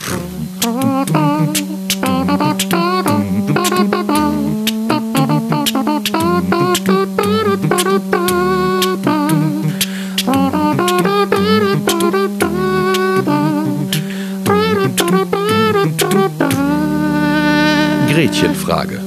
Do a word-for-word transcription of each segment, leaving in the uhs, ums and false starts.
Gretchenfrage.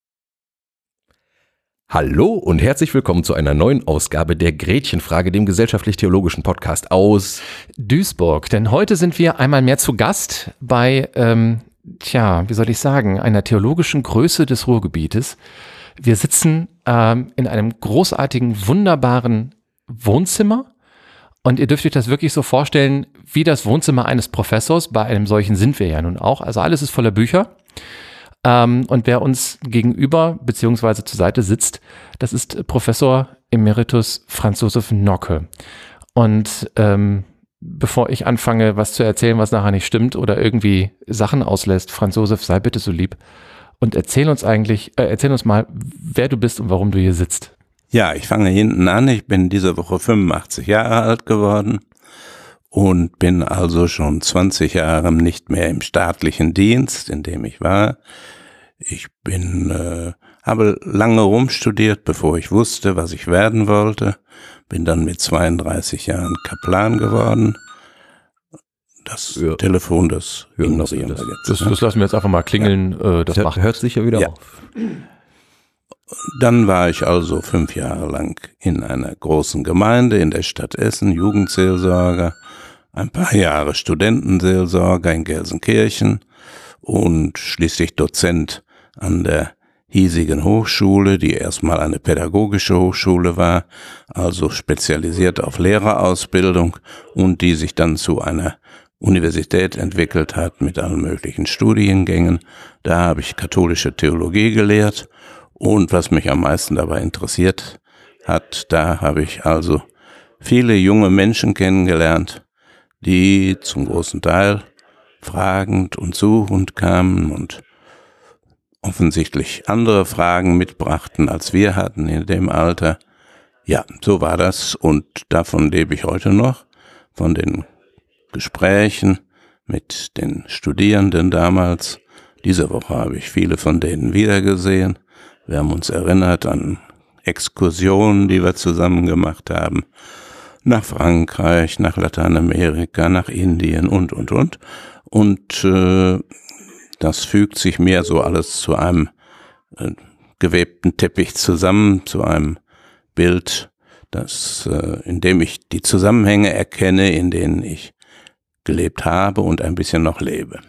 Hallo und herzlich willkommen zu einer neuen Ausgabe der Gretchenfrage, dem gesellschaftlich-theologischen Podcast aus Duisburg. Denn heute sind wir einmal mehr zu Gast bei, ähm, tja, wie soll ich sagen, einer theologischen Größe des Ruhrgebietes. Wir sitzen ähm, in einem großartigen, wunderbaren Wohnzimmer. Und ihr dürft euch das wirklich so vorstellen, wie das Wohnzimmer eines Professors. Bei einem solchen sind wir ja nun auch. Also alles ist voller Bücher. Ähm, und wer uns gegenüber beziehungsweise zur Seite sitzt, das ist Professor Emeritus Franz Josef Nocke. Und ähm, bevor ich anfange, was zu erzählen, was nachher nicht stimmt oder irgendwie Sachen auslässt, Franz Josef, sei bitte so lieb und erzähl uns eigentlich, äh, erzähl uns mal, wer du bist und warum du hier sitzt. Ja, ich fange hinten an. Ich bin diese Woche fünfundachtzig Jahre alt geworden und bin also schon zwanzig Jahre nicht mehr im staatlichen Dienst, in dem ich war. Ich bin, äh, habe lange rumstudiert, bevor ich wusste, was ich werden wollte. Bin dann mit zweiunddreißig Jahren Kaplan geworden. Das ja. Telefon, das ignorieren wir jetzt. Das, das lassen wir jetzt einfach mal klingeln. Ja. Äh, das hört, macht hört sicher wieder ja. auf. Dann war ich also fünf Jahre lang in einer großen Gemeinde in der Stadt Essen, Jugendseelsorger, ein paar Jahre Studentenseelsorger in Gelsenkirchen und schließlich Dozent an der hiesigen Hochschule, die erstmal eine pädagogische Hochschule war, also spezialisiert auf Lehrerausbildung und die sich dann zu einer Universität entwickelt hat mit allen möglichen Studiengängen. Da habe ich katholische Theologie gelehrt. Und was mich am meisten dabei interessiert hat, da habe ich also viele junge Menschen kennengelernt, die zum großen Teil fragend und suchend kamen und offensichtlich andere Fragen mitbrachten, als wir hatten in dem Alter. Ja, so war das und davon lebe ich heute noch, von den Gesprächen mit den Studierenden damals. Diese Woche habe ich viele von denen wiedergesehen. Wir haben uns erinnert an Exkursionen, die wir zusammen gemacht haben, nach Frankreich, nach Lateinamerika, nach Indien und, und, und. Und äh, das fügt sich mir so alles zu einem äh, gewebten Teppich zusammen, zu einem Bild, das, äh, in dem ich die Zusammenhänge erkenne, in denen ich gelebt habe und ein bisschen noch lebe.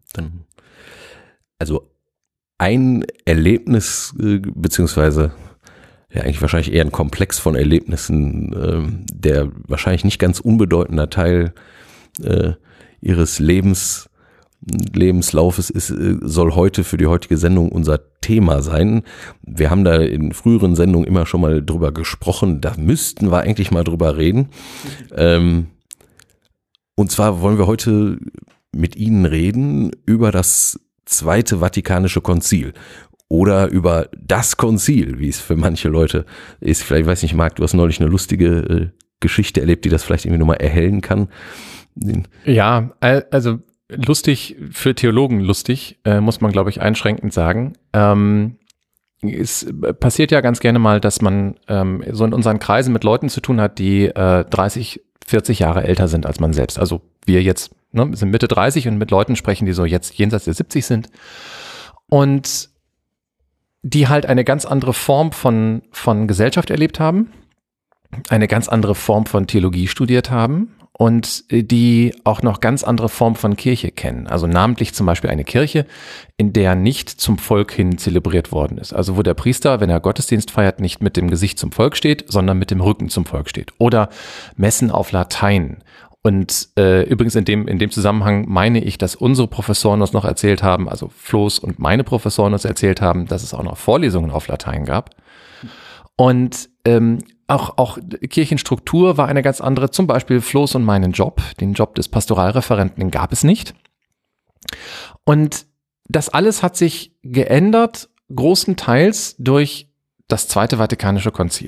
Also ein Erlebnis, beziehungsweise ja eigentlich wahrscheinlich eher ein Komplex von Erlebnissen, der wahrscheinlich nicht ganz unbedeutender Teil äh, ihres Lebens, Lebenslaufes ist, soll heute für die heutige Sendung unser Thema sein. Wir haben da in früheren Sendungen immer schon mal drüber gesprochen, da müssten wir eigentlich mal drüber reden. Ähm, und zwar wollen wir heute mit Ihnen reden über das Zweite Vatikanische Konzil oder über das Konzil, wie es für manche Leute ist. Vielleicht, weiß nicht, Marc, du hast neulich eine lustige äh, Geschichte erlebt, die das vielleicht irgendwie nochmal erhellen kann. Ja, also lustig, für Theologen lustig, äh, muss man, glaube ich, einschränkend sagen. Ähm, es passiert ja ganz gerne mal, dass man ähm, so in unseren Kreisen mit Leuten zu tun hat, die äh, dreißig, vierzig Jahre älter sind als man selbst. Also wir jetzt ne, sind Mitte dreißig und mit Leuten sprechen, die so jetzt jenseits der siebzig sind. Und die halt eine ganz andere Form von, von Gesellschaft erlebt haben, eine ganz andere Form von Theologie studiert haben und die auch noch ganz andere Form von Kirche kennen. Also namentlich zum Beispiel eine Kirche, in der nicht zum Volk hin zelebriert worden ist. Also wo der Priester, wenn er Gottesdienst feiert, nicht mit dem Gesicht zum Volk steht, sondern mit dem Rücken zum Volk steht. Oder Messen auf Latein. Und äh, übrigens in dem in dem Zusammenhang meine ich, dass unsere Professoren uns noch erzählt haben, also Floß und meine Professoren uns erzählt haben, dass es auch noch Vorlesungen auf Latein gab. Und ähm, auch auch Kirchenstruktur war eine ganz andere. Zum Beispiel Floß und meinen Job, den Job des Pastoralreferenten, den gab es nicht. Und das alles hat sich geändert, großenteils durch das Zweite Vatikanische Konzil.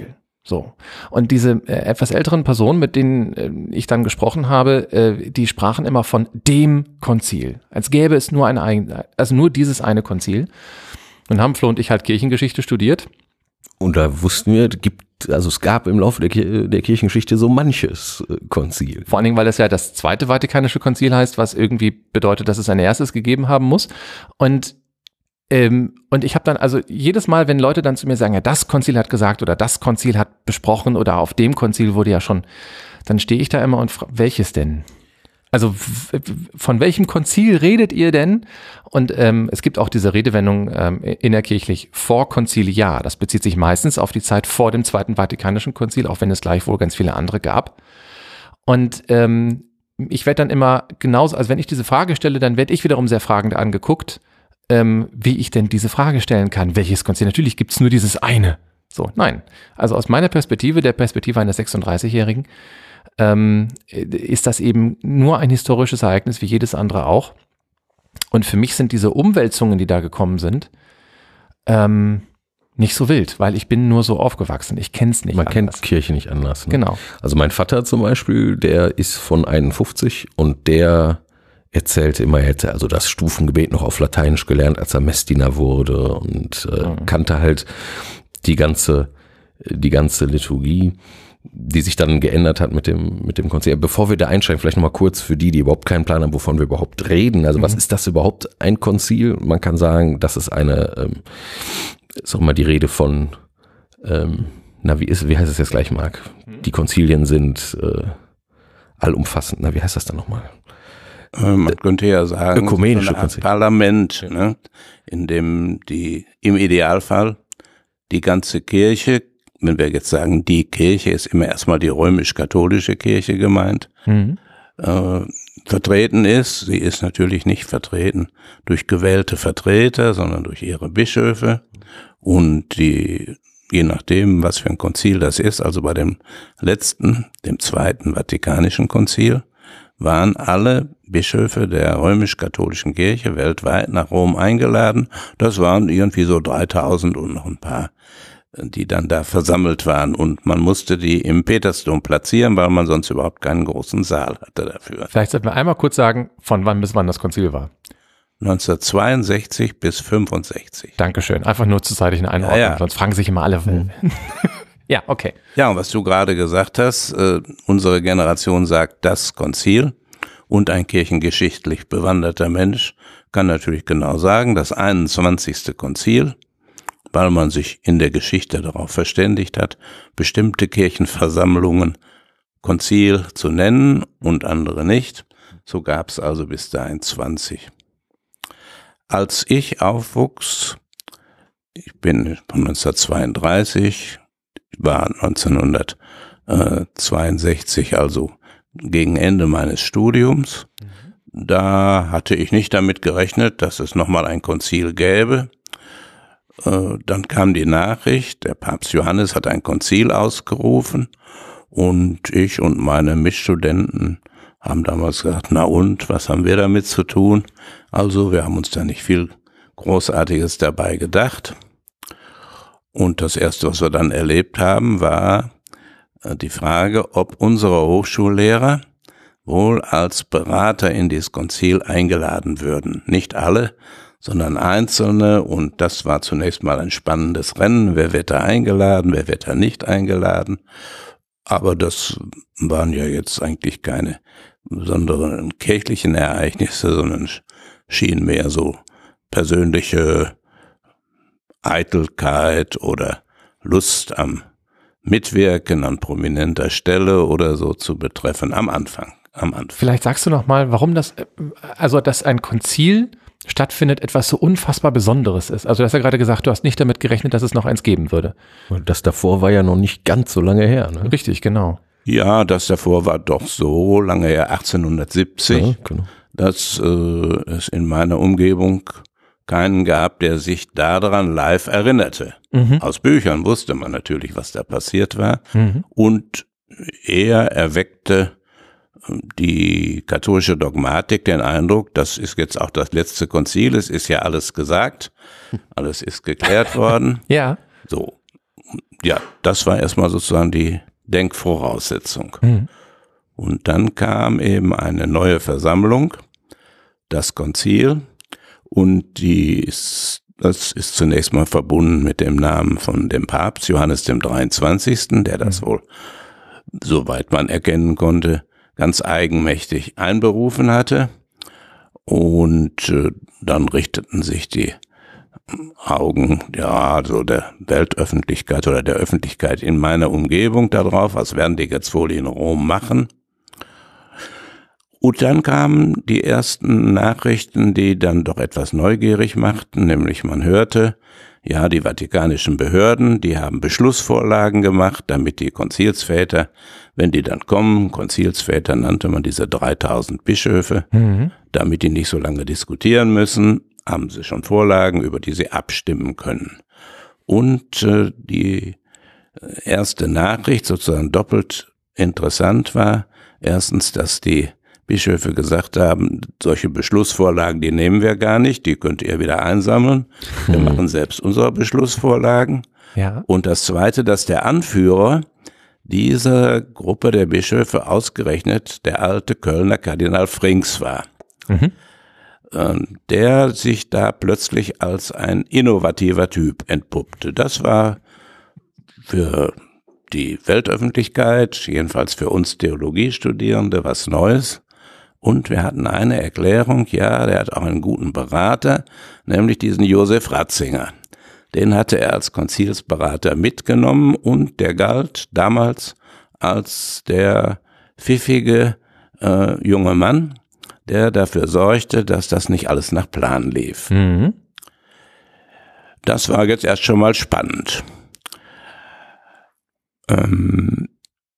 So. Und diese äh, etwas älteren Personen, mit denen äh, ich dann gesprochen habe, äh, die sprachen immer von dem Konzil. Als gäbe es nur ein, ein also nur dieses eine Konzil. Und haben Flo und ich halt Kirchengeschichte studiert. Und da wussten wir, gibt, also es gab im Laufe der, der Kirchengeschichte so manches äh, Konzil. Vor allen Dingen, weil es ja das Zweite Vatikanische Konzil heißt, was irgendwie bedeutet, dass es ein erstes gegeben haben muss. Und Ähm, und ich habe dann, also jedes Mal, wenn Leute dann zu mir sagen, ja, das Konzil hat gesagt oder das Konzil hat besprochen oder auf dem Konzil wurde ja schon, dann stehe ich da immer und frage, welches denn? Also w- von welchem Konzil redet ihr denn? Und ähm, es gibt auch diese Redewendung ähm, innerkirchlich vorkonziliar. Das bezieht sich meistens auf die Zeit vor dem Zweiten Vatikanischen Konzil, auch wenn es gleichwohl ganz viele andere gab. Und ähm, ich werde dann immer genauso, also wenn ich diese Frage stelle, dann werde ich wiederum sehr fragend angeguckt, Ähm, wie ich denn diese Frage stellen kann. Welches Konzil? Natürlich gibt es nur dieses eine. So, nein. Also aus meiner Perspektive, der Perspektive eines sechsunddreißigjährigen, ähm, ist das eben nur ein historisches Ereignis, wie jedes andere auch. Und für mich sind diese Umwälzungen, die da gekommen sind, ähm, nicht so wild, weil ich bin nur so aufgewachsen. Ich kenne es nicht Man anders. kennt Kirche nicht anders. Ne? Genau. Also mein Vater zum Beispiel, der ist von einundfünfzig und der erzählte immer, er hätte also das Stufengebet noch auf Lateinisch gelernt, als er Messdiener wurde und äh, Mhm. kannte halt die ganze, die ganze Liturgie, die sich dann geändert hat mit dem, mit dem Konzil. Bevor wir da einsteigen, vielleicht nochmal kurz für die, die überhaupt keinen Plan haben, wovon wir überhaupt reden. Also mhm. was ist das überhaupt, ein Konzil? Man kann sagen, das ist eine, ähm, ist auch mal die Rede von, ähm, na wie ist, wie heißt es jetzt gleich, Marc? Mhm. Die Konzilien sind äh, allumfassend. Na, wie heißt das dann nochmal? Man könnte ja sagen, ökumenische so eine Art Konzil. Parlament, ne, in dem die im Idealfall die ganze Kirche, wenn wir jetzt sagen, die Kirche, ist immer erstmal die römisch-katholische Kirche gemeint, Mhm. äh, vertreten ist. Sie ist natürlich nicht vertreten durch gewählte Vertreter, sondern durch ihre Bischöfe und die, je nachdem, was für ein Konzil das ist, also bei dem letzten, dem Zweiten Vatikanischen Konzil, waren alle Bischöfe der römisch-katholischen Kirche weltweit nach Rom eingeladen. Das waren irgendwie so dreitausend und noch ein paar, die dann da versammelt waren. Und man musste die im Petersdom platzieren, weil man sonst überhaupt keinen großen Saal hatte dafür. Vielleicht sollten wir einmal kurz sagen, von wann bis wann das Konzil war. neunzehnhundertzweiundsechzig bis fünfundsechzig. Dankeschön. Einfach nur zur zeitlichen Einordnung. Ja, ja. Sonst fragen sich immer alle. Mhm. Ja, okay. Ja, und was du gerade gesagt hast, äh, unsere Generation sagt, das Konzil, und ein kirchengeschichtlich bewanderter Mensch kann natürlich genau sagen, das einundzwanzigste Konzil, weil man sich in der Geschichte darauf verständigt hat, bestimmte Kirchenversammlungen Konzil zu nennen und andere nicht. So gab es also bis dahin zwanzig. Als ich aufwuchs, ich bin von neunzehnhundertzweiunddreißig, war neunzehnhundertzweiundsechzig, also gegen Ende meines Studiums. Mhm. Da hatte ich nicht damit gerechnet, dass es nochmal ein Konzil gäbe. Äh, dann kam die Nachricht, der Papst Johannes hat ein Konzil ausgerufen und ich und meine Mitstudenten haben damals gesagt, na und, was haben wir damit zu tun? Also wir haben uns da nicht viel Großartiges dabei gedacht. Und das Erste, was wir dann erlebt haben, war die Frage, ob unsere Hochschullehrer wohl als Berater in dieses Konzil eingeladen würden. Nicht alle, sondern Einzelne. Und das war zunächst mal ein spannendes Rennen. Wer wird da eingeladen, wer wird da nicht eingeladen? Aber das waren ja jetzt eigentlich keine besonderen kirchlichen Ereignisse, sondern schienen mehr so persönliche Eitelkeit oder Lust am Mitwirken an prominenter Stelle oder so zu betreffen am Anfang. Am Anfang. Vielleicht sagst du noch mal, warum das, also dass ein Konzil stattfindet, etwas so unfassbar Besonderes ist. Also du hast ja gerade gesagt, du hast nicht damit gerechnet, dass es noch eins geben würde. Das davor war ja noch nicht ganz so lange her. Ne? Richtig, genau. Ja, das davor war doch so lange her, achtzehnhundertsiebzig, ja, genau. Dass äh, es in meiner Umgebung keinen gab, der sich daran live erinnerte. Mhm. Aus Büchern wusste man natürlich, was da passiert war. Mhm. Und er erweckte die katholische Dogmatik den Eindruck, das ist jetzt auch das letzte Konzil, es ist ja alles gesagt, alles ist geklärt worden. Ja. So. ja, das war erstmal sozusagen die Denkvoraussetzung. Mhm. Und dann kam eben eine neue Versammlung, das Konzil, und die ist, das ist zunächst mal verbunden mit dem Namen von dem Papst Johannes dem dreiundzwanzigsten, der das wohl, soweit man erkennen konnte, ganz eigenmächtig einberufen hatte. Und äh, dann richteten sich die Augen, ja, so der Weltöffentlichkeit oder der Öffentlichkeit in meiner Umgebung darauf, was werden die jetzt wohl in Rom machen. Und dann kamen die ersten Nachrichten, die dann doch etwas neugierig machten, nämlich man hörte, ja, die vatikanischen Behörden, die haben Beschlussvorlagen gemacht, damit die Konzilsväter, wenn die dann kommen, Konzilsväter nannte man diese dreitausend Bischöfe, mhm. damit die nicht so lange diskutieren müssen, haben sie schon Vorlagen, über die sie abstimmen können. Und äh, die erste Nachricht, sozusagen doppelt interessant war, erstens, dass die Bischöfe gesagt haben, solche Beschlussvorlagen, die nehmen wir gar nicht, die könnt ihr wieder einsammeln. Wir hm. machen selbst unsere Beschlussvorlagen. Ja. Und das Zweite, dass der Anführer dieser Gruppe der Bischöfe ausgerechnet der alte Kölner Kardinal Frings war. Mhm. Der sich da plötzlich als ein innovativer Typ entpuppte. Das war für die Weltöffentlichkeit, jedenfalls für uns Theologiestudierende, was Neues. Und wir hatten eine Erklärung, ja, der hat auch einen guten Berater, nämlich diesen Josef Ratzinger. Den hatte er als Konzilsberater mitgenommen und der galt damals als der pfiffige äh, junge Mann, der dafür sorgte, dass das nicht alles nach Plan lief. Mhm. Das war jetzt erst schon mal spannend. Ähm,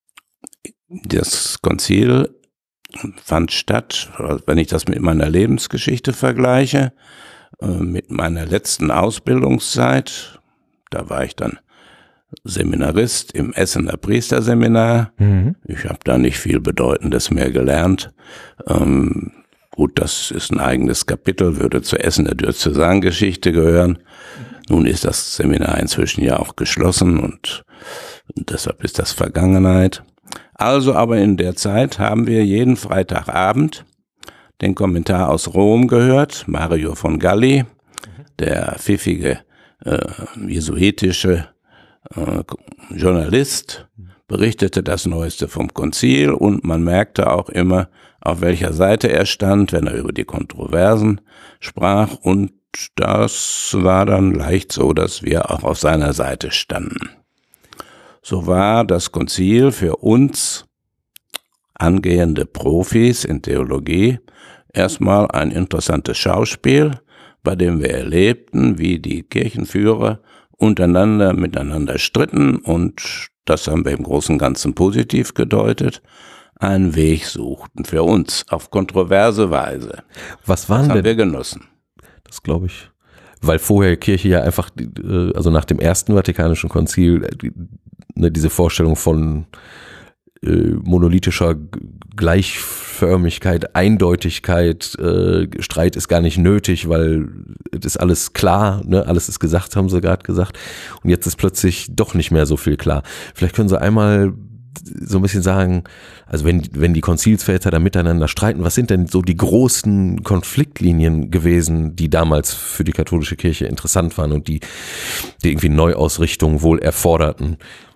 das Konzil fand statt, wenn ich das mit meiner Lebensgeschichte vergleiche, äh, mit meiner letzten Ausbildungszeit, da war ich dann Seminarist im Essener Priesterseminar. Mhm. Ich habe da nicht viel Bedeutendes mehr gelernt. Ähm, gut, das ist ein eigenes Kapitel, würde zur Essener Diözesangeschichte gehören. Nun ist das Seminar inzwischen ja auch geschlossen und deshalb ist das Vergangenheit. Also aber in der Zeit haben wir jeden Freitagabend den Kommentar aus Rom gehört, Mario von Galli, der pfiffige äh, jesuitische äh, Journalist, berichtete das Neueste vom Konzil und man merkte auch immer, auf welcher Seite er stand, wenn er über die Kontroversen sprach, und das war dann leicht so, dass wir auch auf seiner Seite standen. So war das Konzil für uns angehende Profis in Theologie erstmal ein interessantes Schauspiel, bei dem wir erlebten, wie die Kirchenführer untereinander miteinander stritten, und das haben wir im Großen und Ganzen positiv gedeutet, einen Weg suchten für uns auf kontroverse Weise. Was waren das haben denn, wir genossen. Das glaube ich. Weil vorher Kirche ja einfach, also nach dem ersten Vatikanischen Konzil, diese Vorstellung von äh, monolithischer Gleichförmigkeit, Eindeutigkeit, äh, Streit ist gar nicht nötig, weil es ist alles klar, ne? Alles ist gesagt, haben sie gerade gesagt. Und jetzt ist plötzlich doch nicht mehr so viel klar. Vielleicht können Sie einmal so ein bisschen sagen, also wenn, wenn die Konzilsväter da miteinander streiten, was sind denn so die großen Konfliktlinien gewesen, die damals für die katholische Kirche interessant waren und die, die irgendwie Neuausrichtung wohl erforderten?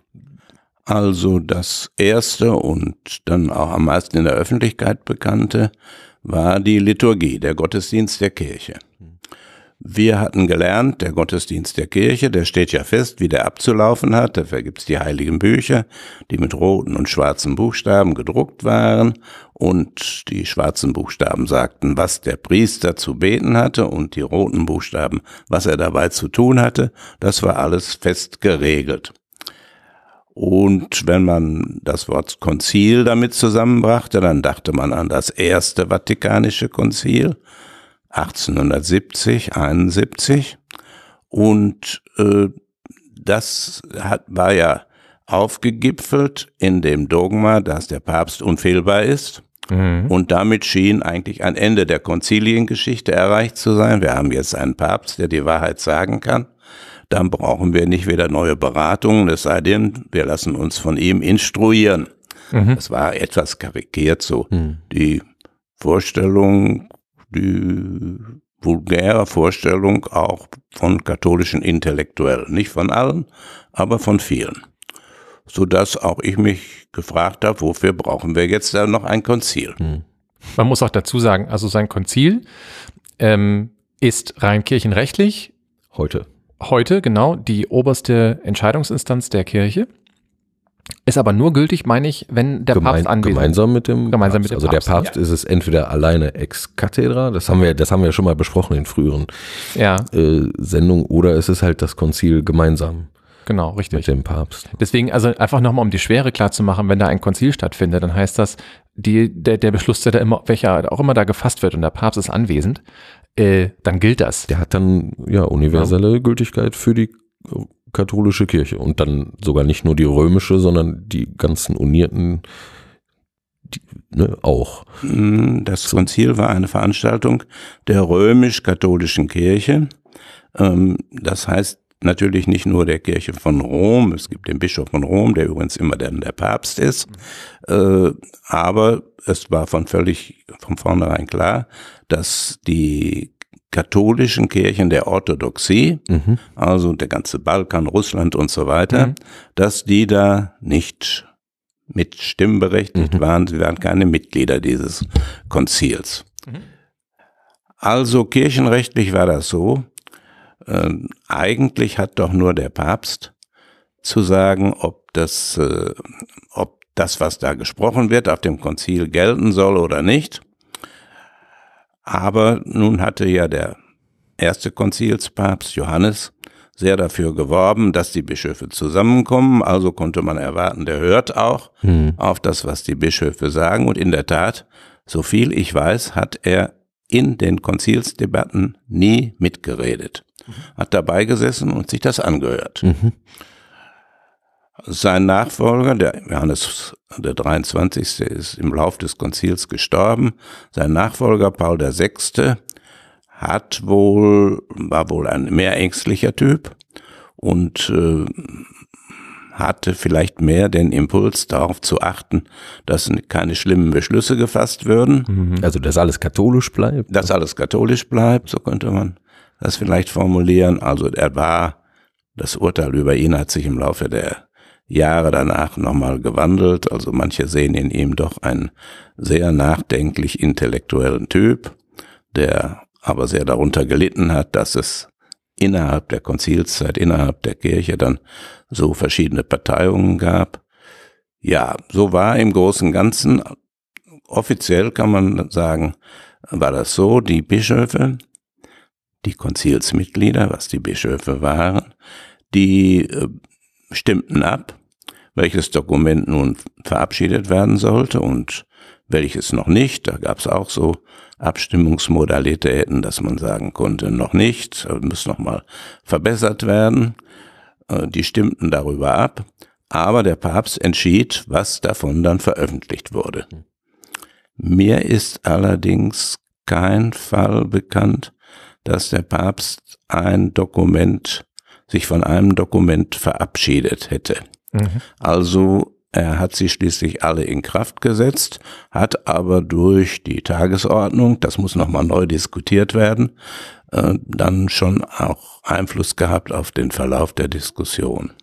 Also das erste und dann auch am meisten in der Öffentlichkeit bekannte war die Liturgie, der Gottesdienst der Kirche. Wir hatten gelernt, der Gottesdienst der Kirche, der steht ja fest, wie der abzulaufen hat. Dafür gibt's die heiligen Bücher, die mit roten und schwarzen Buchstaben gedruckt waren. Und die schwarzen Buchstaben sagten, was der Priester zu beten hatte, und die roten Buchstaben, was er dabei zu tun hatte. Das war alles fest geregelt. Und wenn man das Wort Konzil damit zusammenbrachte, dann dachte man an das erste Vatikanische Konzil, achtzehnhundertsiebzig, einundsiebzig, und äh, das hat, war ja aufgegipfelt in dem Dogma, dass der Papst unfehlbar ist, mhm. und damit schien eigentlich ein Ende der Konziliengeschichte erreicht zu sein. Wir haben jetzt einen Papst, der die Wahrheit sagen kann. dann brauchen wir nicht wieder neue Beratungen, es sei denn, wir lassen uns von ihm instruieren. Mhm. Das war etwas karikiert so. Mhm. Die Vorstellung, die vulgäre Vorstellung auch von katholischen Intellektuellen. Nicht von allen, aber von vielen. Sodass auch ich mich gefragt habe, wofür brauchen wir jetzt da noch ein Konzil? Mhm. Man muss auch dazu sagen, also sein Konzil ähm, ist rein kirchenrechtlich heute. Heute, genau, die oberste Entscheidungsinstanz der Kirche. Ist aber nur gültig, meine ich, wenn der Gemein, Papst anwesend ist. Gemeinsam mit dem gemeinsam Papst. Mit dem also Papst, der Papst ja. ist es entweder alleine ex cathedra, das haben wir, das haben wir ja schon mal besprochen in früheren ja. äh, Sendungen, oder es ist halt das Konzil gemeinsam. Genau, richtig. Mit dem Papst. Deswegen, also einfach nochmal, um die Schwere klar zu machen, wenn da ein Konzil stattfindet, dann heißt das, die, der, der Beschluss, der da immer, welcher auch immer da gefasst wird und der Papst ist anwesend, äh, dann gilt das. Der hat dann ja universelle ja. Gültigkeit für die katholische Kirche und dann sogar nicht nur die römische, sondern die ganzen unierten die, ne, auch. Das Konzil war eine Veranstaltung der römisch-katholischen Kirche. Das heißt natürlich nicht nur der Kirche von Rom, es gibt den Bischof von Rom, der übrigens immer dann der Papst ist, aber es war von völlig von vornherein klar, dass die katholischen Kirchen der Orthodoxie, mhm. also der ganze Balkan, Russland und so weiter, mhm. dass die da nicht mit stimmberechtigt mhm. waren, sie waren keine Mitglieder dieses Konzils. Mhm. Also kirchenrechtlich war das so, äh, eigentlich hat doch nur der Papst zu sagen, ob das, äh, ob das, was da gesprochen wird, auf dem Konzil gelten soll oder nicht. Aber nun hatte ja der erste Konzilspapst Johannes sehr dafür geworben, dass die Bischöfe zusammenkommen. Also konnte man erwarten, der hört auch hm. auf das, was die Bischöfe sagen. Und in der Tat, so viel ich weiß, hat er in den Konzilsdebatten nie mitgeredet. Mhm. Hat dabei gesessen und sich das angehört. Mhm. Sein Nachfolger, der Johannes der dreiundzwanzigste ist im Lauf des Konzils gestorben. Sein Nachfolger Paul der Sechste hat wohl, war wohl ein mehr ängstlicher Typ und äh, hatte vielleicht mehr den Impuls, darauf zu achten, dass keine schlimmen Beschlüsse gefasst würden. Also, dass alles katholisch bleibt? Dass alles katholisch bleibt, so könnte man das vielleicht formulieren. Also, er war, das Urteil über ihn hat sich im Laufe der Jahre danach nochmal gewandelt. Also, manche sehen in ihm doch einen sehr nachdenklich intellektuellen Typ, der aber sehr darunter gelitten hat, dass es innerhalb der Konzilszeit, innerhalb der Kirche dann so verschiedene Parteiungen gab. Ja, so war im Großen und Ganzen, offiziell kann man sagen, war das so, die Bischöfe, die Konzilsmitglieder, was die Bischöfe waren, die äh, stimmten ab, welches Dokument nun verabschiedet werden sollte und welches noch nicht. Da gab es auch so Abstimmungsmodalitäten, dass man sagen konnte, noch nicht, muss noch mal verbessert werden. Die stimmten darüber ab, aber der Papst entschied, was davon dann veröffentlicht wurde. Mir ist allerdings kein Fall bekannt, dass der Papst ein Dokument, sich von einem Dokument verabschiedet hätte. Mhm. Also er hat sie schließlich alle in Kraft gesetzt, hat aber durch die Tagesordnung, das muss nochmal neu diskutiert werden, äh, dann schon auch Einfluss gehabt auf den Verlauf der Diskussion.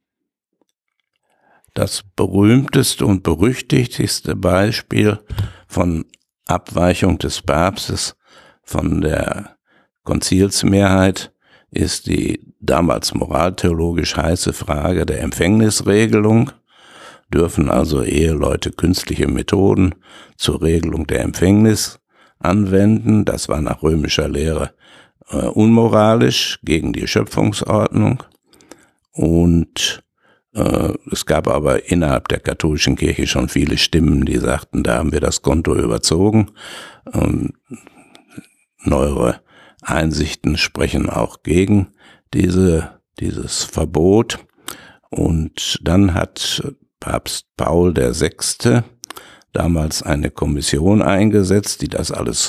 Das berühmteste und berüchtigteste Beispiel von Abweichung des Papstes von der Konzilsmehrheit ist die damals moraltheologisch heiße Frage der Empfängnisregelung. Dürfen also Eheleute künstliche Methoden zur Regelung der Empfängnis anwenden? Das war nach römischer Lehre äh, unmoralisch, gegen die Schöpfungsordnung. Und äh, es gab aber innerhalb der katholischen Kirche schon viele Stimmen, die sagten, da haben wir das Konto überzogen. Ähm, neuere Einsichten sprechen auch gegen diese, dieses Verbot. Und dann hat Papst Paul der Sechste damals eine Kommission eingesetzt, die das alles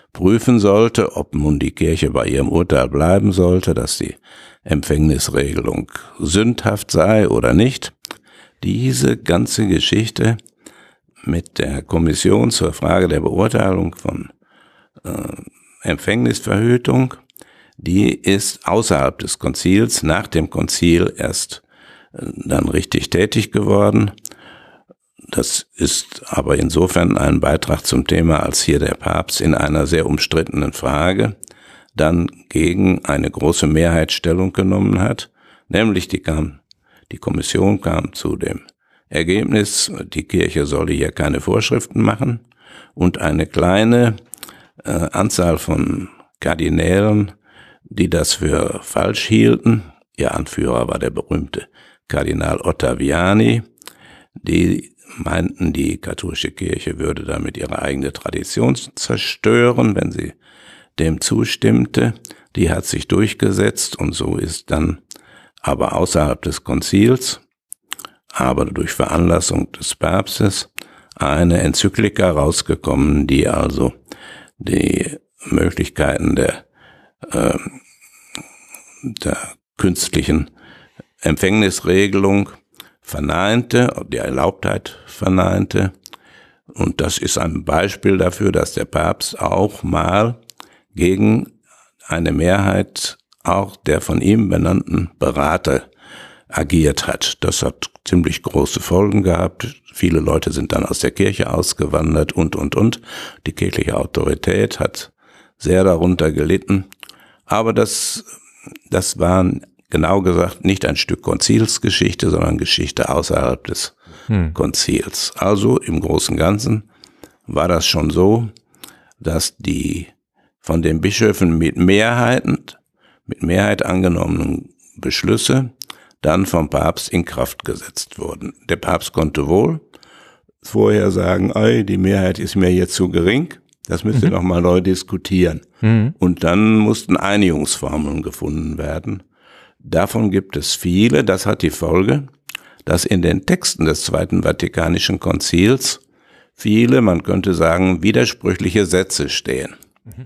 prüfen sollte, ob nun die Kirche bei ihrem Urteil bleiben sollte, dass die Empfängnisregelung sündhaft sei oder nicht. Diese ganze Geschichte mit der Kommission zur Frage der Beurteilung von äh, Empfängnisverhütung, die ist außerhalb des Konzils, nach dem Konzil erst äh, dann richtig tätig geworden. Das ist aber insofern ein Beitrag zum Thema, als hier der Papst in einer sehr umstrittenen Frage dann gegen eine große Mehrheit Stellung genommen hat, nämlich die kam, die Kommission kam zu dem Ergebnis, die Kirche solle hier keine Vorschriften machen, und eine kleine äh, Anzahl von Kardinälen, die das für falsch hielten, ihr Anführer war der berühmte Kardinal Ottaviani, die meinten, die katholische Kirche würde damit ihre eigene Tradition zerstören, wenn sie dem zustimmte. Die hat sich durchgesetzt, und so ist dann aber außerhalb des Konzils, aber durch Veranlassung des Papstes, eine Enzyklika rausgekommen, die also die Möglichkeiten der, äh, der künstlichen Empfängnisregelung verneinte, die Erlaubtheit verneinte. Und das ist ein Beispiel dafür, dass der Papst auch mal gegen eine Mehrheit auch der von ihm benannten Berater agiert hat. Das hat ziemlich große Folgen gehabt. Viele Leute sind dann aus der Kirche ausgewandert und, und, und. Die kirchliche Autorität hat sehr darunter gelitten. Aber das, das war genau gesagt nicht ein Stück Konzilsgeschichte, sondern Geschichte außerhalb des hm. Konzils. Also im Großen und Ganzen war das schon so, dass die von den Bischöfen mit Mehrheiten, mit Mehrheit angenommenen Beschlüsse dann vom Papst in Kraft gesetzt wurden. Der Papst konnte wohl vorher sagen, ey, die Mehrheit ist mir jetzt zu gering, das müsst ihr mhm. noch mal neu diskutieren. Mhm. Und dann mussten Einigungsformeln gefunden werden. Davon gibt es viele. Das hat die Folge, dass in den Texten des Zweiten Vatikanischen Konzils viele, man könnte sagen, widersprüchliche Sätze stehen. Mhm.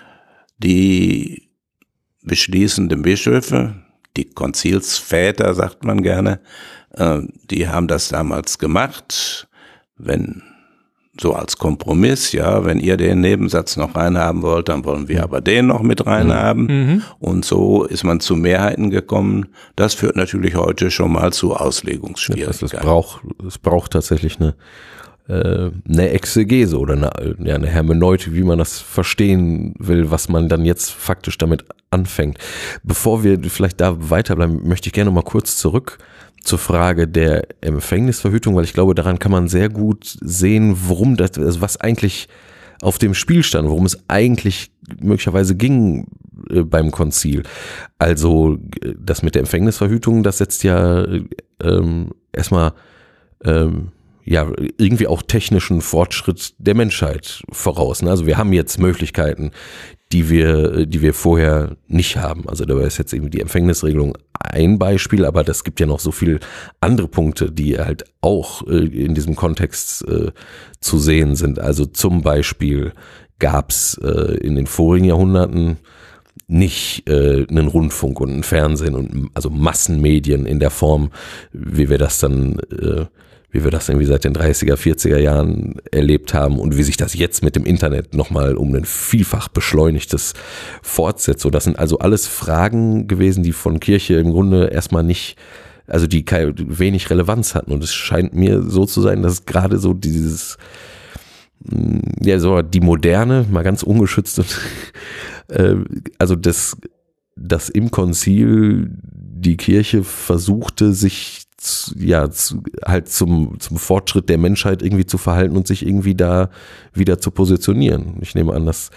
Die beschließenden Bischöfe, die Konzilsväter, sagt man gerne, äh, die haben das damals gemacht, wenn so als Kompromiss, ja, wenn ihr den Nebensatz noch reinhaben wollt, dann wollen wir aber den noch mit reinhaben. Mhm. Und so ist man zu Mehrheiten gekommen. Das führt natürlich heute schon mal zu Auslegungsschwierigkeiten. Es braucht, es braucht tatsächlich eine, äh, eine Exegese oder eine, ja, eine Hermeneute, wie man das verstehen will, was man dann jetzt faktisch damit anfängt. Bevor wir vielleicht da weiterbleiben, möchte ich gerne noch mal kurz zurück zur Frage der Empfängnisverhütung, weil ich glaube, daran kann man sehr gut sehen, worum das, also was eigentlich auf dem Spiel stand, worum es eigentlich möglicherweise ging äh, beim Konzil. Also das mit der Empfängnisverhütung, das setzt ja ähm, erstmal ähm, ja irgendwie auch technischen Fortschritt der Menschheit voraus. Ne? Also wir haben jetzt Möglichkeiten, die wir, die wir vorher nicht haben. Also da ist jetzt irgendwie die Empfängnisregelung ein Beispiel, aber das gibt ja noch so viel andere Punkte, die halt auch äh, in diesem Kontext äh, zu sehen sind. Also zum Beispiel gab es äh, in den vorigen Jahrhunderten nicht äh, einen Rundfunk und ein Fernsehen und also Massenmedien in der Form, wie wir das dann äh, wie wir das irgendwie seit den dreißiger, vierziger Jahren erlebt haben und wie sich das jetzt mit dem Internet nochmal um ein vielfach beschleunigtes fortsetzt. So, das sind also alles Fragen gewesen, die von Kirche im Grunde erstmal nicht, also die keine, wenig Relevanz hatten. Und es scheint mir so zu sein, dass gerade so dieses, ja, so die Moderne, mal ganz ungeschützt, und, äh, also das, dass im Konzil die Kirche versuchte, sich ja, zu, halt zum, zum Fortschritt der Menschheit irgendwie zu verhalten und sich irgendwie da wieder zu positionieren. Ich nehme an, dass,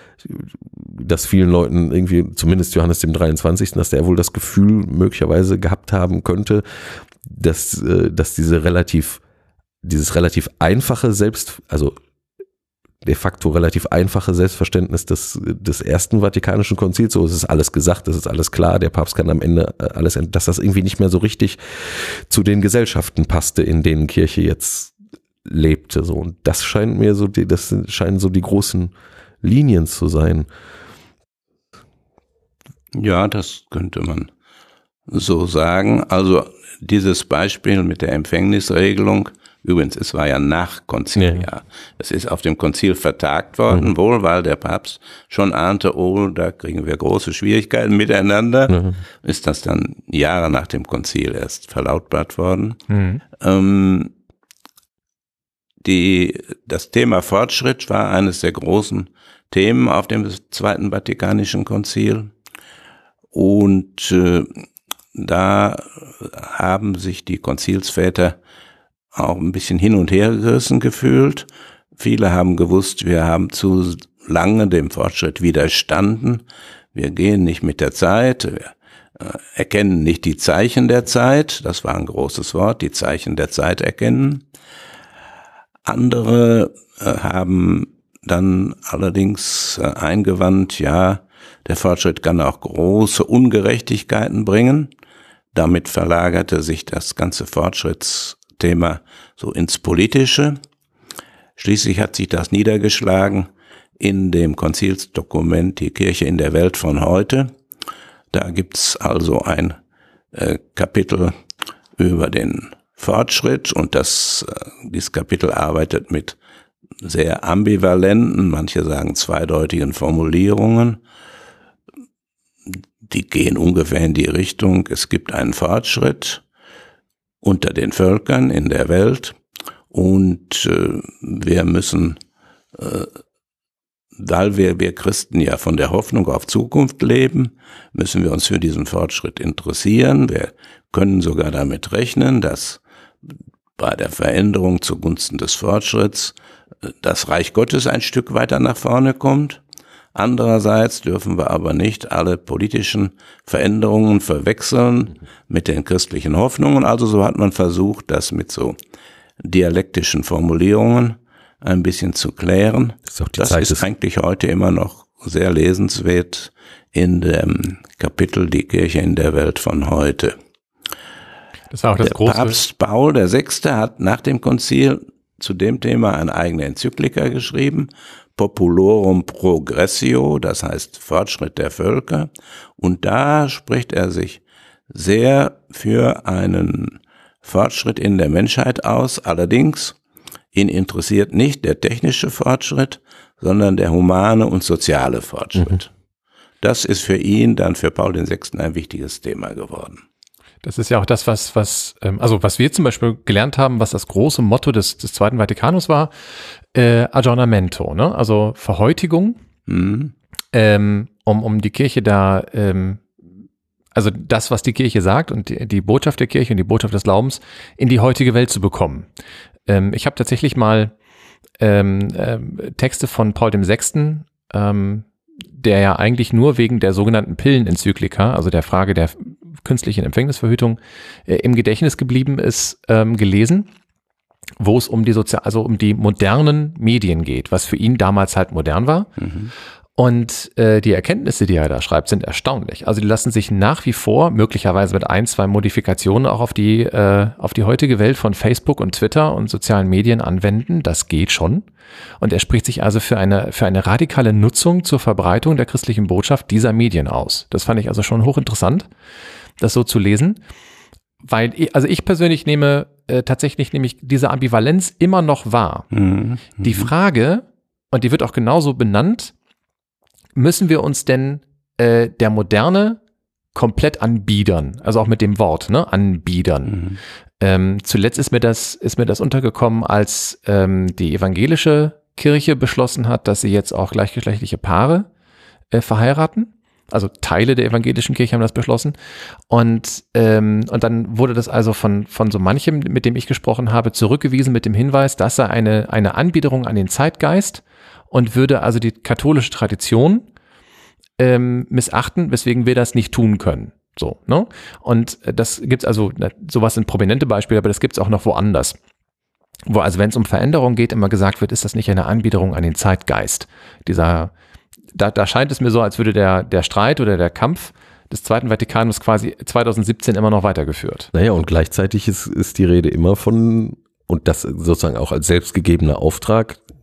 dass vielen Leuten irgendwie, zumindest Johannes dem dreiundzwanzigsten, dass der wohl das Gefühl möglicherweise gehabt haben könnte, dass, dass diese relativ, dieses relativ einfache Selbst, also de facto relativ einfache Selbstverständnis des, des ersten Vatikanischen Konzils, so es ist alles gesagt, es ist alles klar, der Papst kann am Ende alles, dass das irgendwie nicht mehr so richtig zu den Gesellschaften passte, in denen Kirche jetzt lebte, so. Und das scheint mir so, die, das scheinen so die großen Linien zu sein. Ja, das könnte man so sagen. Also dieses Beispiel mit der Empfängnisregelung, übrigens, es war ja nach Konzil, ja. Es ist auf dem Konzil vertagt worden, mhm. wohl, weil der Papst schon ahnte, oh, da kriegen wir große Schwierigkeiten miteinander. Mhm. Ist das dann Jahre nach dem Konzil erst verlautbart worden. Mhm. Ähm, die, das Thema Fortschritt war eines der großen Themen auf dem Zweiten Vatikanischen Konzil. Und äh, da haben sich die Konzilsväter auch ein bisschen hin und her gerissen gefühlt. Viele haben gewusst, wir haben zu lange dem Fortschritt widerstanden. Wir gehen nicht mit der Zeit, wir äh, erkennen nicht die Zeichen der Zeit. Das war ein großes Wort, die Zeichen der Zeit erkennen. Andere äh, haben dann allerdings äh, eingewandt, ja, der Fortschritt kann auch große Ungerechtigkeiten bringen. Damit verlagerte sich das ganze Fortschrittsthema so ins Politische. Schließlich hat sich das niedergeschlagen in dem Konzilsdokument Die Kirche in der Welt von heute. Da gibt's also ein äh, Kapitel über den Fortschritt und das, äh, dieses Kapitel arbeitet mit sehr ambivalenten, manche sagen zweideutigen Formulierungen. Die gehen ungefähr in die Richtung, es gibt einen Fortschritt unter den Völkern in der Welt und äh, wir müssen, äh, weil wir, wir Christen ja von der Hoffnung auf Zukunft leben, müssen wir uns für diesen Fortschritt interessieren. Wir können sogar damit rechnen, dass bei der Veränderung zugunsten des Fortschritts das Reich Gottes ein Stück weiter nach vorne kommt. Andererseits dürfen wir aber nicht alle politischen Veränderungen verwechseln mit den christlichen Hoffnungen. Also so hat man versucht, das mit so dialektischen Formulierungen ein bisschen zu klären. Das ist, auch die das Zeit ist eigentlich heute immer noch sehr lesenswert in dem Kapitel Die Kirche in der Welt von heute. Das war auch das der große. Papst Paul der Sechste hat nach dem Konzil zu dem Thema eine eigene Enzyklika geschrieben, Populorum Progressio, das heißt Fortschritt der Völker. Und da spricht er sich sehr für einen Fortschritt in der Menschheit aus. Allerdings, ihn interessiert nicht der technische Fortschritt, sondern der humane und soziale Fortschritt. Mhm. Das ist für ihn dann, für Paul der Sechste, ein wichtiges Thema geworden. Das ist ja auch das, was, was, also was wir zum Beispiel gelernt haben, was das große Motto des, des Zweiten Vatikanus war, äh, Aggiornamento, ne? Also Verhäutigung, mhm. ähm, um, um die Kirche da, ähm, also das, was die Kirche sagt und die, die Botschaft der Kirche und die Botschaft des Glaubens in die heutige Welt zu bekommen. Ähm, ich habe tatsächlich mal ähm, äh, Texte von Paul dem Sechsten, ähm, der ja eigentlich nur wegen der sogenannten Pillenenzyklika, also der Frage der künstlichen Empfängnisverhütung, äh, im Gedächtnis geblieben ist, ähm, gelesen, wo es um die Sozial, also um die modernen Medien geht, was für ihn damals halt modern war. Mhm. Und äh, die Erkenntnisse, die er da schreibt, sind erstaunlich. Also die lassen sich nach wie vor, möglicherweise mit ein, zwei Modifikationen, auch auf die äh, auf die heutige Welt von Facebook und Twitter und sozialen Medien anwenden. Das geht schon. Und er spricht sich also für eine für eine radikale Nutzung zur Verbreitung der christlichen Botschaft dieser Medien aus. Das fand ich also schon hochinteressant, das so zu lesen. Weil, ich, also ich persönlich nehme äh, tatsächlich nämlich diese Ambivalenz immer noch wahr. Mhm. Die Frage, und die wird auch genauso benannt, müssen wir uns denn äh, der Moderne komplett anbiedern? Also auch mit dem Wort, ne? Anbiedern. Mhm. Ähm, zuletzt ist mir das, ist mir das untergekommen, als ähm, die evangelische Kirche beschlossen hat, dass sie jetzt auch gleichgeschlechtliche Paare äh, verheiraten. Also Teile der evangelischen Kirche haben das beschlossen. Und, ähm, und dann wurde das also von, von so manchem, mit dem ich gesprochen habe, zurückgewiesen mit dem Hinweis, das sei eine, eine Anbiederung an den Zeitgeist und würde also die katholische Tradition ähm, missachten, weswegen wir das nicht tun können. So, ne? Und das gibt's also, sowas sind prominente Beispiele, aber das gibt's auch noch woanders. Wo also, wenn es um Veränderung geht, immer gesagt wird, ist das nicht eine Anbiederung an den Zeitgeist. Dieser, da, da scheint es mir so, als würde der, der Streit oder der Kampf des Zweiten Vatikanus quasi zwanzig siebzehn immer noch weitergeführt. Naja, und gleichzeitig ist, ist die Rede immer von, und das sozusagen auch als selbstgegebener Auftrag,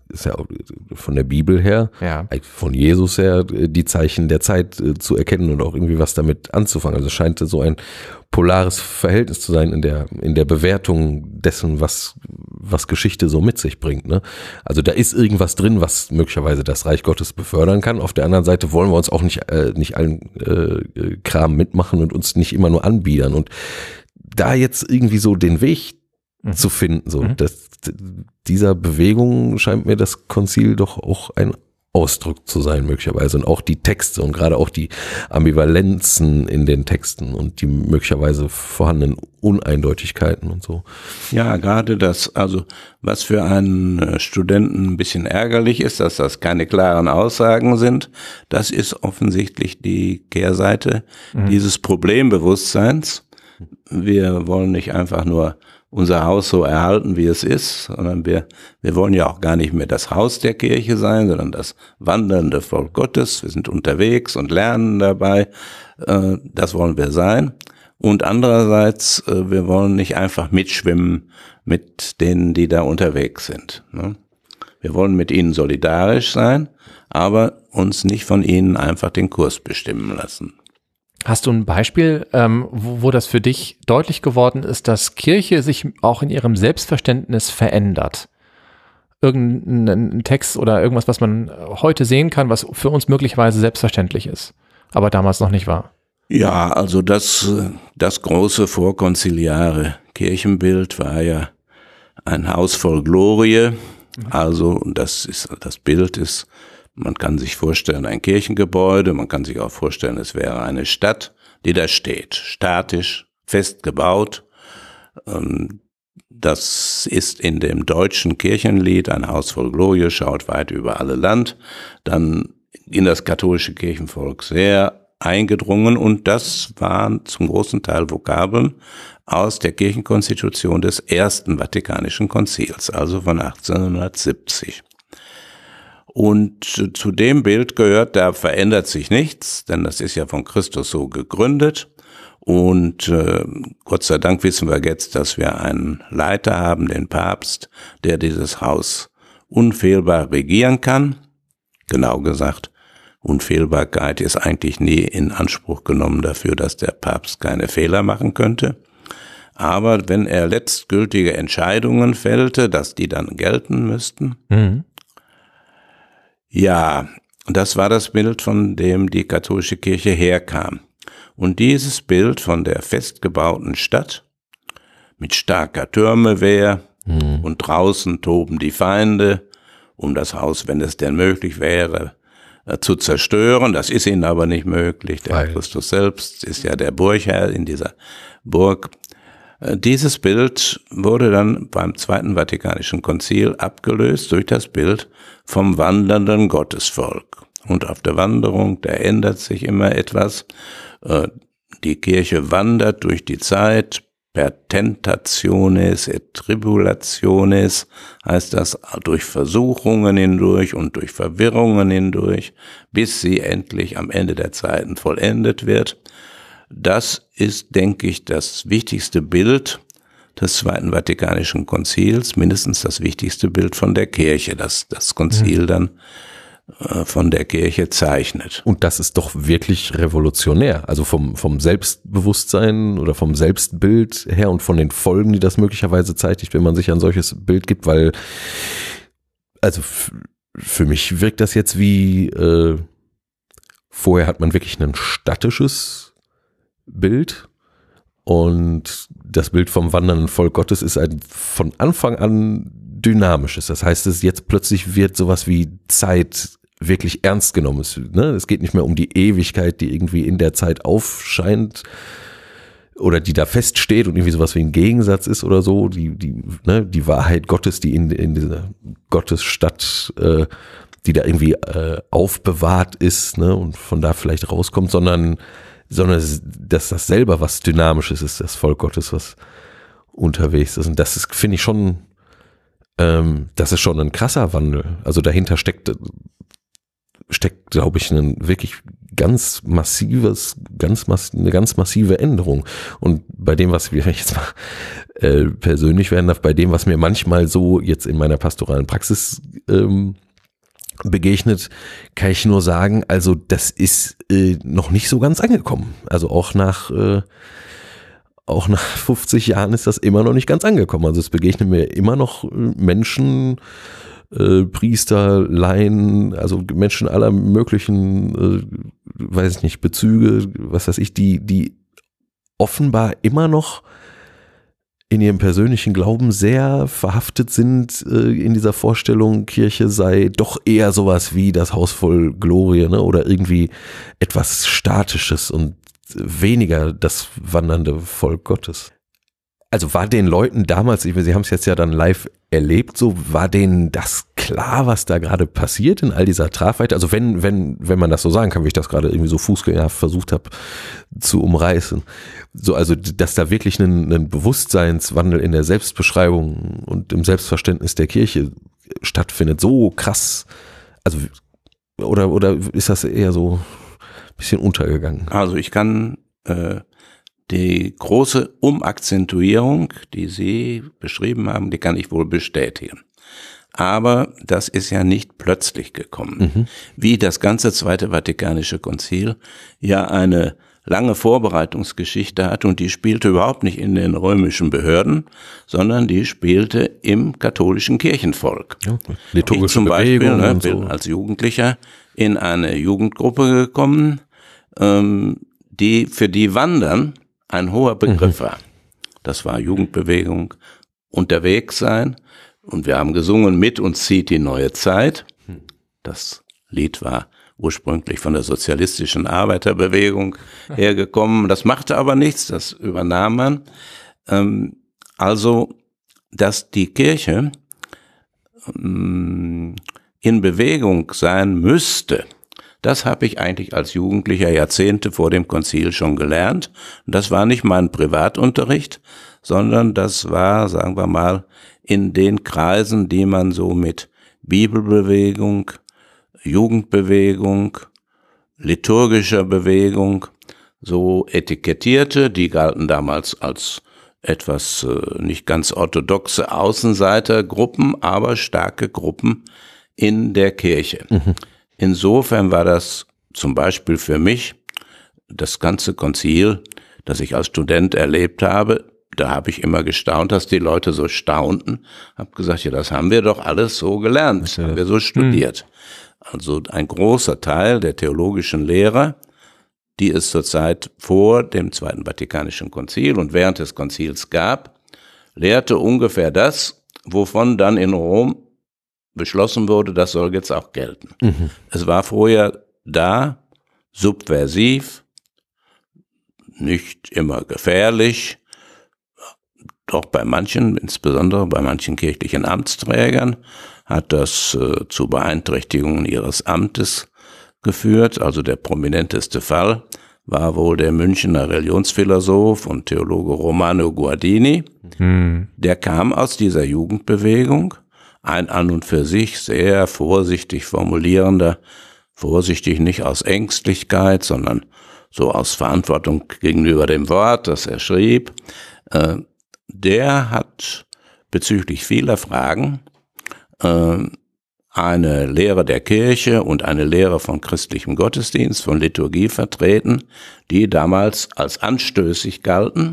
ist ja auch von der Bibel her, Ja. von Jesus her, die Zeichen der Zeit zu erkennen und auch irgendwie was damit anzufangen. Also es scheint so ein polares Verhältnis zu sein in der, in der Bewertung dessen, was, was Geschichte so mit sich bringt, ne? Also da ist irgendwas drin, was möglicherweise das Reich Gottes befördern kann. Auf der anderen Seite wollen wir uns auch nicht, äh, nicht allen äh, Kram mitmachen und uns nicht immer nur anbiedern. Und da jetzt irgendwie so den Weg mhm. zu finden, so, mhm. das, dieser Bewegung scheint mir das Konzil doch auch ein Ausdruck zu sein möglicherweise und auch die Texte und gerade auch die Ambivalenzen in den Texten und die möglicherweise vorhandenen Uneindeutigkeiten und so. Ja, gerade das, also was für einen Studenten ein bisschen ärgerlich ist, dass das keine klaren Aussagen sind, das ist offensichtlich die Kehrseite mhm. dieses Problembewusstseins. Wir wollen nicht einfach nur unser Haus so erhalten, wie es ist, sondern wir, wir wollen ja auch gar nicht mehr das Haus der Kirche sein, sondern das wandernde Volk Gottes. Wir sind unterwegs und lernen dabei. Äh, das wollen wir sein. Und andererseits, äh, wir wollen nicht einfach mitschwimmen mit denen, die da unterwegs sind, ne? Wir wollen mit ihnen solidarisch sein, aber uns nicht von ihnen einfach den Kurs bestimmen lassen. Hast du ein Beispiel, ähm, wo, wo das für dich deutlich geworden ist, dass Kirche sich auch in ihrem Selbstverständnis verändert? Irgendein Text oder irgendwas, was man heute sehen kann, was für uns möglicherweise selbstverständlich ist, aber damals noch nicht war? Ja, also das, das große vorkonziliare Kirchenbild war ja ein Haus voll Glorie. Also das ist, das Bild ist, man kann sich vorstellen, ein Kirchengebäude, man kann sich auch vorstellen, es wäre eine Stadt, die da steht, statisch, fest gebaut. Das ist in dem deutschen Kirchenlied, ein Haus voll Glorie, schaut weit über alle Land, dann in das katholische Kirchenvolk sehr eingedrungen und das waren zum großen Teil Vokabeln aus der Kirchenkonstitution des Ersten Vatikanischen Konzils, also von achtzehnhundertsiebzig. Und zu dem Bild gehört, da verändert sich nichts, denn das ist ja von Christus so gegründet. Und äh, Gott sei Dank wissen wir jetzt, dass wir einen Leiter haben, den Papst, der dieses Haus unfehlbar regieren kann. Genau gesagt, Unfehlbarkeit ist eigentlich nie in Anspruch genommen dafür, dass der Papst keine Fehler machen könnte. Aber wenn er letztgültige Entscheidungen fällte, dass die dann gelten müssten, mhm. Ja, das war das Bild, von dem die katholische Kirche herkam. Und dieses Bild von der festgebauten Stadt mit starker Türmewehr hm. und draußen toben die Feinde, um das Haus, wenn es denn möglich wäre, äh, zu zerstören. Das ist ihnen aber nicht möglich. Der Weil. Christus selbst ist ja der Burgherr in dieser Burg. Dieses Bild wurde dann beim Zweiten Vatikanischen Konzil abgelöst durch das Bild vom wandernden Gottesvolk. Und auf der Wanderung, da ändert sich immer etwas. Die Kirche wandert durch die Zeit, per tentationes et tribulationes, heißt das durch Versuchungen hindurch und durch Verwirrungen hindurch, bis sie endlich am Ende der Zeiten vollendet wird. Das ist, denke ich, das wichtigste Bild des Zweiten Vatikanischen Konzils, mindestens das wichtigste Bild von der Kirche, das das Konzil dann äh, von der Kirche zeichnet. Und das ist doch wirklich revolutionär, also vom, vom Selbstbewusstsein oder vom Selbstbild her und von den Folgen, die das möglicherweise zeitigt, wenn man sich ein solches Bild gibt, weil, also f- für mich wirkt das jetzt wie, äh, vorher hat man wirklich ein statisches Bild und das Bild vom wandernden Volk Gottes ist ein von Anfang an dynamisches. Das heißt, es jetzt plötzlich wird sowas wie Zeit wirklich ernst genommen. Es, ne, es geht nicht mehr um die Ewigkeit, die irgendwie in der Zeit aufscheint oder die da feststeht und irgendwie sowas wie ein Gegensatz ist oder so. Die, die, ne, die Wahrheit Gottes, die in, in dieser Gottesstadt, äh, die da irgendwie äh, aufbewahrt ist, ne, und von da vielleicht rauskommt, sondern sondern dass das selber was Dynamisches ist, das Volk Gottes, was unterwegs ist. Und das ist, finde ich schon, ähm, das ist schon ein krasser Wandel. Also dahinter steckt, steckt, glaube ich, ein wirklich ganz massives, ganz mass, eine ganz massive Änderung. Und bei dem, was wir jetzt mal äh, persönlich werden darf, bei dem, was mir manchmal so jetzt in meiner pastoralen Praxis ähm, begegnet, kann ich nur sagen, also das ist äh, noch nicht so ganz angekommen. Also auch nach äh, auch nach fünfzig Jahren ist das immer noch nicht ganz angekommen. Also es begegnen mir immer noch Menschen, äh, Priester, Laien, also Menschen aller möglichen, äh, weiß ich nicht, Bezüge, was weiß ich, die, die offenbar immer noch in ihrem persönlichen Glauben sehr verhaftet sind äh, in dieser Vorstellung, Kirche sei doch eher sowas wie das Haus voll Glorie, ne? Oder irgendwie etwas Statisches und weniger das wandernde Volk Gottes. Also war den Leuten damals, Sie haben es jetzt ja dann live erlebt, so war denen das klar, was da gerade passiert in all dieser Tragweite? Also wenn, wenn, wenn man das so sagen kann, wie ich das gerade irgendwie so fußgängerhaft versucht habe zu umreißen. So, also, dass da wirklich ein, ein Bewusstseinswandel in der Selbstbeschreibung und im Selbstverständnis der Kirche stattfindet, so krass. Also, oder, oder ist das eher so ein bisschen untergegangen? Also ich kann äh, die große Umakzentuierung, die Sie beschrieben haben, die kann ich wohl bestätigen. Aber das ist ja nicht plötzlich gekommen. Mhm. Wie das ganze Zweite Vatikanische Konzil ja eine lange Vorbereitungsgeschichte hat und die spielte überhaupt nicht in den römischen Behörden, sondern die spielte im katholischen Kirchenvolk. Ja, liturgische ich zum Beispiel ne, bin so. als Jugendlicher in eine Jugendgruppe gekommen, ähm, die für die Wandern ein hoher Begriff mhm. war. Das war Jugendbewegung, unterwegs sein. Und wir haben gesungen, mit uns zieht die neue Zeit. Das Lied war ursprünglich von der sozialistischen Arbeiterbewegung hergekommen. Das machte aber nichts, das übernahm man. Also, dass die Kirche in Bewegung sein müsste, das habe ich eigentlich als Jugendlicher Jahrzehnte vor dem Konzil schon gelernt. Und das war nicht mein Privatunterricht, sondern das war, sagen wir mal, in den Kreisen, die man so mit Bibelbewegung, Jugendbewegung, liturgischer Bewegung so etikettierte. Die galten damals als etwas äh, nicht ganz orthodoxe Außenseitergruppen, aber starke Gruppen in der Kirche. Mhm. Insofern war das zum Beispiel für mich das ganze Konzil, das ich als Student erlebt habe. Da habe ich immer gestaunt, dass die Leute so staunten. Hab gesagt, ja, das haben wir doch alles so gelernt, das haben wir so studiert. Hm. Also ein großer Teil der theologischen Lehrer, die es zur Zeit vor dem Zweiten Vatikanischen Konzil und während des Konzils gab, lehrte ungefähr das, wovon dann in Rom beschlossen wurde, das soll jetzt auch gelten. Mhm. Es war vorher da, subversiv, nicht immer gefährlich, doch bei manchen, insbesondere bei manchen kirchlichen Amtsträgern, hat das äh, zu Beeinträchtigungen ihres Amtes geführt. Also der prominenteste Fall war wohl der Münchner Religionsphilosoph und Theologe Romano Guardini. Mhm. Der kam aus dieser Jugendbewegung, ein an und für sich sehr vorsichtig formulierender, vorsichtig nicht aus Ängstlichkeit, sondern so aus Verantwortung gegenüber dem Wort, das er schrieb. Äh, der hat bezüglich vieler Fragen äh, eine Lehre der Kirche und eine Lehre von christlichem Gottesdienst, von Liturgie vertreten, die damals als anstößig galten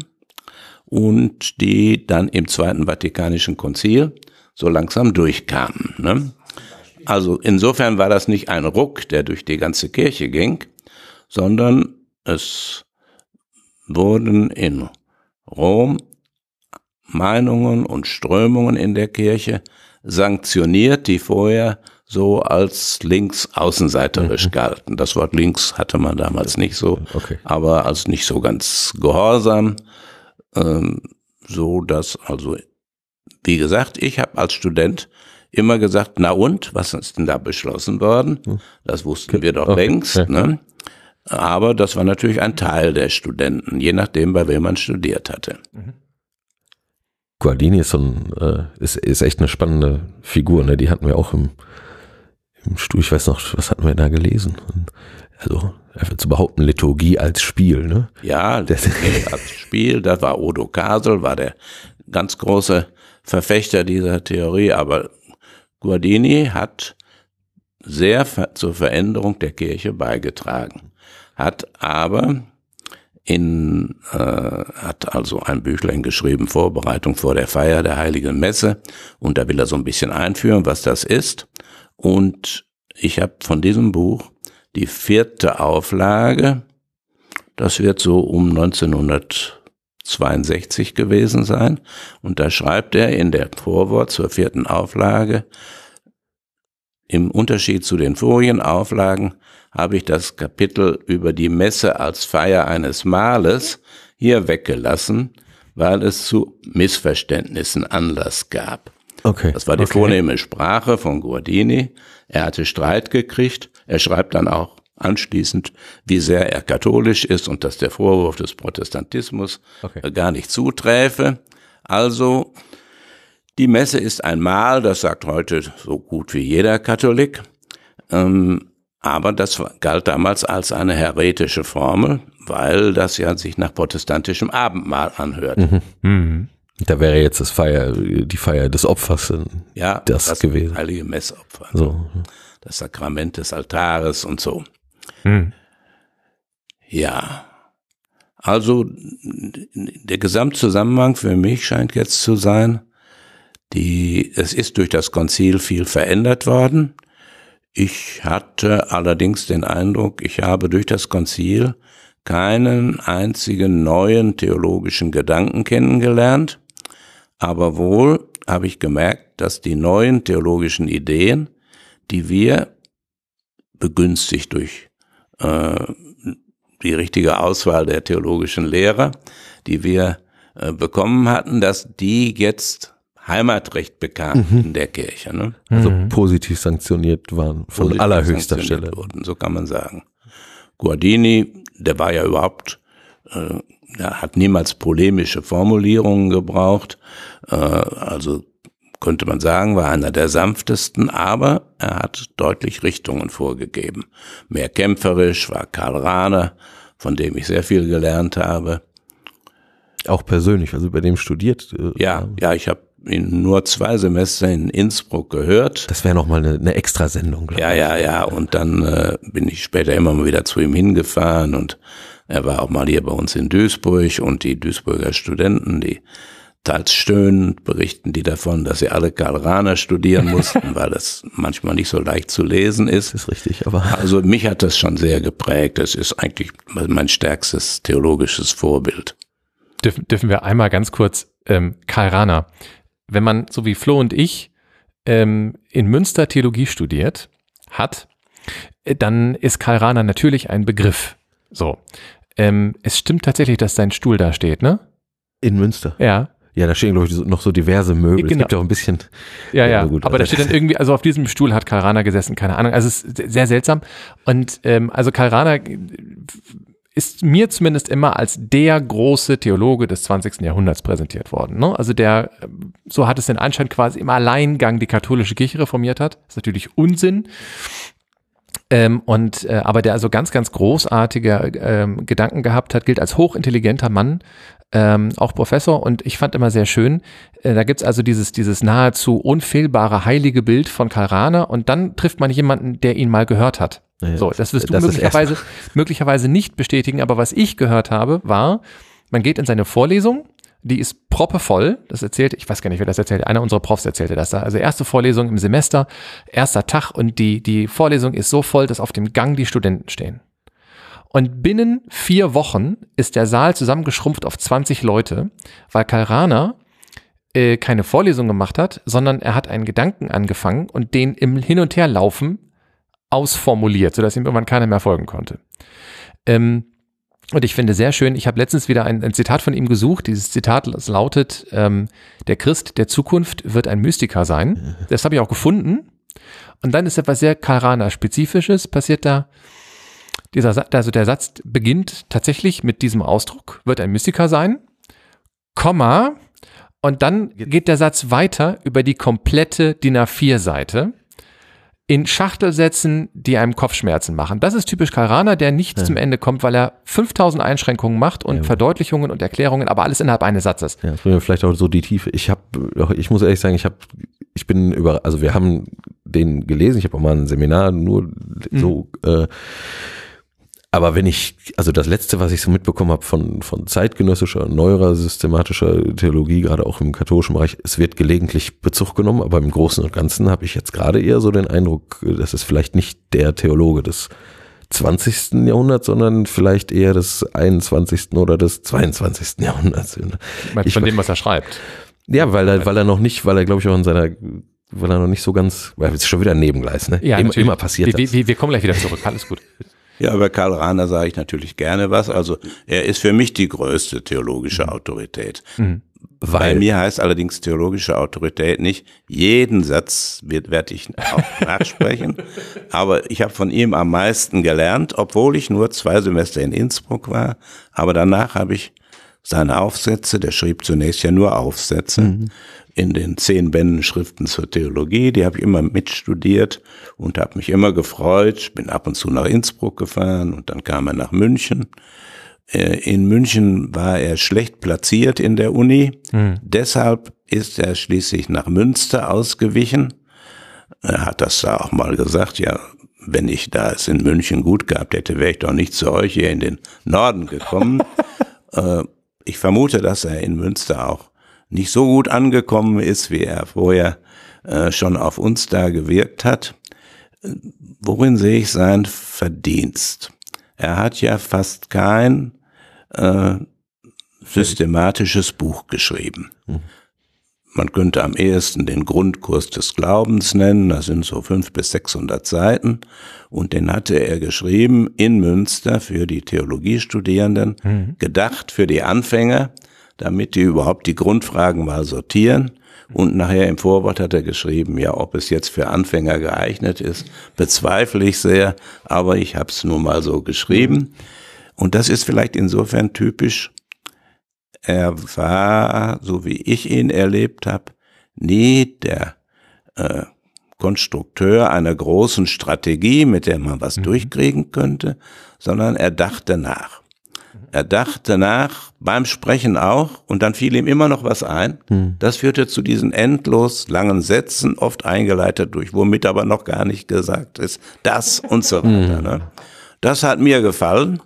und die dann im Zweiten Vatikanischen Konzil so langsam durchkamen. Ne? Also insofern war das nicht ein Ruck, der durch die ganze Kirche ging, sondern es wurden in Rom Meinungen und Strömungen in der Kirche sanktioniert, die vorher so als links außenseiterisch mhm. galten. Das Wort links hatte man damals nicht so, okay. aber als nicht so ganz gehorsam, ähm, so dass also, wie gesagt, ich habe als Student immer gesagt, na und, was ist denn da beschlossen worden? Das wussten wir doch okay. längst, okay. ne? Aber das war natürlich ein Teil der Studenten, je nachdem, bei wem man studiert hatte. Mhm. Guardini ist so ein, äh, ist, ist echt eine spannende Figur, ne? Die hatten wir auch im, im Stuhl, ich weiß noch, was hatten wir da gelesen? Also, einfach zu behaupten, Liturgie als Spiel, ne? Ja, das als Spiel, da war Odo Kasel, war der ganz großer Verfechter dieser Theorie, aber Guardini hat sehr zur Veränderung der Kirche beigetragen, hat aber in, äh, hat also ein Büchlein geschrieben, Vorbereitung vor der Feier der Heiligen Messe, und da will er so ein bisschen einführen, was das ist, und ich habe von diesem Buch die vierte Auflage, das wird so um neunzehnhundertzweiundsechzig gewesen sein, und da schreibt er in der Vorwort zur vierten Auflage: Im Unterschied zu den vorigen Auflagen habe ich das Kapitel über die Messe als Feier eines Mahles hier weggelassen, weil es zu Missverständnissen Anlass gab. Okay. Das war die okay. vornehme Sprache von Guardini. Er hatte Streit gekriegt. Er schreibt dann auch anschließend, wie sehr er katholisch ist und dass der Vorwurf des Protestantismus okay. gar nicht zuträfe. Also, die Messe ist ein Mahl, das sagt heute so gut wie jeder Katholik, ähm, aber das galt damals als eine häretische Formel, weil das ja sich nach protestantischem Abendmahl anhört. Mhm. Mhm. Da wäre jetzt das Feier, die Feier des Opfers ja, das, das gewesen. Heilige Messopfer, so. Das Sakrament des Altares und so. Mhm. Ja, also der Gesamtzusammenhang für mich scheint jetzt zu sein, Die, es ist durch das Konzil viel verändert worden. Ich hatte allerdings den Eindruck, ich habe durch das Konzil keinen einzigen neuen theologischen Gedanken kennengelernt, aber wohl habe ich gemerkt, dass die neuen theologischen Ideen, die wir begünstigt durch äh, die richtige Auswahl der theologischen Lehrer, die wir äh, bekommen hatten, dass die jetzt Heimatrecht bekam mhm. in der Kirche. Ne? Also mhm. positiv sanktioniert waren von positiv allerhöchster Stelle. Wurden, so kann man sagen. Guardini, der war ja überhaupt, äh, er hat niemals polemische Formulierungen gebraucht, äh, also könnte man sagen, war einer der sanftesten, aber er hat deutlich Richtungen vorgegeben. Mehr kämpferisch war Karl Rahner, von dem ich sehr viel gelernt habe. Auch persönlich, also bei dem studiert. Äh, ja, ja, ich habe in nur zwei Semester in Innsbruck gehört. Das wäre nochmal eine, eine Extrasendung, glaube ja, ich. Ja, ja, ja. Und dann äh, bin ich später immer mal wieder zu ihm hingefahren und er war auch mal hier bei uns in Duisburg und die Duisburger Studenten, die teils stöhnend berichten die davon, dass sie alle Karl Rahner studieren mussten, weil das manchmal nicht so leicht zu lesen ist. Das ist richtig, aber. Also mich hat das schon sehr geprägt. Das ist eigentlich mein stärkstes theologisches Vorbild. Dürfen, dürfen wir einmal ganz kurz, ähm, Karl Rahner. Wenn man, so wie Flo und ich, ähm, in Münster Theologie studiert hat, äh, dann ist Karl Rahner natürlich ein Begriff. So. Ähm, es stimmt tatsächlich, dass sein Stuhl da steht, ne? In Münster? Ja. Ja, da stehen, glaube ich, noch so diverse Möbel. Genau. Es gibt ja auch ein bisschen. Ja, ja. Gut, aber da steht dann irgendwie, also auf diesem Stuhl hat Karl Rahner gesessen, keine Ahnung. Also es ist sehr seltsam. Und ähm, also Karl Rahner ist mir zumindest immer als der große Theologe des zwanzigsten Jahrhunderts präsentiert worden. Ne? Also der, so hat es den Anschein, quasi im Alleingang die katholische Kirche reformiert hat. Das ist natürlich Unsinn. Ähm, und äh, aber der also ganz, ganz großartige ähm, Gedanken gehabt hat, gilt als hochintelligenter Mann, ähm, auch Professor. Und ich fand immer sehr schön, äh, da gibt's also dieses dieses nahezu unfehlbare heilige Bild von Karl Rahner und dann trifft man jemanden, der ihn mal gehört hat. Ja, so, das wirst du das möglicherweise, möglicherweise nicht bestätigen, aber was ich gehört habe, war, man geht in seine Vorlesung, die ist proppevoll, das erzählte, ich weiß gar nicht, wer das erzählte, einer unserer Profs erzählte das da, also erste Vorlesung im Semester, erster Tag und die, die Vorlesung ist so voll, dass auf dem Gang die Studenten stehen. Und binnen vier Wochen ist der Saal zusammengeschrumpft auf zwanzig Leute, weil Karl Rahner äh, keine Vorlesung gemacht hat, sondern er hat einen Gedanken angefangen und den im Hin- und Herlaufen ausformuliert, sodass ihm irgendwann keiner mehr folgen konnte. Ähm, und ich finde sehr schön, ich habe letztens wieder ein, ein Zitat von ihm gesucht. Dieses Zitat lautet, ähm, der Christ der Zukunft wird ein Mystiker sein. Das habe ich auch gefunden. Und dann ist etwas sehr Karl Rahner Spezifisches passiert da. Dieser, also der Satz beginnt tatsächlich mit diesem Ausdruck, wird ein Mystiker sein, Komma, und dann geht der Satz weiter über die komplette D I N A vier Seite. in Schachtelsätzen, die einem Kopfschmerzen machen. Das ist typisch Karl Rahner, der nicht ja. zum Ende kommt, weil er fünftausend Einschränkungen macht und ja. Verdeutlichungen und Erklärungen, aber alles innerhalb eines Satzes. Ja, das bringt vielleicht auch so die Tiefe. Ich habe, ich muss ehrlich sagen, ich habe, ich bin über, also wir haben den gelesen, ich habe auch mal ein Seminar nur mhm. so, äh, aber wenn ich, also das Letzte, was ich so mitbekommen habe von, von zeitgenössischer, neuerer, systematischer Theologie, gerade auch im katholischen Bereich, es wird gelegentlich Bezug genommen, aber im Großen und Ganzen habe ich jetzt gerade eher so den Eindruck, das ist vielleicht nicht der Theologe des zwanzigsten Jahrhunderts, sondern vielleicht eher des einundzwanzigsten oder des zweiundzwanzigsten Jahrhunderts. Ich, von dem, was er schreibt. Ja, weil er, weil er noch nicht, weil er glaube ich auch in seiner, weil er noch nicht so ganz, weil es ist schon wieder ein Nebengleis, ne? Ja, immer, immer passiert wir, das. Wir, wir kommen gleich wieder zurück, alles gut. Ja, über Karl Rahner sage ich natürlich gerne was. Also er ist für mich die größte theologische Autorität. Mhm. Bei mir heißt allerdings theologische Autorität nicht, jeden Satz wird, werde ich auch nachsprechen. Aber ich habe von ihm am meisten gelernt, obwohl ich nur zwei Semester in Innsbruck war. Aber danach habe ich seine Aufsätze, der schrieb zunächst ja nur Aufsätze, mhm. in den zehn Bänden Schriften zur Theologie, die habe ich immer mitstudiert und habe mich immer gefreut, bin ab und zu nach Innsbruck gefahren und dann kam er nach München. In München war er schlecht platziert in der Uni, mhm. deshalb ist er schließlich nach Münster ausgewichen. Er hat das da auch mal gesagt, ja, wenn ich da es in München gut gehabt hätte, wäre ich doch nicht zu euch hier in den Norden gekommen. Ich vermute, dass er in Münster auch nicht so gut angekommen ist, wie er vorher äh, schon auf uns da gewirkt hat. Worin sehe ich sein Verdienst? Er hat ja fast kein äh, systematisches Buch geschrieben. Mhm. Man könnte am ehesten den Grundkurs des Glaubens nennen, das sind so fünf bis sechshundert Seiten, und den hatte er geschrieben in Münster für die Theologiestudierenden, mhm. gedacht für die Anfänger, damit die überhaupt die Grundfragen mal sortieren. Und nachher im Vorwort hat er geschrieben, ja, ob es jetzt für Anfänger geeignet ist, bezweifle ich sehr, aber ich habe es nun mal so geschrieben. Und das ist vielleicht insofern typisch. Er war, so wie ich ihn erlebt habe, nie der äh, Konstrukteur einer großen Strategie, mit der man was mhm. durchkriegen könnte, sondern er dachte nach. Er dachte nach, beim Sprechen auch, und dann fiel ihm immer noch was ein. Hm. Das führte zu diesen endlos langen Sätzen, oft eingeleitet durch, womit aber noch gar nicht gesagt ist, das und so weiter. Hm. Ne? Das hat mir gefallen,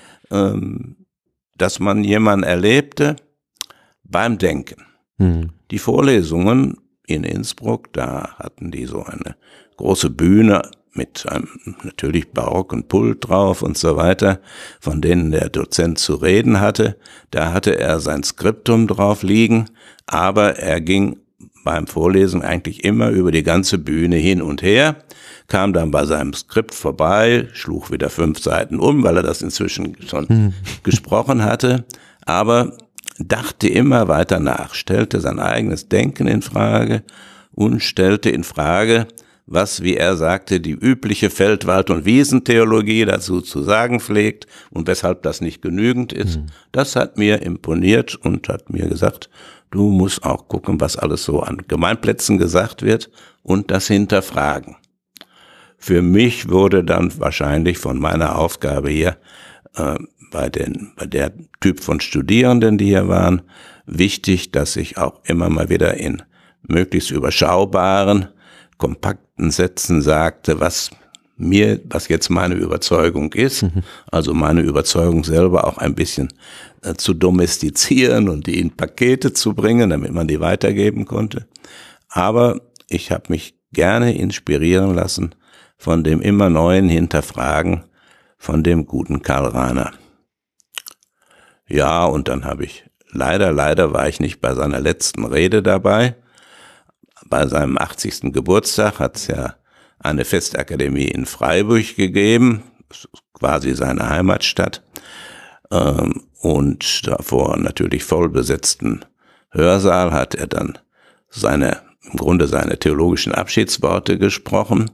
ähm, dass man jemanden erlebte beim Denken. Hm. Die Vorlesungen in Innsbruck, da hatten die so eine große Bühne mit einem natürlich barocken Pult drauf und so weiter, von denen der Dozent zu reden hatte. Da hatte er sein Skriptum drauf liegen, aber er ging beim Vorlesen eigentlich immer über die ganze Bühne hin und her, kam dann bei seinem Skript vorbei, schlug wieder fünf Seiten um, weil er das inzwischen schon hm. gesprochen hatte, aber dachte immer weiter nach, stellte sein eigenes Denken in Frage und stellte in Frage, was, wie er sagte, die übliche Feld-, Wald- und Wiesentheologie dazu zu sagen pflegt und weshalb das nicht genügend ist. Mhm. Das hat mir imponiert und hat mir gesagt, du musst auch gucken, was alles so an Gemeinplätzen gesagt wird und das hinterfragen. Für mich wurde dann wahrscheinlich von meiner Aufgabe hier äh, bei den bei der Typ von Studierenden, die hier waren, wichtig, dass ich auch immer mal wieder in möglichst überschaubaren, kompakten Sätzen sagte, was mir, was jetzt meine Überzeugung ist, mhm. also meine Überzeugung selber auch ein bisschen äh, zu domestizieren und die in Pakete zu bringen, damit man die weitergeben konnte. Aber ich habe mich gerne inspirieren lassen von dem immer neuen Hinterfragen von dem guten Karl Rahner. Ja, und dann habe ich, leider, leider war ich nicht bei seiner letzten Rede dabei. Bei seinem achtzigsten Geburtstag hat es ja eine Festakademie in Freiburg gegeben, quasi seine Heimatstadt, und davor natürlich vollbesetzten Hörsaal hat er dann seine, im Grunde seine theologischen Abschiedsworte gesprochen,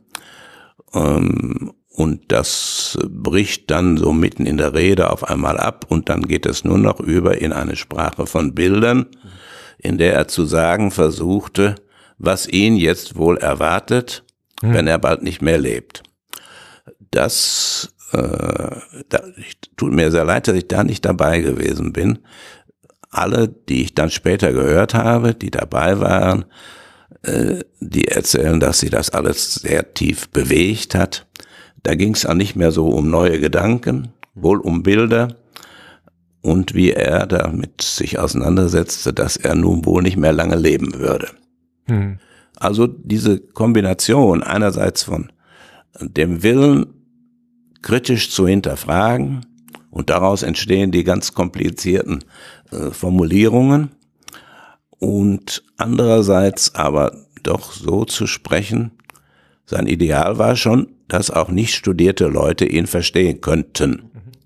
und das bricht dann so mitten in der Rede auf einmal ab und dann geht es nur noch über in eine Sprache von Bildern, in der er zu sagen versuchte, was ihn jetzt wohl erwartet hm. wenn er bald nicht mehr lebt. Das äh, da, ich, tut mir sehr leid, dass ich da nicht dabei gewesen bin. Alle, die ich dann später gehört habe, die dabei waren, äh, die erzählen, dass sie das alles sehr tief bewegt hat. Da ging es auch nicht mehr so um neue Gedanken, wohl um Bilder und wie er damit sich auseinandersetzte, dass er nun wohl nicht mehr lange leben würde. Hm. Also diese Kombination einerseits von dem Willen, kritisch zu hinterfragen, und daraus entstehen die ganz komplizierten äh, Formulierungen, und andererseits aber doch so zu sprechen, sein Ideal war schon, dass auch nicht studierte Leute ihn verstehen könnten.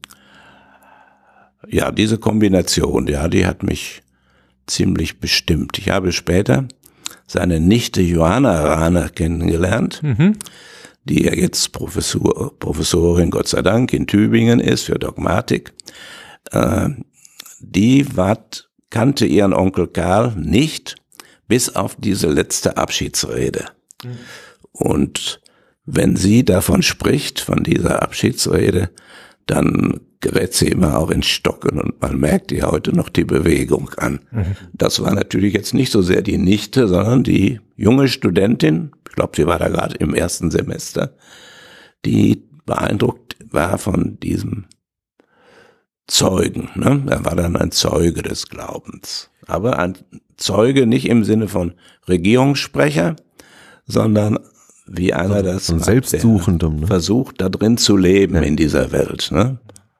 Ja, diese Kombination, ja, die hat mich ziemlich bestimmt. Ich habe später seine Nichte Johanna Rahner kennengelernt, mhm. die ja jetzt Professor, Professorin, Gott sei Dank, in Tübingen ist für Dogmatik. Äh, die war, kannte ihren Onkel Karl nicht, bis auf diese letzte Abschiedsrede. Mhm. Und wenn sie davon spricht, von dieser Abschiedsrede, dann gerät sie immer auch ins Stocken und man merkt ihr heute noch die Bewegung an. Mhm. Das war natürlich jetzt nicht so sehr die Nichte, sondern die junge Studentin, ich glaube, sie war da gerade im ersten Semester, die beeindruckt war von diesem Zeugen. Ne? Er war dann ein Zeuge des Glaubens. Aber ein Zeuge nicht im Sinne von Regierungssprecher, sondern wie einer das von Selbstsuchendem, ne? versucht, da drin zu leben, ja, in dieser Welt. Ne?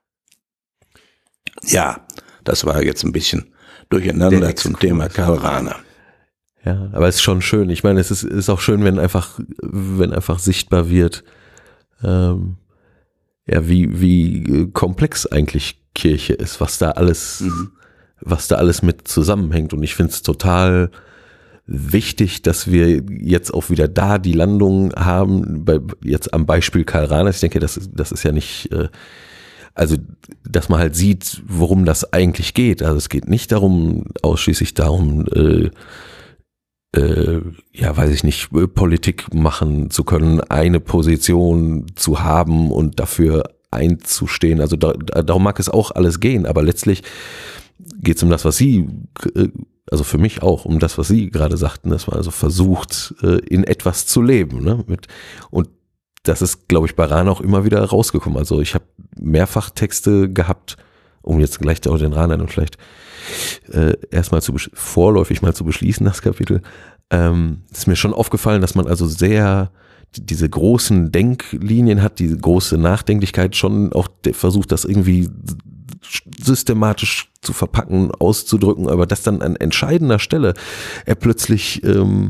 Ja, das war jetzt ein bisschen durcheinander zum Thema Karl Rahner. Ja, aber es ist schon schön. Ich meine, es ist, ist auch schön, wenn einfach, wenn einfach sichtbar wird, ähm, ja, wie, wie komplex eigentlich Kirche ist, was da alles, mhm. was da alles mit zusammenhängt. Und ich finde es total wichtig, dass wir jetzt auch wieder da die Landung haben, bei, jetzt am Beispiel Karl Rahner. Ich denke, das ist, das ist ja nicht, äh, also, dass man halt sieht, worum das eigentlich geht. Also es geht nicht darum, ausschließlich darum, äh, äh, ja, weiß ich nicht, Politik machen zu können, eine Position zu haben und dafür einzustehen. Also da, darum mag es auch alles gehen, aber letztlich geht es um das, was Sie, also für mich auch, um das, was Sie gerade sagten, dass man also versucht, in etwas zu leben. Ne? Mit, und das ist, glaube ich, bei Rahner auch immer wieder rausgekommen. Also ich habe mehrfach Texte gehabt, um jetzt gleich auch den Rahner dann vielleicht äh, erstmal zu vorläufig mal zu beschließen, das Kapitel. Ähm, ist mir schon aufgefallen, dass man also sehr diese großen Denklinien hat, diese große Nachdenklichkeit, schon auch versucht, das irgendwie systematisch zu verpacken, auszudrücken, aber dass dann an entscheidender Stelle er plötzlich ähm,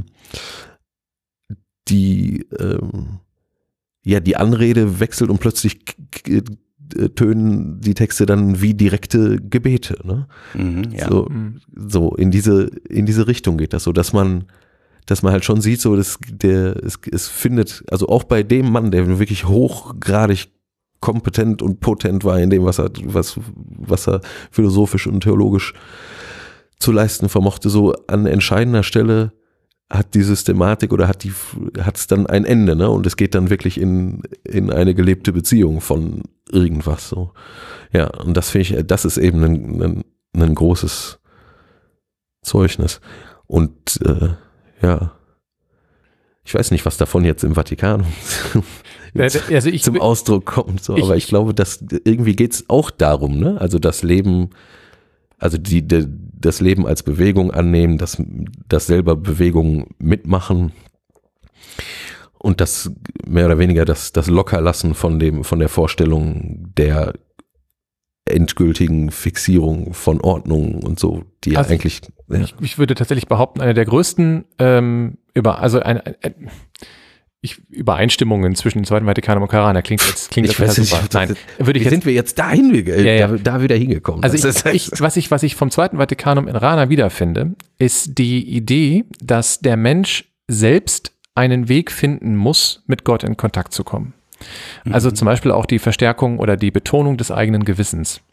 die ähm, ja die Anrede wechselt und plötzlich k- k- tönen die Texte dann wie direkte Gebete, ne? Mhm, ja. So, so in diese in diese Richtung geht das, so dass man dass man halt schon sieht, so dass der es, es findet, also auch bei dem Mann, der wirklich hochgradig kompetent und potent war in dem, was er was was er philosophisch und theologisch zu leisten vermochte, so an entscheidender Stelle hat die Systematik oder hat die hat es dann ein Ende, ne? Und es geht dann wirklich in in eine gelebte Beziehung von irgendwas, so. Ja, und das finde ich, das ist eben ein, ein, ein großes Zeugnis. Und äh, ja, ich weiß nicht, was davon jetzt im Vatikan also ich, zum Ausdruck kommt, so, ich, aber ich glaube, dass irgendwie geht es auch darum, ne? Also das Leben, also die, die das Leben als Bewegung annehmen, das, das selber Bewegung mitmachen und das mehr oder weniger das, das Lockerlassen von dem, von der Vorstellung der endgültigen Fixierung von Ordnung und so, die also ja eigentlich. Ja. Ich, ich würde tatsächlich behaupten, eine der größten ähm, über, also ein, ein, ein ich, Übereinstimmungen zwischen dem Zweiten Vatikanum und Karl Rahner klingt jetzt klingt ich weiß nicht, super. Nein, würde ich wie jetzt, sind wir jetzt dahin ja, ja. Da, da wieder hingekommen? Also ich, ich, was ich was ich vom Zweiten Vatikanum in Rahner wiederfinde, ist die Idee, dass der Mensch selbst einen Weg finden muss, mit Gott in Kontakt zu kommen. Also mhm. zum Beispiel auch die Verstärkung oder die Betonung des eigenen Gewissens.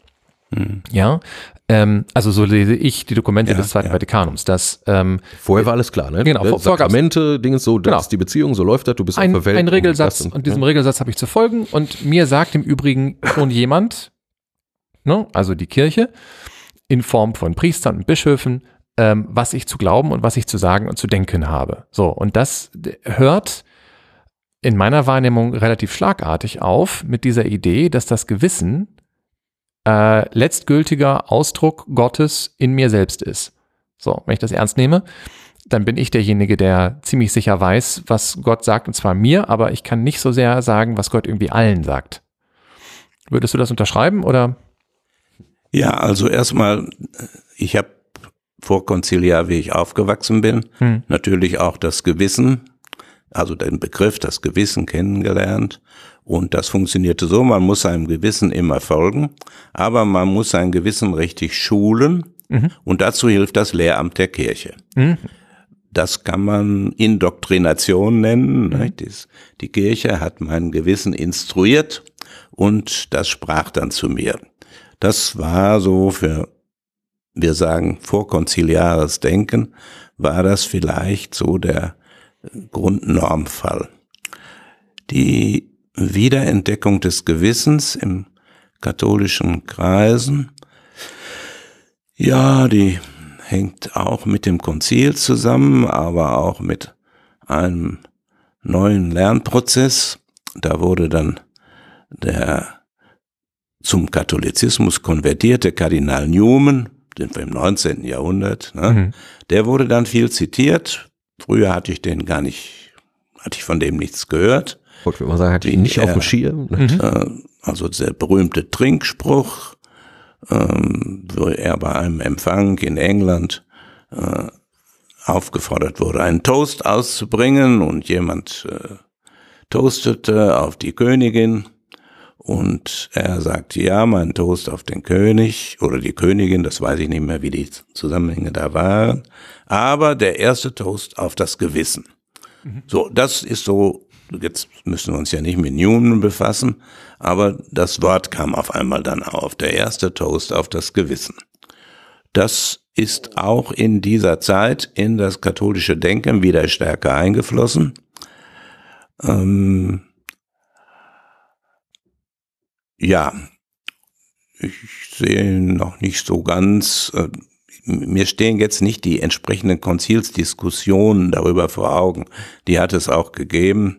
Hm. Ja, ähm, also so lese ich die Dokumente Ja, des Zweiten ja. Vatikanums, dass ähm, Vorher war alles klar, ne? Genau, vor- vorher gab's- Sakramente, Dingens, so, das Genau. ist die Beziehung, so läuft das, du bist ein, auf der Welt. ein und Regelsatz das und, diesem ja. Regelsatz habe ich zu folgen und mir sagt im Übrigen schon jemand, ne, also die Kirche, in Form von Priestern und Bischöfen, ähm, was ich zu glauben und was ich zu sagen und zu denken habe. So, und das d- hört in meiner Wahrnehmung relativ schlagartig auf mit dieser Idee, dass das Gewissen äh, letztgültiger Ausdruck Gottes in mir selbst ist. So, wenn ich das ernst nehme, dann bin ich derjenige, der ziemlich sicher weiß, was Gott sagt, und zwar mir, aber ich kann nicht so sehr sagen, was Gott irgendwie allen sagt. Würdest du das unterschreiben oder? Ja, also erstmal, ich habe vorkonziliar, wie ich aufgewachsen bin, Hm. natürlich auch das Gewissen, also den Begriff, das Gewissen kennengelernt. Und das funktionierte so, man muss seinem Gewissen immer folgen, aber man muss sein Gewissen richtig schulen. Mhm. Und dazu hilft das Lehramt der Kirche. Mhm. Das kann man Indoktrination nennen. Mhm. Die Kirche hat mein Gewissen instruiert und das sprach dann zu mir. Das war so für, wir sagen, vorkonziliares Denken, war das vielleicht so der Grundnormfall. Die Wiederentdeckung des Gewissens im katholischen Kreisen, ja, die hängt auch mit dem Konzil zusammen, aber auch mit einem neuen Lernprozess. Da wurde dann der zum Katholizismus konvertierte Kardinal Newman, sind wir im neunzehnten Jahrhundert, ne? Mhm. Der wurde dann viel zitiert. Früher hatte ich den gar nicht, hatte ich von dem nichts gehört. Ich würde mal sagen, hatte ich ihn nicht Ja. auf dem Schirm. Mhm. Äh, also der berühmte Trinkspruch, ähm, wo er bei einem Empfang in England äh, aufgefordert wurde, einen Toast auszubringen und jemand äh, toastete auf die Königin und er sagte, ja, mein Toast auf den König oder die Königin, das weiß ich nicht mehr, wie die Zusammenhänge da waren, aber der erste Toast auf das Gewissen. Mhm. So, das ist so, jetzt müssen wir uns ja nicht mit Newman befassen, aber das Wort kam auf einmal dann auf, der erste Toast auf das Gewissen. Das ist auch in dieser Zeit in das katholische Denken wieder stärker eingeflossen. Ähm, ja, ich sehe noch nicht so ganz, äh, mir stehen jetzt nicht die entsprechenden Konzilsdiskussionen darüber vor Augen. Die hat es auch gegeben.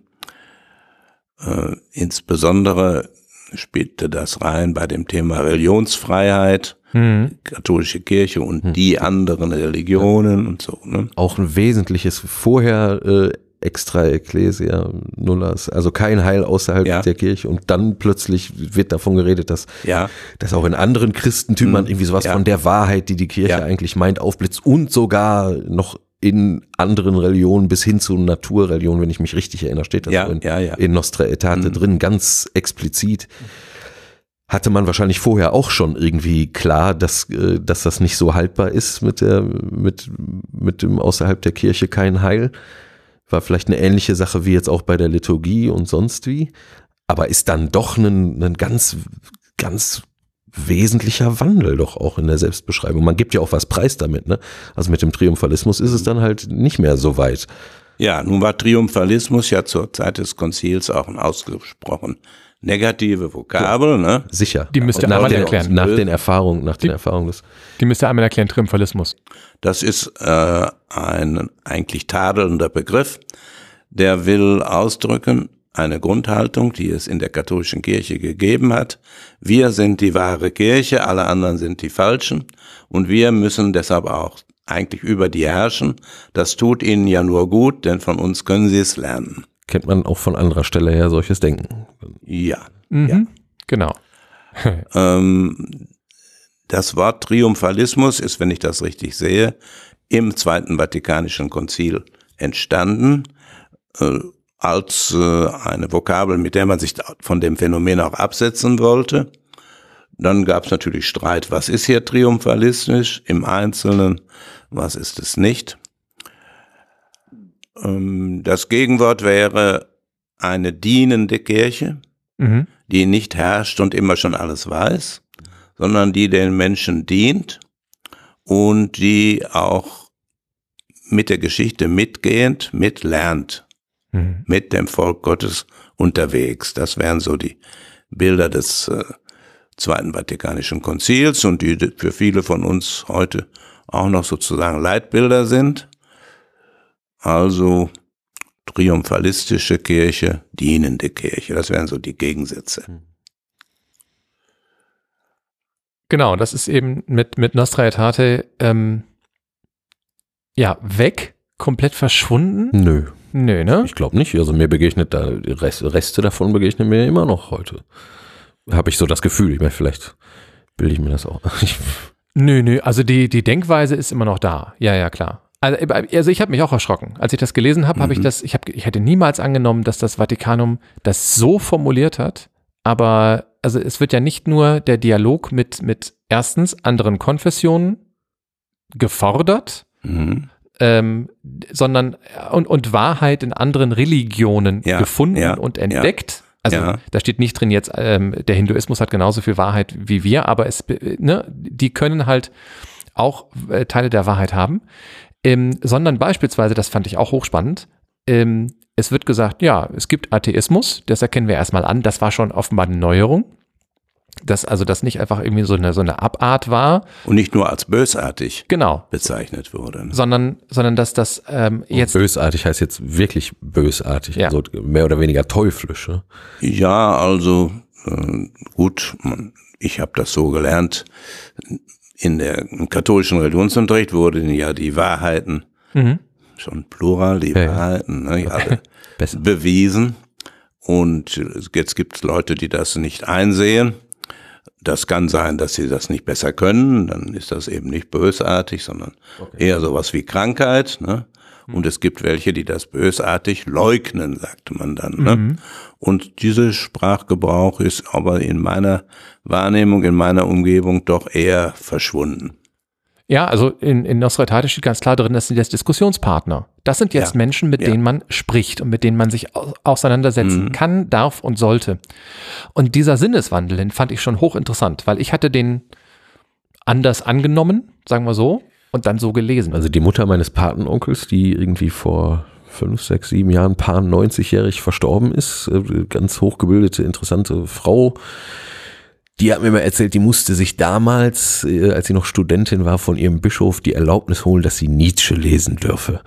Äh, insbesondere spielte das rein bei dem Thema Religionsfreiheit, Mhm. katholische Kirche und die anderen Religionen und so. Ne? Auch ein wesentliches vorher äh, extra Ecclesia Nullas, also kein Heil außerhalb Ja. der Kirche und dann plötzlich wird davon geredet, dass, Ja, dass auch in anderen Christentümern Mhm. irgendwie sowas Ja. von der Wahrheit, die die Kirche Ja. eigentlich meint, aufblitzt und sogar noch in anderen Religionen bis hin zu Naturreligionen, wenn ich mich richtig erinnere, steht das Ja, so in, ja, ja. in Nostra Aetate Mhm. drin, ganz explizit. Hatte man wahrscheinlich vorher auch schon irgendwie klar, dass, äh, dass das nicht so haltbar ist mit der, mit, mit dem außerhalb der Kirche kein Heil. War vielleicht eine ähnliche Sache wie jetzt auch bei der Liturgie und sonst wie. Aber ist dann doch ein, ein ganz, ganz wesentlicher Wandel doch auch in der Selbstbeschreibung. Man gibt ja auch was preis damit, ne? Also mit dem Triumphalismus ist es dann halt nicht mehr so weit. Ja, nun war Triumphalismus ja zur Zeit des Konzils auch ein ausgesprochen negative Vokabel, ne? Sicher. Die müsst ihr Und nach einmal den, erklären. Nach den Erfahrungen, nach den Die- Erfahrungen des. Die müsst ihr einmal erklären, Triumphalismus. Das ist äh, ein eigentlich tadelnder Begriff, der will ausdrücken eine Grundhaltung, die es in der katholischen Kirche gegeben hat. Wir sind die wahre Kirche, alle anderen sind die falschen und wir müssen deshalb auch eigentlich über die herrschen. Das tut ihnen ja nur gut, denn von uns können sie es lernen. Kennt man auch von anderer Stelle her solches Denken. Ja. Mhm. Ja. Genau. Ähm, das Wort Triumphalismus ist, wenn ich das richtig sehe, im Zweiten Vatikanischen Konzil entstanden, äh, als äh, eine Vokabel, mit der man sich von dem Phänomen auch absetzen wollte. Dann gab es natürlich Streit, was ist hier triumphalistisch im Einzelnen, was ist es nicht. Ähm, das Gegenwort wäre eine dienende Kirche, Mhm. die nicht herrscht und immer schon alles weiß, sondern die den Menschen dient und die auch mit der Geschichte mitgehend, mitlernt, mhm. mit dem Volk Gottes unterwegs. Das wären so die Bilder des äh, Zweiten Vatikanischen Konzils und die für viele von uns heute auch noch sozusagen Leitbilder sind. Also triumphalistische Kirche, dienende Kirche, das wären so die Gegensätze. Genau, das ist eben mit, mit Nostra Aetate ähm, ja, weg, komplett verschwunden. Nö. Nö, ne? Ich glaube nicht. Also mir begegnet da, Rest, Reste davon begegnen mir immer noch heute. Habe ich so das Gefühl. Ich meine, vielleicht bilde ich mir das auch. Nö, nö, also die, die Denkweise ist immer noch da. Ja, ja, klar. Also, also ich habe mich auch erschrocken. Als ich das gelesen habe, mhm. habe ich das, ich, hab, ich hätte niemals angenommen, dass das Vatikanum das so formuliert hat. Aber also es wird ja nicht nur der Dialog mit, mit erstens anderen Konfessionen gefordert, mhm. ähm, sondern und, und Wahrheit in anderen Religionen ja, gefunden ja, und entdeckt. Ja. Also ja. da steht nicht drin jetzt, ähm, der Hinduismus hat genauso viel Wahrheit wie wir, aber es, ne, die können halt auch äh, Teile der Wahrheit haben, ähm, sondern beispielsweise, das fand ich auch hochspannend, ähm, es wird gesagt, ja, es gibt Atheismus, das erkennen wir erstmal an, das war schon offenbar eine Neuerung, dass also das nicht einfach irgendwie so eine, so eine Abart war. Und nicht nur als bösartig genau. bezeichnet wurde. Ne? Sondern, sondern dass das ähm, jetzt... Und bösartig heißt jetzt wirklich bösartig, ja. also mehr oder weniger teuflisch. Ne? Ja, also äh, gut, man, ich habe das so gelernt, in der im katholischen Religionsunterricht wurden ja die Wahrheiten, mhm. schon plural, die ja, Wahrheiten, ne, ja, alle bewiesen. Und jetzt gibt es Leute, die das nicht einsehen. Das kann sein, dass sie das nicht besser können, dann ist das eben nicht bösartig, sondern okay. eher sowas wie Krankheit. Ne? Und es gibt welche, die das bösartig leugnen, sagte man dann. Ne? Mhm. Und dieser Sprachgebrauch ist aber in meiner Wahrnehmung, in meiner Umgebung doch eher verschwunden. Ja, also in, in Nostra Aetate steht ganz klar drin, das sind jetzt Diskussionspartner. Das sind jetzt ja. Menschen, mit ja. denen man spricht und mit denen man sich auseinandersetzen mhm. kann, darf und sollte. Und dieser Sinneswandel, den fand ich schon hochinteressant, weil ich hatte den anders angenommen, sagen wir so, und dann so gelesen. Also die Mutter meines Patenonkels, die irgendwie vor fünf, sechs, sieben Jahren, paar neunzigjährig verstorben ist, ganz hochgebildete, interessante Frau, die hat mir mal erzählt, die musste sich damals, als sie noch Studentin war, von ihrem Bischof die Erlaubnis holen, dass sie Nietzsche lesen dürfe.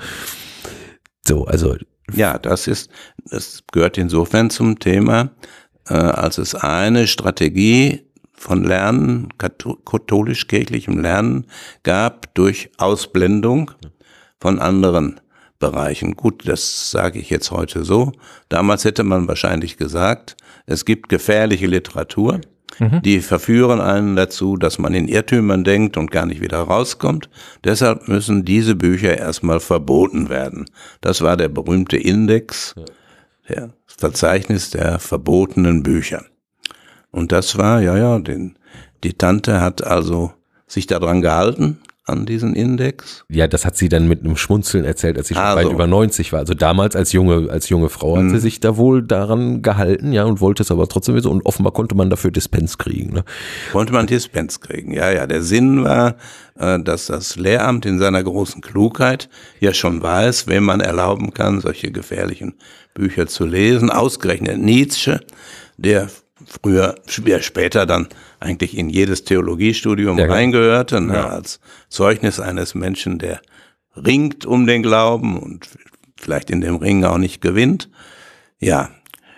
So, also. Ja, das ist, das gehört insofern zum Thema, äh, als es eine Strategie von Lernen, katholisch-kirchlichem Lernen gab durch Ausblendung von anderen Bereichen. Gut, das sage ich jetzt heute so. Damals hätte man wahrscheinlich gesagt, es gibt gefährliche Literatur. Die verführen einen dazu, dass man in Irrtümern denkt und gar nicht wieder rauskommt. Deshalb müssen diese Bücher erstmal verboten werden. Das war der berühmte Index, das Verzeichnis der verbotenen Bücher. Und das war, ja, ja, den, die Tante hat also sich daran gehalten, an diesen Index. Ja, das hat sie dann mit einem Schmunzeln erzählt, als sie schon also. weit über neunzig war. Also damals als junge, als junge Frau hat mhm. sie sich da wohl daran gehalten, ja, und wollte es aber trotzdem so. Und offenbar konnte man dafür Dispens kriegen. Ne? Konnte man Dispens kriegen, ja, ja. Der Sinn war, äh, dass das Lehramt in seiner großen Klugheit ja schon weiß, wem man erlauben kann, solche gefährlichen Bücher zu lesen. Ausgerechnet Nietzsche, der früher, später dann eigentlich in jedes Theologiestudium ja, reingehörte, ne, ja. als Zeugnis eines Menschen, der ringt um den Glauben und vielleicht in dem Ringen auch nicht gewinnt. Ja,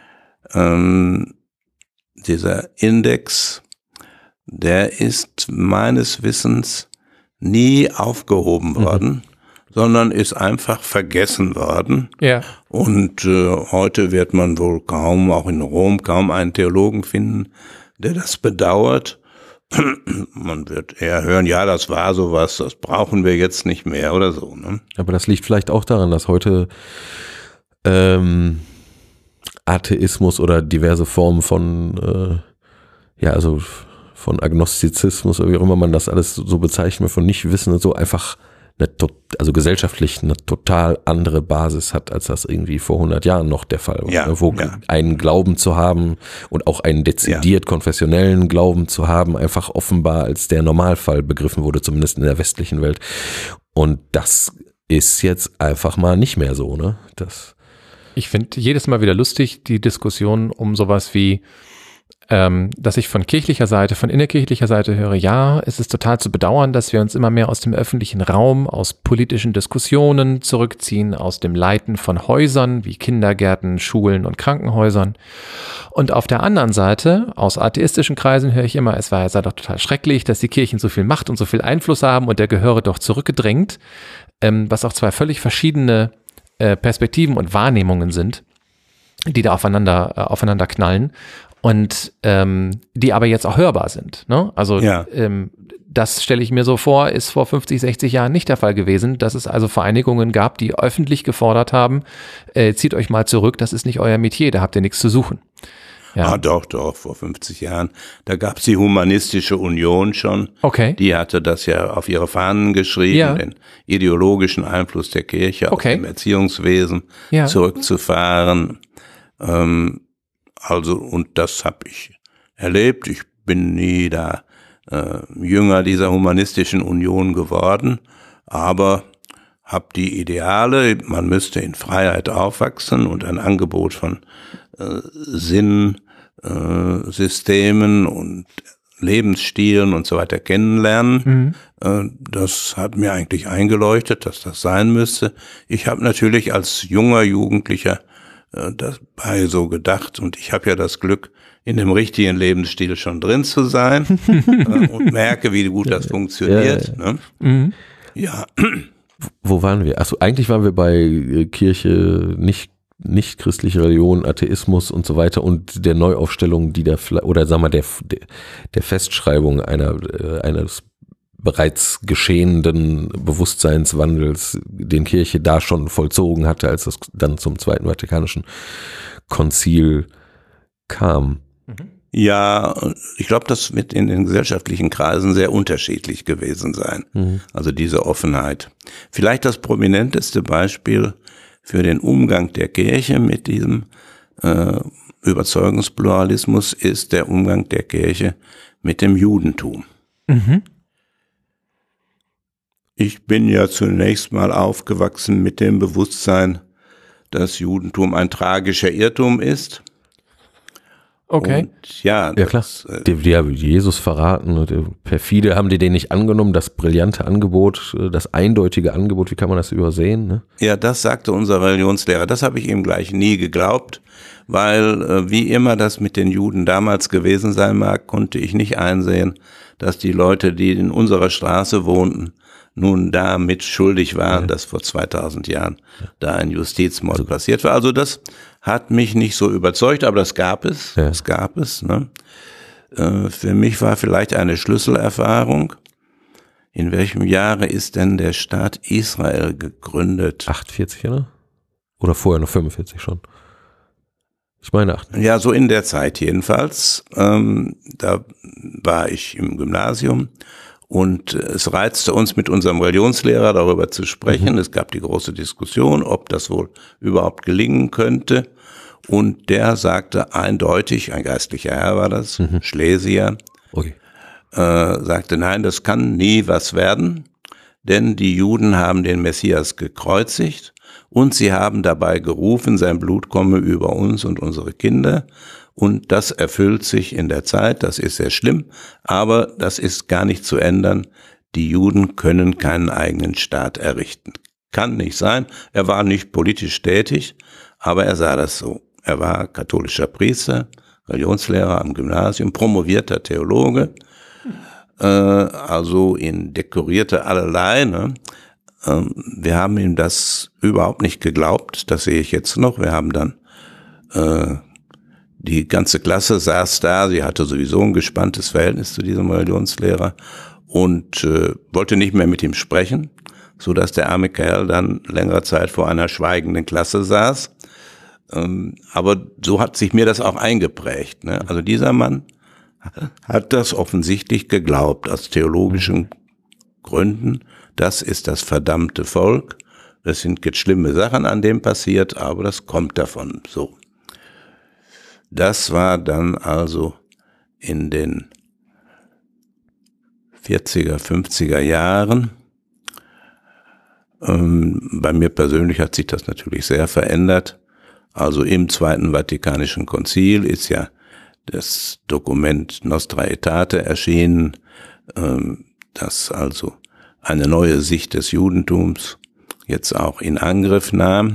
ähm, dieser Index, der ist meines Wissens nie aufgehoben worden, mhm. sondern ist einfach vergessen worden. Ja. Und äh, heute wird man wohl kaum, auch in Rom, kaum einen Theologen finden, der das bedauert. Man wird eher hören, ja, das war sowas, das brauchen wir jetzt nicht mehr oder so. Ne? Aber das liegt vielleicht auch daran, dass heute ähm, Atheismus oder diverse Formen von, äh, ja, also von Agnostizismus oder wie auch immer man das alles so bezeichnet, von Nichtwissen und so einfach eine, also gesellschaftlich eine total andere Basis hat, als das irgendwie vor hundert Jahren noch der Fall war. Ja, Wo ja. einen Glauben zu haben und auch einen dezidiert ja. konfessionellen Glauben zu haben, einfach offenbar als der Normalfall begriffen wurde, zumindest in der westlichen Welt. Und das ist jetzt einfach mal nicht mehr so, ne? Das Ich finde jedes Mal wieder lustig, die Diskussion um sowas wie, ähm, dass ich von kirchlicher Seite, von innerkirchlicher Seite höre, ja, es ist total zu bedauern, dass wir uns immer mehr aus dem öffentlichen Raum, aus politischen Diskussionen zurückziehen, aus dem Leiten von Häusern wie Kindergärten, Schulen und Krankenhäusern. Und auf der anderen Seite, aus atheistischen Kreisen höre ich immer, es war, sei doch total schrecklich, dass die Kirchen so viel Macht und so viel Einfluss haben und der gehöre doch zurückgedrängt, ähm, was auch zwei völlig verschiedene äh, Perspektiven und Wahrnehmungen sind, die da aufeinander, äh, aufeinander knallen. Und ähm, die aber jetzt auch hörbar sind. Ne? Also ja. ähm, das stelle ich mir so vor, ist vor fünfzig, sechzig Jahren nicht der Fall gewesen, dass es also Vereinigungen gab, die öffentlich gefordert haben, äh, zieht euch mal zurück, das ist nicht euer Metier, da habt ihr nichts zu suchen. Ja. Ah, doch, doch, vor fünfzig Jahren. Da gab's die Humanistische Union schon. Okay. Die hatte das ja auf ihre Fahnen geschrieben, ja. den ideologischen Einfluss der Kirche okay. auf dem Erziehungswesen ja. zurückzufahren. Ähm, Also, und das habe ich erlebt. Ich bin nie da äh, Jünger dieser Humanistischen Union geworden, aber habe die Ideale, man müsste in Freiheit aufwachsen und ein Angebot von äh, Sinnsystemen äh, und Lebensstilen und so weiter kennenlernen. Mhm. Äh, das hat mir eigentlich eingeleuchtet, dass das sein müsste. Ich habe natürlich als junger Jugendlicher dabei so gedacht, und ich habe ja das Glück, in dem richtigen Lebensstil schon drin zu sein und merke, wie gut das funktioniert. Ja, ja. Ne? Mhm. Ja. Wo waren wir? Achso, eigentlich waren wir bei Kirche, nicht, nicht christliche Religion, Atheismus und so weiter und der Neuaufstellung, die da, oder sagen wir, der, der Festschreibung einer, eines bereits geschehenden Bewusstseinswandels, den Kirche da schon vollzogen hatte, als es dann zum Zweiten Vatikanischen Konzil kam. Ja, ich glaube, das wird in den gesellschaftlichen Kreisen sehr unterschiedlich gewesen sein. Mhm. Also diese Offenheit. Vielleicht das prominenteste Beispiel für den Umgang der Kirche mit diesem äh, Überzeugungspluralismus ist der Umgang der Kirche mit dem Judentum. Mhm. Ich bin ja zunächst mal aufgewachsen mit dem Bewusstsein, dass Judentum ein tragischer Irrtum ist. Okay. Und ja, ja klar. Das, äh, die, die haben Jesus verraten und perfide haben die den nicht angenommen. Das brillante Angebot, das eindeutige Angebot, wie kann man das übersehen? Ne? Ja, das sagte unser Religionslehrer. Das habe ich ihm gleich nie geglaubt, weil äh, wie immer das mit den Juden damals gewesen sein mag, konnte ich nicht einsehen, dass die Leute, die in unserer Straße wohnten, nun da mit schuldig waren, ja. dass vor zweitausend Jahren ja. da ein Justizmord also, passiert war. Also das hat mich nicht so überzeugt, aber das gab es, ja. das gab es. Ne? Äh, für mich war vielleicht eine Schlüsselerfahrung. In welchem Jahre ist denn der Staat Israel gegründet? achtundvierzig, oder? Oder vorher noch fünfundvierzig schon? Ich meine achtundvierzig. Ja, so in der Zeit jedenfalls. Ähm, da war ich im Gymnasium. Und es reizte uns, mit unserem Religionslehrer darüber zu sprechen. Mhm. Es gab die große Diskussion, ob das wohl überhaupt gelingen könnte. Und der sagte eindeutig, ein geistlicher Herr war das, mhm. Schlesier, okay. äh, sagte, nein, das kann nie was werden, denn die Juden haben den Messias gekreuzigt und sie haben dabei gerufen, sein Blut komme über uns und unsere Kinder. Und das erfüllt sich in der Zeit, das ist sehr schlimm, aber das ist gar nicht zu ändern. Die Juden können keinen eigenen Staat errichten. Kann nicht sein. Er war nicht politisch tätig, aber er sah das so. Er war katholischer Priester, Religionslehrer am Gymnasium, promovierter Theologe, äh, also in dekorierte allerlei. Ne? Ähm, wir haben ihm das überhaupt nicht geglaubt, das sehe ich jetzt noch. Wir haben dann äh, Die ganze Klasse saß da, sie hatte sowieso ein gespanntes Verhältnis zu diesem Religionslehrer und äh, wollte nicht mehr mit ihm sprechen, so dass der arme Kerl dann längere Zeit vor einer schweigenden Klasse saß. Ähm, aber so hat sich mir das auch eingeprägt. Ne? Also dieser Mann hat das offensichtlich geglaubt, aus theologischen Gründen, das ist das verdammte Volk. Das sind jetzt schlimme Sachen an dem passiert, aber das kommt davon so. Das war dann also in den vierziger, fünfziger Jahren. Ähm, bei mir persönlich hat sich das natürlich sehr verändert. Also im Zweiten Vatikanischen Konzil ist ja das Dokument Nostra Aetate erschienen, ähm, das also eine neue Sicht des Judentums jetzt auch in Angriff nahm.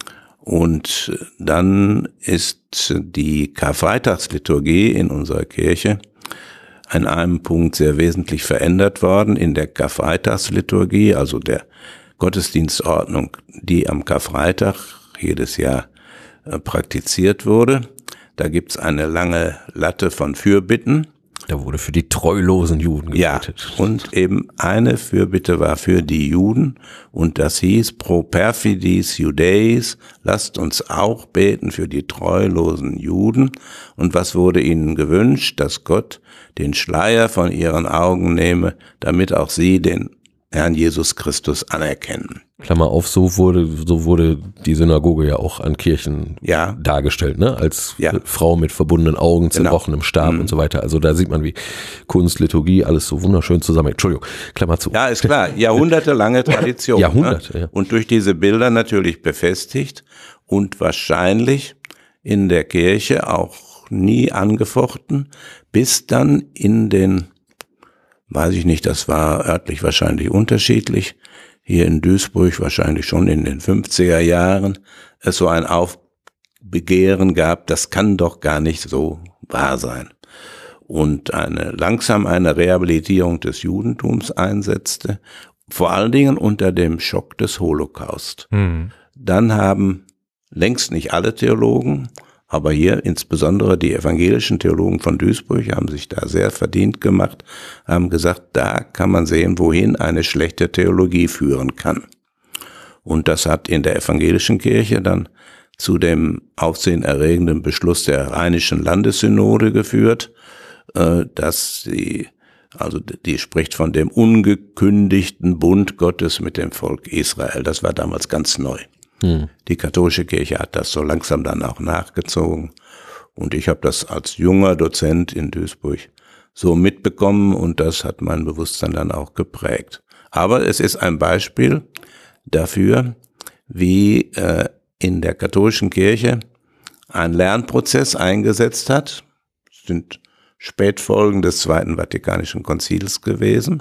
Und dann ist die Karfreitagsliturgie in unserer Kirche an einem Punkt sehr wesentlich verändert worden. In der Karfreitagsliturgie, also der Gottesdienstordnung, die am Karfreitag jedes Jahr äh, praktiziert wurde, da gibt's eine lange Latte von Fürbitten. Da wurde für die treulosen Juden gebetet. Ja, und eben eine Fürbitte war für die Juden und das hieß pro perfidis Judaeis, lasst uns auch beten für die treulosen Juden. Und was wurde ihnen gewünscht? Dass Gott den Schleier von ihren Augen nehme, damit auch sie den Herrn Jesus Christus anerkennen. Klammer auf, so wurde, so wurde die Synagoge ja auch an Kirchen ja. dargestellt, ne? Als ja. Frau mit verbundenen Augen, zerbrochenem genau. Stab mhm. und so weiter. Also da sieht man, wie Kunst, Liturgie, alles so wunderschön zusammen. Entschuldigung, Klammer zu. Ja, ist klar. Jahrhundertelange Tradition. Jahrhunderte, ne? ja. Und durch diese Bilder natürlich befestigt und wahrscheinlich in der Kirche auch nie angefochten, bis dann in den, weiß ich nicht, das war örtlich wahrscheinlich unterschiedlich, hier in Duisburg wahrscheinlich schon in den fünfziger Jahren, es so ein Aufbegehren gab, das kann doch gar nicht so wahr sein. Und eine langsam eine Rehabilitierung des Judentums einsetzte, vor allen Dingen unter dem Schock des Holocaust. Mhm. Dann haben längst nicht alle Theologen, aber hier insbesondere die evangelischen Theologen von Duisburg haben sich da sehr verdient gemacht, haben gesagt, da kann man sehen, wohin eine schlechte Theologie führen kann. Und das hat in der evangelischen Kirche dann zu dem aufsehenerregenden Beschluss der Rheinischen Landessynode geführt, dass sie, also die spricht von dem ungekündigten Bund Gottes mit dem Volk Israel. Das war damals ganz neu. Hm. Die katholische Kirche hat das so langsam dann auch nachgezogen und ich habe das als junger Dozent in Duisburg so mitbekommen und das hat mein Bewusstsein dann auch geprägt. Aber es ist ein Beispiel dafür, wie äh, in der katholischen Kirche ein Lernprozess eingesetzt hat. Das sind Spätfolgen des Zweiten Vatikanischen Konzils gewesen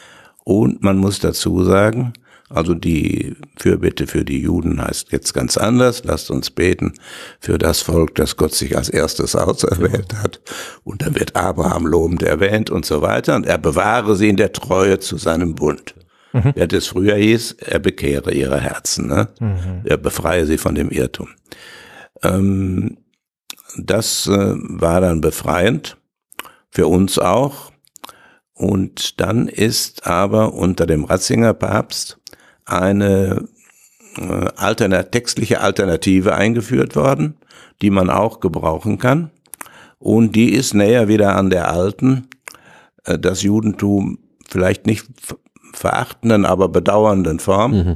und man muss dazu sagen, also die Fürbitte für die Juden heißt jetzt ganz anders. Lasst uns beten für das Volk, das Gott sich als erstes auserwählt hat. Und dann wird Abraham lobend erwähnt und so weiter. Und er bewahre sie in der Treue zu seinem Bund. Mhm. Während es früher hieß, er bekehre ihre Herzen. Ne? Mhm. Er befreie sie von dem Irrtum. Ähm, das äh, war dann befreiend. Für uns auch. Und dann ist aber unter dem Ratzinger Papst eine äh, alternat- textliche Alternative eingeführt worden, die man auch gebrauchen kann. Und die ist näher wieder an der alten, äh, das Judentum vielleicht nicht verachtenden, aber bedauernden Form. Mhm.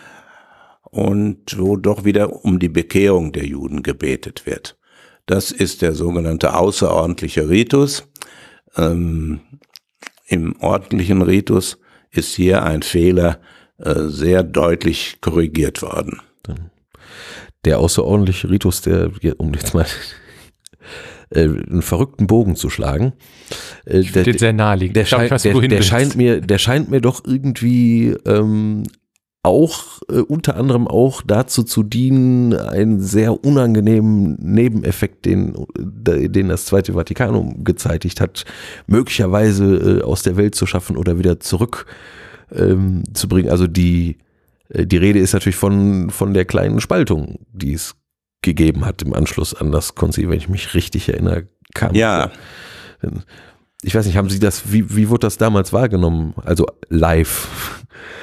Und wo doch wieder um die Bekehrung der Juden gebetet wird. Das ist der sogenannte außerordentliche Ritus. Ähm, Im ordentlichen Ritus ist hier ein Fehler äh, sehr deutlich korrigiert worden. Der außerordentliche Ritus, der, um jetzt mal äh, einen verrückten Bogen zu schlagen, äh, ich der, den sehr naheliegend. Der, scheint, der, der scheint mir, der scheint mir doch irgendwie ähm, auch äh, unter anderem auch dazu zu dienen, einen sehr unangenehmen Nebeneffekt, den, den das Zweite Vatikanum gezeitigt hat, möglicherweise äh, aus der Welt zu schaffen oder wieder zurück ähm, zu bringen. Also die, äh, die Rede ist natürlich von, von der kleinen Spaltung, die es gegeben hat im Anschluss an das Konzil, wenn ich mich richtig erinnere. Kam ja. Ich weiß nicht, haben Sie das, wie, wie wurde das damals wahrgenommen? Also live?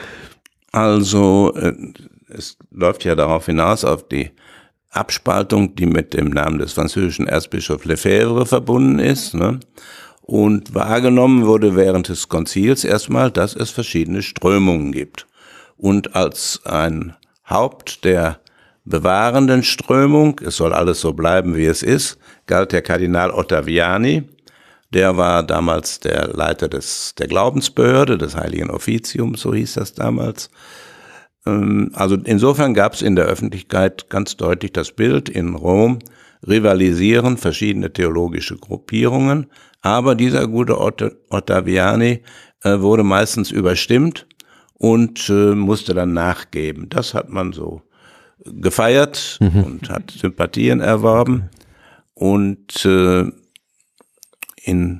Also es läuft ja darauf hinaus, auf die Abspaltung, die mit dem Namen des französischen Erzbischofs Lefebvre verbunden ist. Ne? Und wahrgenommen wurde während des Konzils erstmal, dass es verschiedene Strömungen gibt. Und als ein Haupt der bewahrenden Strömung, es soll alles so bleiben, wie es ist, galt der Kardinal Ottaviani. Der war damals der Leiter des, der Glaubensbehörde, des Heiligen Offiziums, so hieß das damals. Also insofern gab es in der Öffentlichkeit ganz deutlich das Bild, in Rom rivalisieren verschiedene theologische Gruppierungen, aber dieser gute Ottaviani äh, wurde meistens überstimmt und äh, musste dann nachgeben. Das hat man so gefeiert mhm. und hat Sympathien erworben. Und äh, in,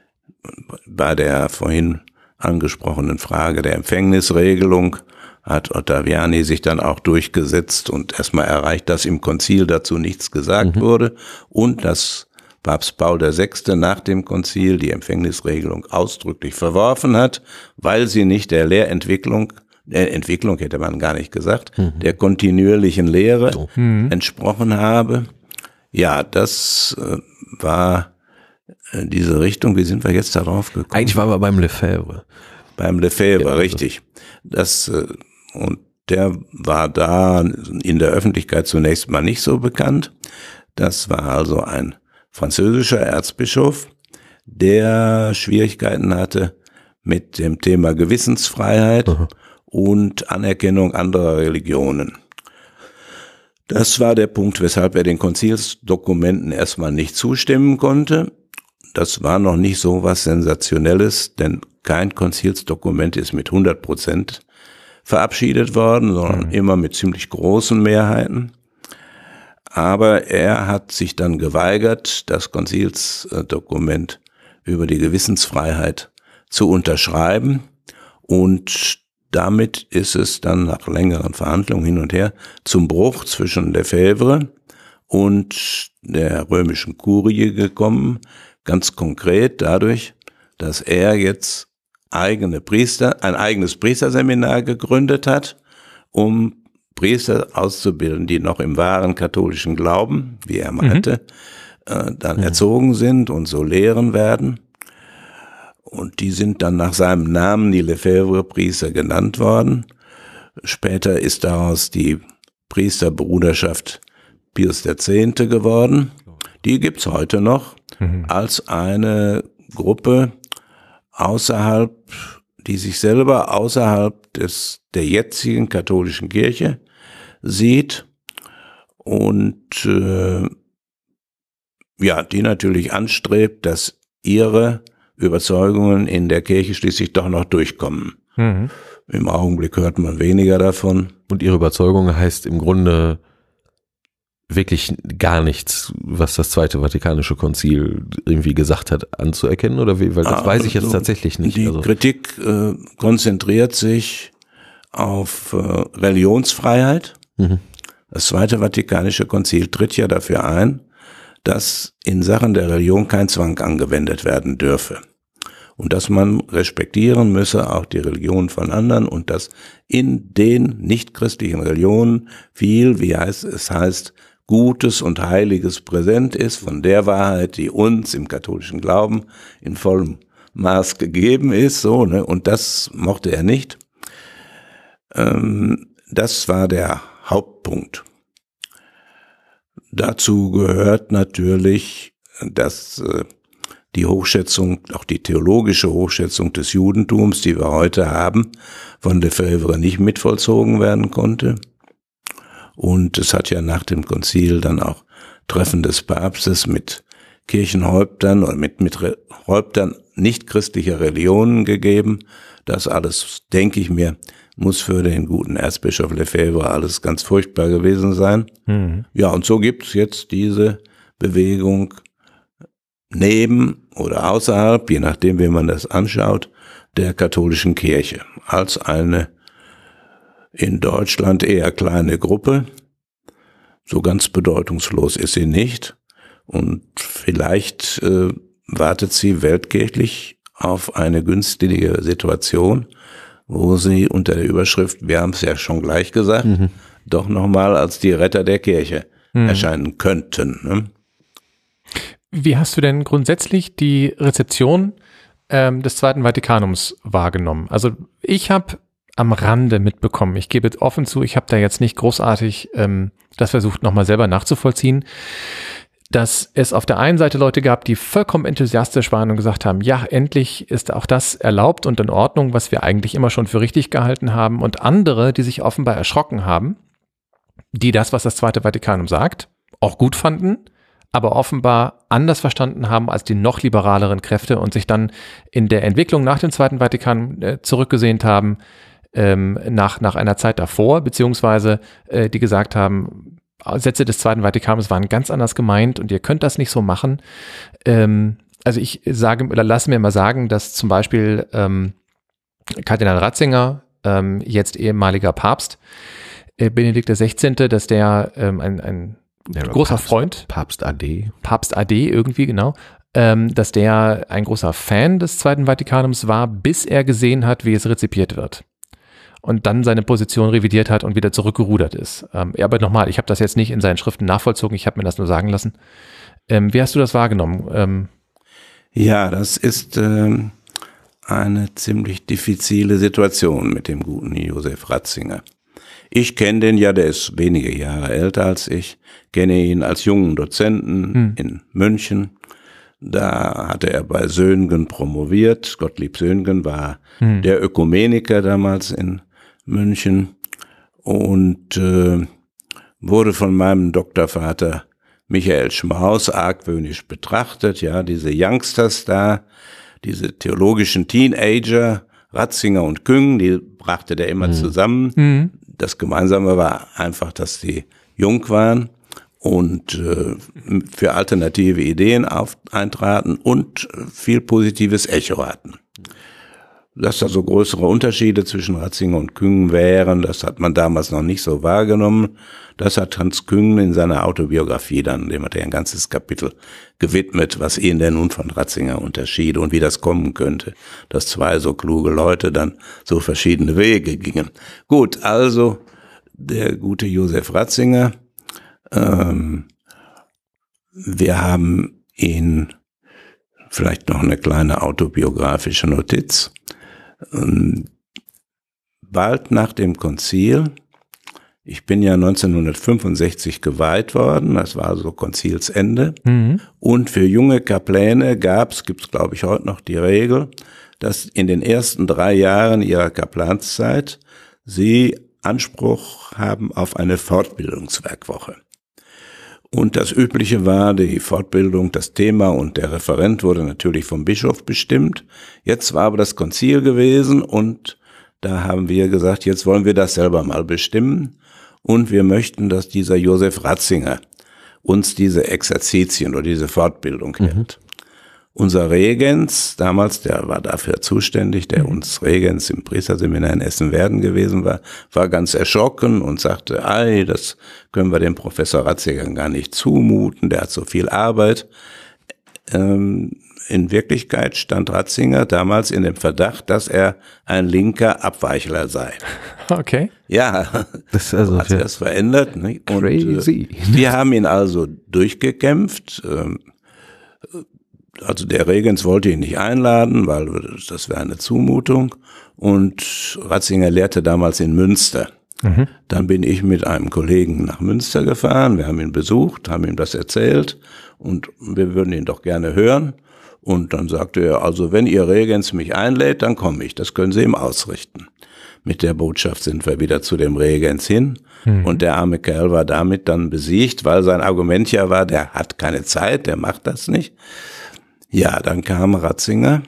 bei der vorhin angesprochenen Frage der Empfängnisregelung hat Ottaviani sich dann auch durchgesetzt und erstmal erreicht, dass im Konzil dazu nichts gesagt mhm. wurde und dass Papst Paul der Sechste nach dem Konzil die Empfängnisregelung ausdrücklich verworfen hat, weil sie nicht der Lehrentwicklung, äh, Entwicklung hätte man gar nicht gesagt, mhm. der kontinuierlichen Lehre so. mhm. entsprochen habe. Ja, das äh, war äh, diese Richtung. Wie sind wir jetzt darauf gekommen? Eigentlich waren wir beim Lefebvre. Beim Lefebvre, ja, richtig. Das, äh, und der war da in der Öffentlichkeit zunächst mal nicht so bekannt. Das war also ein französischer Erzbischof, der Schwierigkeiten hatte mit dem Thema Gewissensfreiheit Aha. und Anerkennung anderer Religionen. Das war der Punkt, weshalb er den Konzilsdokumenten erstmal nicht zustimmen konnte. Das war noch nicht so was Sensationelles, denn kein Konzilsdokument ist mit hundert Prozent verabschiedet worden, sondern mhm. immer mit ziemlich großen Mehrheiten. Aber er hat sich dann geweigert, das Konzilsdokument über die Gewissensfreiheit zu unterschreiben. Und damit ist es dann nach längeren Verhandlungen hin und her zum Bruch zwischen Lefebvre und der römischen Kurie gekommen. Ganz konkret dadurch, dass er jetzt eigene Priester, ein eigenes Priesterseminar gegründet hat, um Priester auszubilden, die noch im wahren katholischen Glauben, wie er meinte, mhm. äh, dann mhm. erzogen sind und so lehren werden. Und die sind dann nach seinem Namen die Lefebvre-Priester genannt worden. Später ist daraus die Priesterbruderschaft Pius der Zehnte geworden. Die gibt's heute noch mhm. als eine Gruppe außerhalb, die sich selber außerhalb des der jetzigen katholischen Kirche sieht und äh, ja, die natürlich anstrebt, dass ihre Überzeugungen in der Kirche schließlich doch noch durchkommen. Mhm. Im Augenblick hört man weniger davon. Und ihre Überzeugung heißt im Grunde wirklich gar nichts, was das Zweite Vatikanische Konzil irgendwie gesagt hat, anzuerkennen, oder wie? Weil das ah, weiß ich jetzt also tatsächlich nicht. Die also. Kritik äh, konzentriert sich auf äh, Religionsfreiheit. Mhm. Das Zweite Vatikanische Konzil tritt ja dafür ein, dass in Sachen der Religion kein Zwang angewendet werden dürfe. Und dass man respektieren müsse auch die Religion von anderen und dass in den nichtchristlichen Religionen viel, wie heißt es heißt, Gutes und Heiliges präsent ist von der Wahrheit, die uns im katholischen Glauben in vollem Maß gegeben ist, so, ne, und das mochte er nicht. Ähm, das war der Hauptpunkt. Dazu gehört natürlich, dass äh, die Hochschätzung, auch die theologische Hochschätzung des Judentums, die wir heute haben, von Lefebvre nicht mitvollzogen werden konnte. Und es hat ja nach dem Konzil dann auch Treffen des Papstes mit Kirchenhäuptern oder mit, mit Häuptern nicht-christlicher Religionen gegeben. Das alles, denke ich mir, muss für den guten Erzbischof Lefebvre alles ganz furchtbar gewesen sein. Mhm. Ja, und so gibt es jetzt diese Bewegung neben oder außerhalb, je nachdem, wie man das anschaut, der katholischen Kirche als eine in Deutschland eher kleine Gruppe. So ganz bedeutungslos ist sie nicht. Und vielleicht äh, wartet sie weltkirchlich auf eine günstige Situation, wo sie unter der Überschrift, wir haben es ja schon gleich gesagt, mhm. doch nochmal als die Retter der Kirche mhm. erscheinen könnten. Ne? Wie hast du denn grundsätzlich die Rezeption ähm, des Zweiten Vatikanums wahrgenommen? Also ich habe am Rande mitbekommen, ich gebe offen zu, ich habe da jetzt nicht großartig ähm, das versucht nochmal selber nachzuvollziehen, dass es auf der einen Seite Leute gab, die vollkommen enthusiastisch waren und gesagt haben, ja, endlich ist auch das erlaubt und in Ordnung, was wir eigentlich immer schon für richtig gehalten haben, und andere, die sich offenbar erschrocken haben, die das, was das Zweite Vatikanum sagt, auch gut fanden, aber offenbar anders verstanden haben als die noch liberaleren Kräfte und sich dann in der Entwicklung nach dem Zweiten Vatikan äh, zurückgesehnt haben, ähm, nach, nach einer Zeit davor, beziehungsweise äh, die gesagt haben, Sätze des Zweiten Vatikanums waren ganz anders gemeint und ihr könnt das nicht so machen. Ähm, also ich sage, oder lass mir mal sagen, dass zum Beispiel ähm, Kardinal Ratzinger, ähm, jetzt ehemaliger Papst, äh, Benedikt der Sechzehnte, dass der ähm, ein, ein Ja, großer Papst, Freund, Papst A D. Papst A D irgendwie, genau, ähm, dass der ein großer Fan des Zweiten Vatikanums war, bis er gesehen hat, wie es rezipiert wird. Und dann seine Position revidiert hat und wieder zurückgerudert ist. Ähm, ja, aber nochmal, ich habe das jetzt nicht in seinen Schriften nachvollzogen, ich habe mir das nur sagen lassen. Ähm, wie hast du das wahrgenommen? Ähm, Ja, das ist ähm, eine ziemlich diffizile Situation mit dem guten Josef Ratzinger. Ich kenne den ja, der ist wenige Jahre älter als ich, kenne ihn als jungen Dozenten hm. in München. Da hatte er bei Söhngen promoviert. Gottlieb Söhngen war hm. der Ökumeniker damals in München und äh, wurde von meinem Doktorvater Michael Schmaus argwöhnisch betrachtet. Ja, diese Youngsters da, diese theologischen Teenager, Ratzinger und Küng, die brachte der immer hm. zusammen. Hm. Das Gemeinsame war einfach, dass die jung waren und äh, für alternative Ideen auf, eintraten und viel positives Echo hatten. Dass da so größere Unterschiede zwischen Ratzinger und Küng wären, das hat man damals noch nicht so wahrgenommen. Das hat Hans Küng in seiner Autobiografie dann, dem hat er ein ganzes Kapitel gewidmet, was ihn denn nun von Ratzinger unterschied und wie das kommen könnte, dass zwei so kluge Leute dann so verschiedene Wege gingen. Gut, also der gute Josef Ratzinger, ähm, wir haben ihn, vielleicht noch eine kleine autobiografische Notiz, ähm, bald nach dem Konzil, ich bin ja neunzehnhundertfünfundsechzig geweiht worden, das war so Konzilsende, mhm. und für junge Kapläne gab's, gibt's glaube ich heute noch die Regel, dass in den ersten drei Jahren ihrer Kaplanszeit sie Anspruch haben auf eine Fortbildungswerkwoche. Und das Übliche war, die Fortbildung, das Thema und der Referent wurde natürlich vom Bischof bestimmt. Jetzt war aber das Konzil gewesen und da haben wir gesagt, jetzt wollen wir das selber mal bestimmen und wir möchten, dass dieser Josef Ratzinger uns diese Exerzitien oder diese Fortbildung hält. Mhm. Unser Regens, damals, der war dafür zuständig, der uns Regens im Priesterseminar in Essen-Werden gewesen war, war ganz erschrocken und sagte, ei, das können wir dem Professor Ratzinger gar nicht zumuten, der hat so viel Arbeit. Ähm, in Wirklichkeit stand Ratzinger damals in dem Verdacht, dass er ein linker Abweichler sei. Okay. Ja, das also hat sich das verändert. Ne? Und, crazy. Äh, wir haben ihn also durchgekämpft. Ähm, Also der Regens wollte ihn nicht einladen, weil das wäre eine Zumutung. Und Ratzinger lehrte damals in Münster. Mhm. Dann bin ich mit einem Kollegen nach Münster gefahren. Wir haben ihn besucht, haben ihm das erzählt und wir würden ihn doch gerne hören. Und dann sagte er, also wenn ihr Regens mich einlädt, dann komme ich. Das können Sie ihm ausrichten. Mit der Botschaft sind wir wieder zu dem Regens hin. Mhm. Und der arme Kerl war damit dann besiegt, weil sein Argument ja war, der hat keine Zeit, der macht das nicht. Ja, dann kam Ratzinger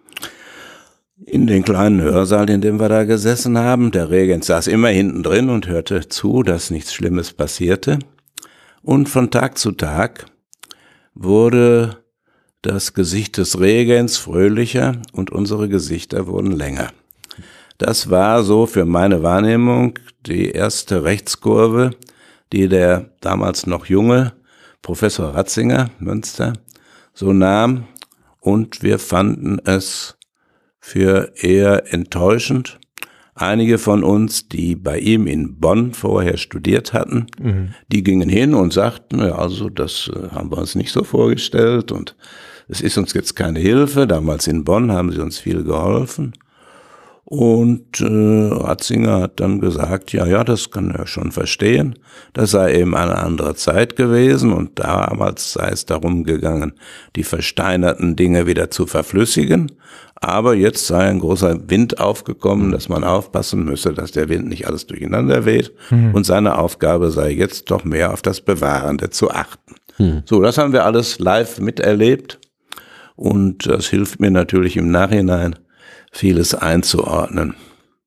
in den kleinen Hörsaal, in dem wir da gesessen haben. Der Regens saß immer hinten drin und hörte zu, dass nichts Schlimmes passierte. Und von Tag zu Tag wurde das Gesicht des Regens fröhlicher und unsere Gesichter wurden länger. Das war so für meine Wahrnehmung die erste Rechtskurve, die der damals noch junge Professor Ratzinger, Münster, so nahm. Und wir fanden es für eher enttäuschend, Einige von uns, die bei ihm in Bonn vorher studiert hatten, mhm. die gingen hin und sagten, ja, also das äh, haben wir uns nicht so vorgestellt und es ist uns jetzt keine Hilfe. Damals in Bonn haben sie uns viel geholfen. Und äh, Ratzinger hat dann gesagt, ja, ja, das kann er schon verstehen. Das sei eben eine andere Zeit gewesen und damals sei es darum gegangen, die versteinerten Dinge wieder zu verflüssigen. Aber jetzt sei ein großer Wind aufgekommen, dass man aufpassen müsse, dass der Wind nicht alles durcheinander weht. Mhm. Und seine Aufgabe sei jetzt doch mehr auf das Bewahrende zu achten. Mhm. So, das haben wir alles live miterlebt. Und das hilft mir natürlich im Nachhinein, vieles einzuordnen.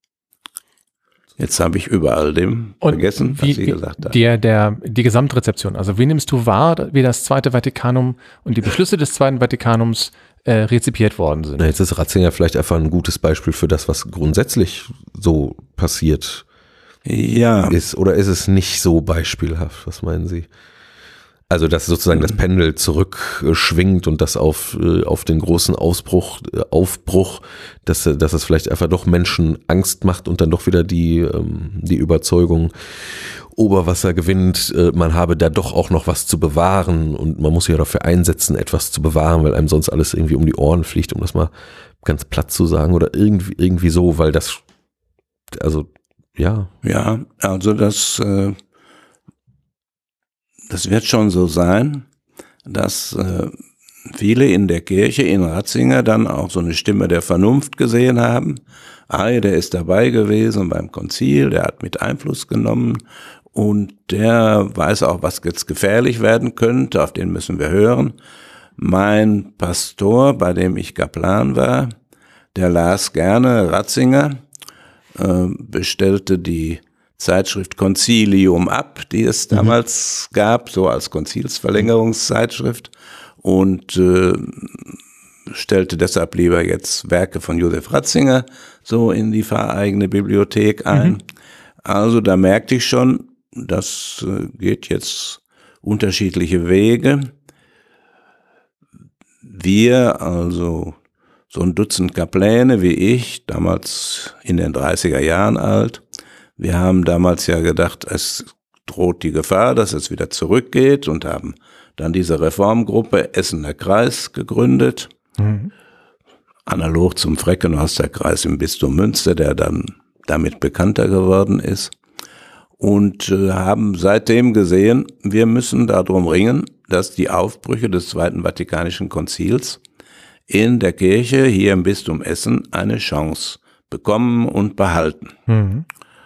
Jetzt habe ich überall dem und vergessen, wie, was Sie gesagt haben. Der, der, die Gesamtrezeption, also wie nimmst du wahr, wie das Zweite Vatikanum und die Beschlüsse des Zweiten Vatikanums äh, rezipiert worden sind? Na, jetzt ist Ratzinger vielleicht einfach ein gutes Beispiel für das, was grundsätzlich so passiert ja. ist. Oder ist es nicht so beispielhaft? Was meinen Sie? Also, dass sozusagen das Pendel zurückschwingt und das auf, auf den großen Ausbruch, Aufbruch, dass, dass es vielleicht einfach doch Menschen Angst macht und dann doch wieder die, die Überzeugung Oberwasser gewinnt, man habe da doch auch noch was zu bewahren und man muss sich ja dafür einsetzen, etwas zu bewahren, weil einem sonst alles irgendwie um die Ohren fliegt, um das mal ganz platt zu sagen oder irgendwie, irgendwie so, weil das, also, ja. Ja, also das, äh Das wird schon so sein, dass äh, viele in der Kirche in Ratzinger dann auch so eine Stimme der Vernunft gesehen haben. Ah, der ist dabei gewesen beim Konzil, der hat mit Einfluss genommen und der weiß auch, was jetzt gefährlich werden könnte, auf den müssen wir hören. Mein Pastor, bei dem ich Kaplan war, der las gerne Ratzinger, äh, bestellte die Zeitschrift Concilium ab, die es damals mhm. gab, so als Konzilsverlängerungszeitschrift und äh, stellte deshalb lieber jetzt Werke von Josef Ratzinger so in die pfarreigene Bibliothek ein. Mhm. Also da merkte ich schon, das äh, geht jetzt unterschiedliche Wege. Wir, also so ein Dutzend Kapläne wie ich, damals in den dreißiger Jahren alt, wir haben damals ja gedacht, es droht die Gefahr, dass es wieder zurückgeht und haben dann diese Reformgruppe Essener Kreis gegründet, mhm. analog zum Freckenhorster Kreis im Bistum Münster, der dann damit bekannter geworden ist und äh, haben seitdem gesehen, wir müssen darum ringen, dass die Aufbrüche des Zweiten Vatikanischen Konzils in der Kirche hier im Bistum Essen eine Chance bekommen und behalten. Mhm.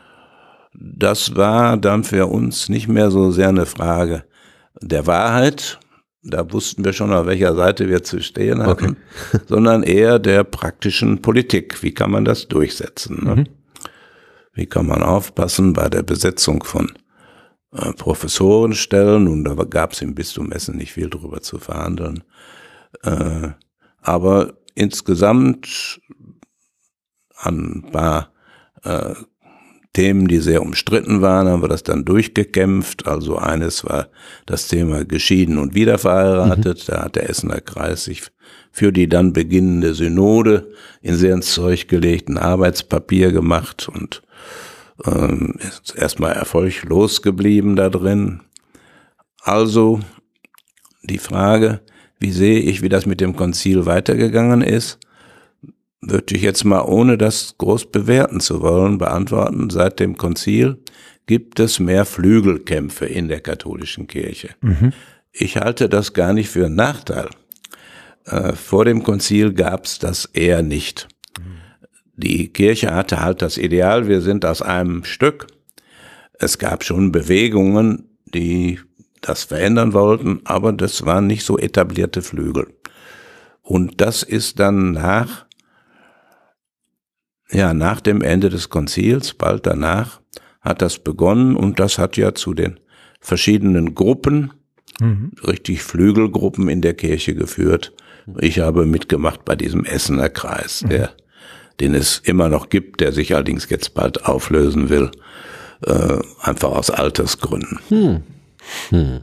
Das war dann für uns nicht mehr so sehr eine Frage der Wahrheit, da wussten wir schon, auf welcher Seite wir zu stehen hatten, okay. sondern eher der praktischen Politik. Wie kann man das durchsetzen? Ne? Mhm. Wie kann man aufpassen bei der Besetzung von äh, Professorenstellen? Und da gab es im Bistum Essen nicht viel drüber zu verhandeln. Äh, aber insgesamt an ein paar äh, Themen, die sehr umstritten waren, haben wir das dann durchgekämpft. Also eines war das Thema geschieden und wiederverheiratet. Mhm. Da hat der Essener Kreis sich für die dann beginnende Synode in sehr ins Zeug gelegten Arbeitspapier gemacht und ähm, ist erstmal erfolglos geblieben da drin. Also die Frage, wie sehe ich, wie das mit dem Konzil weitergegangen ist, würde ich jetzt mal, ohne das groß bewerten zu wollen, beantworten. Seit dem Konzil gibt es mehr Flügelkämpfe in der katholischen Kirche. Mhm. Ich halte das gar nicht für einen Nachteil. Äh, vor dem Konzil gab es das eher nicht. Mhm. Die Kirche hatte halt das Ideal, wir sind aus einem Stück. Es gab schon Bewegungen, die das verändern wollten, aber das waren nicht so etablierte Flügel. Und das ist dann nach Ja, nach dem Ende des Konzils, bald danach, hat das begonnen und das hat ja zu den verschiedenen Gruppen, mhm. richtig Flügelgruppen in der Kirche geführt. Ich habe mitgemacht bei diesem Essener Kreis, der, mhm. den es immer noch gibt, der sich allerdings jetzt bald auflösen will, äh, einfach aus Altersgründen. Hm. Hm.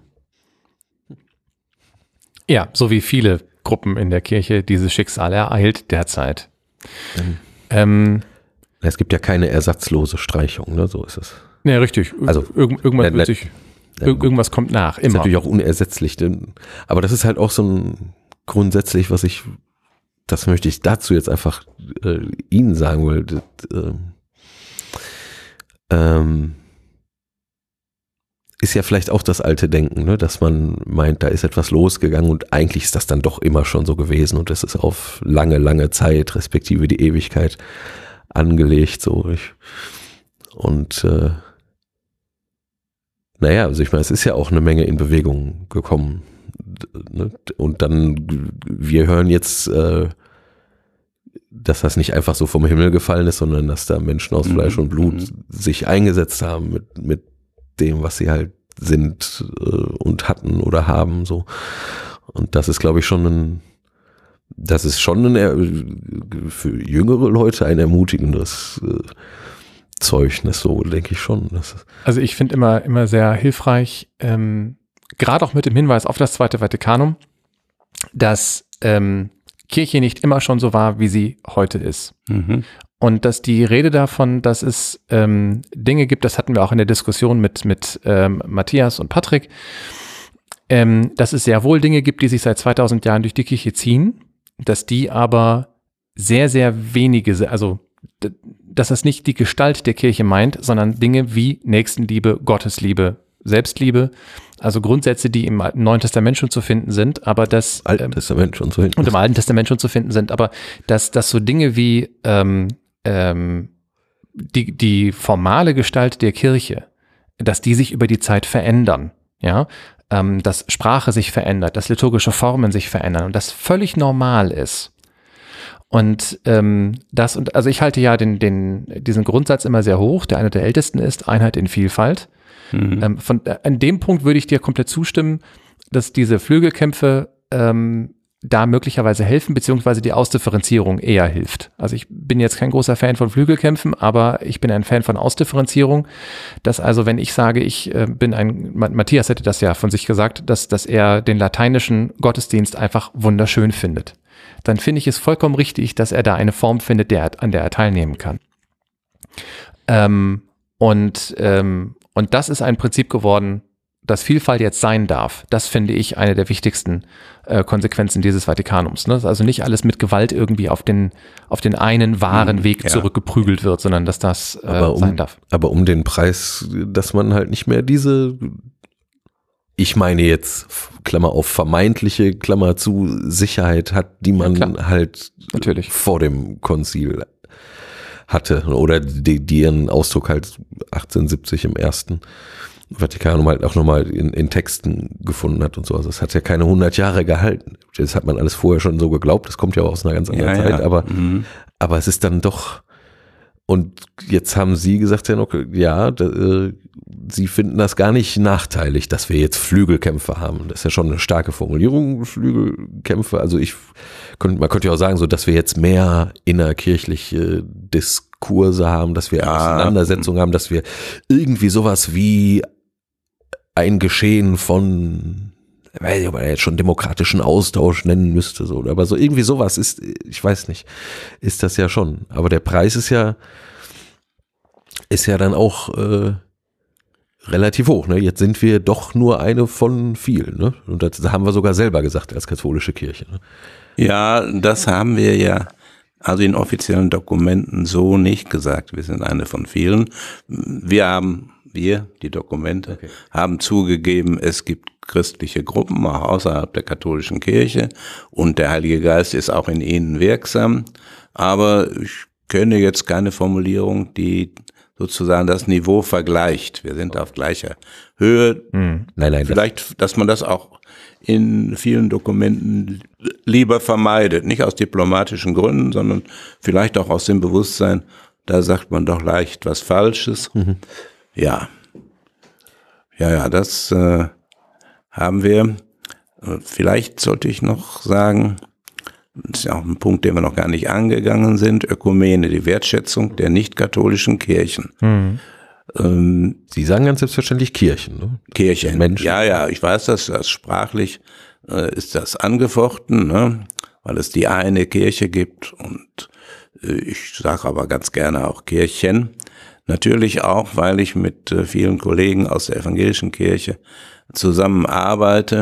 Ja, so wie viele Gruppen in der Kirche dieses Schicksal ereilt derzeit. Mhm. Ähm, Es gibt ja keine ersatzlose Streichung, ne? So ist es. Ja, richtig. Also, Irgend, irgendwas, ja, wird sich, ja, irgendwas kommt nach, immer. Ist natürlich auch unersetzlich, denn, aber das ist halt auch so ein grundsätzlich, was ich, das möchte ich dazu jetzt einfach äh, Ihnen sagen, weil das, äh, ähm, ist ja vielleicht auch das alte Denken, ne, dass man meint, da ist etwas losgegangen und eigentlich ist das dann doch immer schon so gewesen und es ist auf lange, lange Zeit, respektive die Ewigkeit angelegt, so. Ich, und äh, naja, also ich meine, es ist ja auch eine Menge in Bewegung gekommen. Ne? Und dann, wir hören jetzt, äh, dass das nicht einfach so vom Himmel gefallen ist, sondern dass da Menschen aus Fleisch und Blut mhm. sich eingesetzt haben mit, mit dem, was sie halt sind äh, und hatten oder haben. So. Und das ist, glaube ich, schon ein, das ist schon ein, für jüngere Leute ein ermutigendes äh, Zeugnis, so denke ich schon. Das ist also ich finde immer, immer sehr hilfreich, ähm, gerade auch mit dem Hinweis auf das Zweite Vatikanum, dass ähm, Kirche nicht immer schon so war, wie sie heute ist. Mhm. Und dass die Rede davon, dass es ähm, Dinge gibt, das hatten wir auch in der Diskussion mit, mit ähm, Matthias und Patrick, ähm, dass es sehr wohl Dinge gibt, die sich seit zweitausend Jahren durch die Kirche ziehen, dass die aber sehr, sehr wenige, also dass das nicht die Gestalt der Kirche meint, sondern Dinge wie Nächstenliebe, Gottesliebe, Selbstliebe, also Grundsätze, die im Neuen Testament schon zu finden sind, aber das Alten ähm, Testament schon zu finden und im Alten Testament schon zu finden sind, aber dass, dass so Dinge wie ähm, ähm, die, die formale Gestalt der Kirche, dass die sich über die Zeit verändern, ja, ähm, dass Sprache sich verändert, dass liturgische Formen sich verändern und das völlig normal ist. Und ähm, das und also ich halte ja den den diesen Grundsatz immer sehr hoch, der einer der ältesten ist, Einheit in Vielfalt. Mhm. Ähm, von äh, an dem Punkt würde ich dir komplett zustimmen, dass diese Flügelkämpfe ähm, da möglicherweise helfen, beziehungsweise die Ausdifferenzierung eher hilft. Also ich bin jetzt kein großer Fan von Flügelkämpfen, aber ich bin ein Fan von Ausdifferenzierung. Dass also, wenn ich sage, ich äh, bin ein, Matthias hätte das ja von sich gesagt, dass dass er den lateinischen Gottesdienst einfach wunderschön findet, dann finde ich es vollkommen richtig, dass er da eine Form findet, der, an der er teilnehmen kann. Ähm, und, ähm, und das ist ein Prinzip geworden, dass Vielfalt jetzt sein darf. Das finde ich eine der wichtigsten äh, Konsequenzen dieses Vatikanums. Ne? Dass also nicht alles mit Gewalt irgendwie auf den, auf den einen wahren Weg ja. zurückgeprügelt wird, sondern dass das äh, um, sein darf. Aber um den Preis, dass man halt nicht mehr diese... Ich meine jetzt, Klammer auf, vermeintliche, Klammer zu, Sicherheit hat, die man ja, halt natürlich vor dem Konzil hatte. Oder die, die ihren Ausdruck halt achtzehnhundertsiebzig im ersten Vatikanum halt auch nochmal in, in Texten gefunden hat und so. Also es hat ja keine hundert Jahre gehalten. Das hat man alles vorher schon so geglaubt. Das kommt ja auch aus einer ganz anderen ja, Zeit. Ja. Aber, mhm. aber es ist dann doch... Und jetzt haben Sie gesagt, Herr Nocke, ja, da, äh, Sie finden das gar nicht nachteilig, dass wir jetzt Flügelkämpfe haben. Das ist ja schon eine starke Formulierung, Flügelkämpfe. Also ich könnte, man könnte ja auch sagen, so, dass wir jetzt mehr innerkirchliche Diskurse haben, dass wir ja. Auseinandersetzungen haben, dass wir irgendwie sowas wie ein Geschehen von, weiß ich, ob man jetzt schon demokratischen Austausch nennen müsste, so, aber so irgendwie sowas ist, ich weiß nicht, ist das ja schon. Aber der Preis ist ja, ist ja dann auch äh, relativ hoch, ne? Jetzt sind wir doch nur eine von vielen, ne? Und das haben wir sogar selber gesagt als katholische Kirche, ne? Ja, das haben wir ja also in offiziellen Dokumenten so nicht gesagt. Wir sind eine von vielen. Wir haben, wir, die Dokumente, okay. haben zugegeben, es gibt christliche Gruppen, auch außerhalb der katholischen Kirche, und der Heilige Geist ist auch in ihnen wirksam. Aber ich kenne jetzt keine Formulierung, die sozusagen das Niveau vergleicht. Wir sind auf gleicher Höhe. Hm. Nein, nein. Vielleicht, das dass man das auch in vielen Dokumenten lieber vermeidet. Nicht aus diplomatischen Gründen, sondern vielleicht auch aus dem Bewusstsein, da sagt man doch leicht was Falsches. Mhm. Ja. Ja, ja, das äh, haben wir. Vielleicht sollte ich noch sagen, das ist ja auch ein Punkt, den wir noch gar nicht angegangen sind, Ökumene, die Wertschätzung der nicht-katholischen Kirchen. Mhm. Ähm, Sie sagen ganz selbstverständlich Kirchen, ne? Kirchen, Menschen. Ja, ja, ich weiß, dass das sprachlich äh, ist das angefochten, ne? Weil es die eine Kirche gibt und Ich sage aber ganz gerne auch Kirchen. Natürlich auch, weil ich mit vielen Kollegen aus der evangelischen Kirche zusammenarbeite.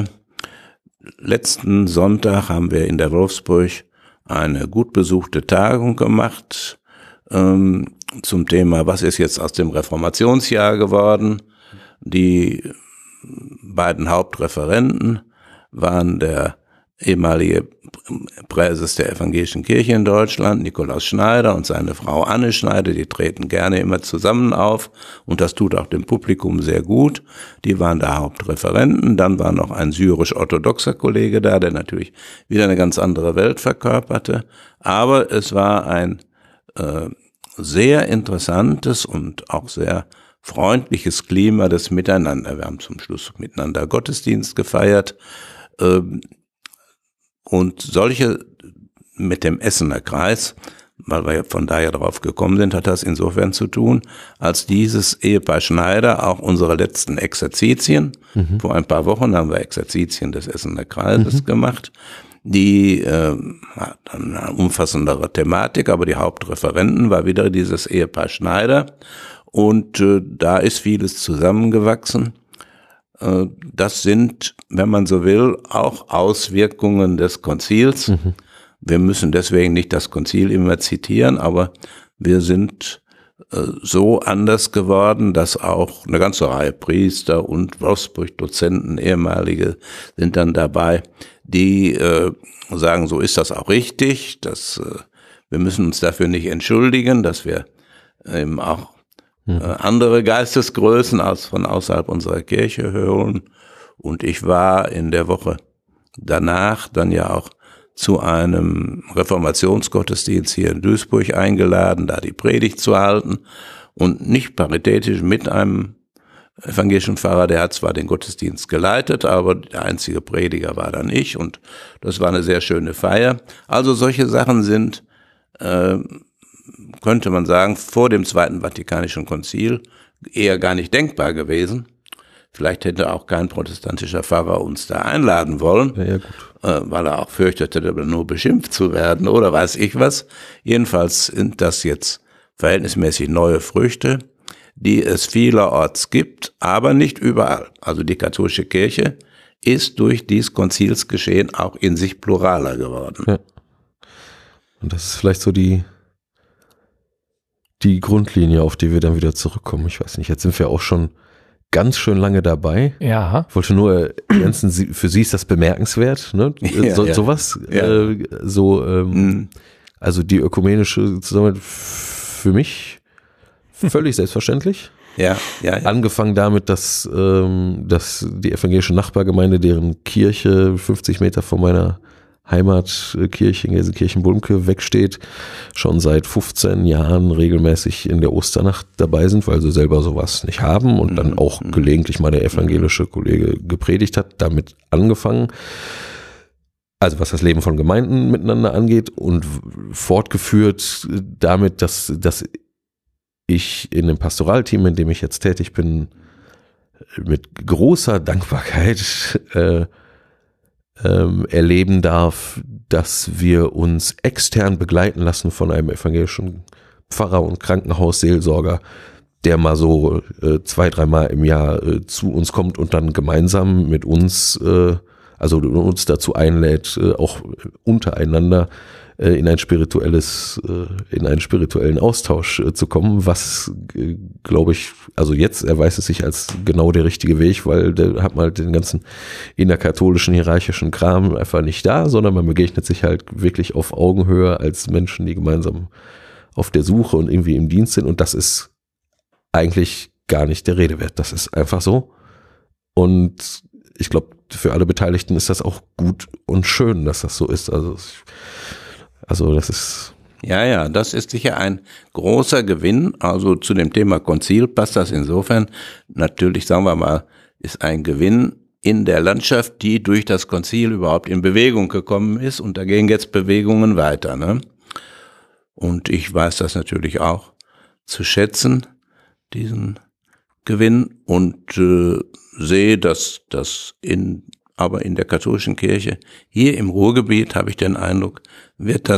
Letzten Sonntag haben wir in der Wolfsburg eine gut besuchte Tagung gemacht ähm, zum Thema, was ist jetzt aus dem Reformationsjahr geworden. Die beiden Hauptreferenten waren der ehemalige Präses der evangelischen Kirche in Deutschland, Nikolaus Schneider, und seine Frau Anne Schneider. Die treten gerne immer zusammen auf und das tut auch dem Publikum sehr gut. Die waren da Hauptreferenten. Dann war noch ein syrisch-orthodoxer Kollege da, der natürlich wieder eine ganz andere Welt verkörperte. Aber es war ein äh, sehr interessantes und auch sehr freundliches Klima des Miteinander. Wir haben zum Schluss miteinander Gottesdienst gefeiert. Äh, Und solche mit dem Essener Kreis, weil wir von daher drauf gekommen sind, hat das insofern zu tun, als dieses Ehepaar Schneider auch unsere letzten Exerzitien, mhm. vor ein paar Wochen haben wir Exerzitien des Essener Kreises mhm. gemacht, die äh, hatten eine umfassendere Thematik, aber die Hauptreferenten war wieder dieses Ehepaar Schneider und äh, da ist vieles zusammengewachsen. Das sind, wenn man so will, auch Auswirkungen des Konzils. Mhm. Wir müssen deswegen nicht das Konzil immer zitieren, aber wir sind äh, so anders geworden, dass auch eine ganze Reihe Priester und Wolfsburg-Dozenten, ehemalige, sind dann dabei, die äh, sagen, so ist das auch richtig, dass äh, wir müssen uns dafür nicht entschuldigen, dass wir eben auch Mhm. andere Geistesgrößen als von außerhalb unserer Kirche hören. Und ich war in der Woche danach dann ja auch zu einem Reformationsgottesdienst hier in Duisburg eingeladen, da die Predigt zu halten und nicht paritätisch mit einem evangelischen Pfarrer, der hat zwar den Gottesdienst geleitet, aber der einzige Prediger war dann ich und das war eine sehr schöne Feier. Also solche Sachen sind äh, könnte man sagen, vor dem Zweiten Vatikanischen Konzil eher gar nicht denkbar gewesen. Vielleicht hätte auch kein protestantischer Pfarrer uns da einladen wollen, ja, ja, gut. Äh, weil er auch fürchtete, nur beschimpft zu werden oder weiß ich was. Jedenfalls sind das jetzt verhältnismäßig neue Früchte, die es vielerorts gibt, aber nicht überall. Also die katholische Kirche ist durch dieses Konzilsgeschehen auch in sich pluraler geworden. Ja. Und das ist vielleicht so die die Grundlinie, auf die wir dann wieder zurückkommen. Ich weiß nicht, jetzt sind wir auch schon ganz schön lange dabei. Ja. Ich wollte nur ergänzen, für Sie ist das bemerkenswert, ne? Ja, so, ja. Sowas. Ja. Äh, so, ähm, mhm. Also die ökumenische Zusammenarbeit für mich völlig selbstverständlich. Ja, ja, ja. Angefangen damit, dass, ähm, dass die evangelische Nachbargemeinde, deren Kirche fünfzig Meter von meiner Heimatkirche in Gelsenkirchen-Bulmke wegsteht, schon seit fünfzehn Jahren regelmäßig in der Osternacht dabei sind, weil sie selber sowas nicht haben und dann auch gelegentlich mal der evangelische Kollege gepredigt hat, damit angefangen. Also was das Leben von Gemeinden miteinander angeht und fortgeführt damit, dass, dass ich in dem Pastoralteam, in dem ich jetzt tätig bin, mit großer Dankbarkeit äh, Ähm, erleben darf, dass wir uns extern begleiten lassen von einem evangelischen Pfarrer und Krankenhausseelsorger, der mal so äh, zwei, dreimal im Jahr äh, zu uns kommt und dann gemeinsam mit uns, äh, also uns dazu einlädt, äh, auch untereinander äh, in ein spirituelles, äh, in einen spirituellen Austausch äh, zu kommen, was, äh, glaube ich, also jetzt erweist es sich als genau der richtige Weg, weil der hat mal den ganzen innerkatholischen, hierarchischen Kram einfach nicht da, sondern man begegnet sich halt wirklich auf Augenhöhe als Menschen, die gemeinsam auf der Suche und irgendwie im Dienst sind und das ist eigentlich gar nicht der Rede wert. Das ist einfach so und ich glaube, für alle Beteiligten ist das auch gut und schön, dass das so ist. Also, also das ist... Ja, ja, das ist sicher ein großer Gewinn. Also zu dem Thema Konzil passt das insofern. Natürlich, sagen wir mal, ist ein Gewinn in der Landschaft, die durch das Konzil überhaupt in Bewegung gekommen ist. Und da gehen jetzt Bewegungen weiter, ne? Und ich weiß das natürlich auch zu schätzen, diesen Gewinn, und äh, sehe, dass das in, aber in der katholischen Kirche, hier im Ruhrgebiet, habe ich den Eindruck, wird das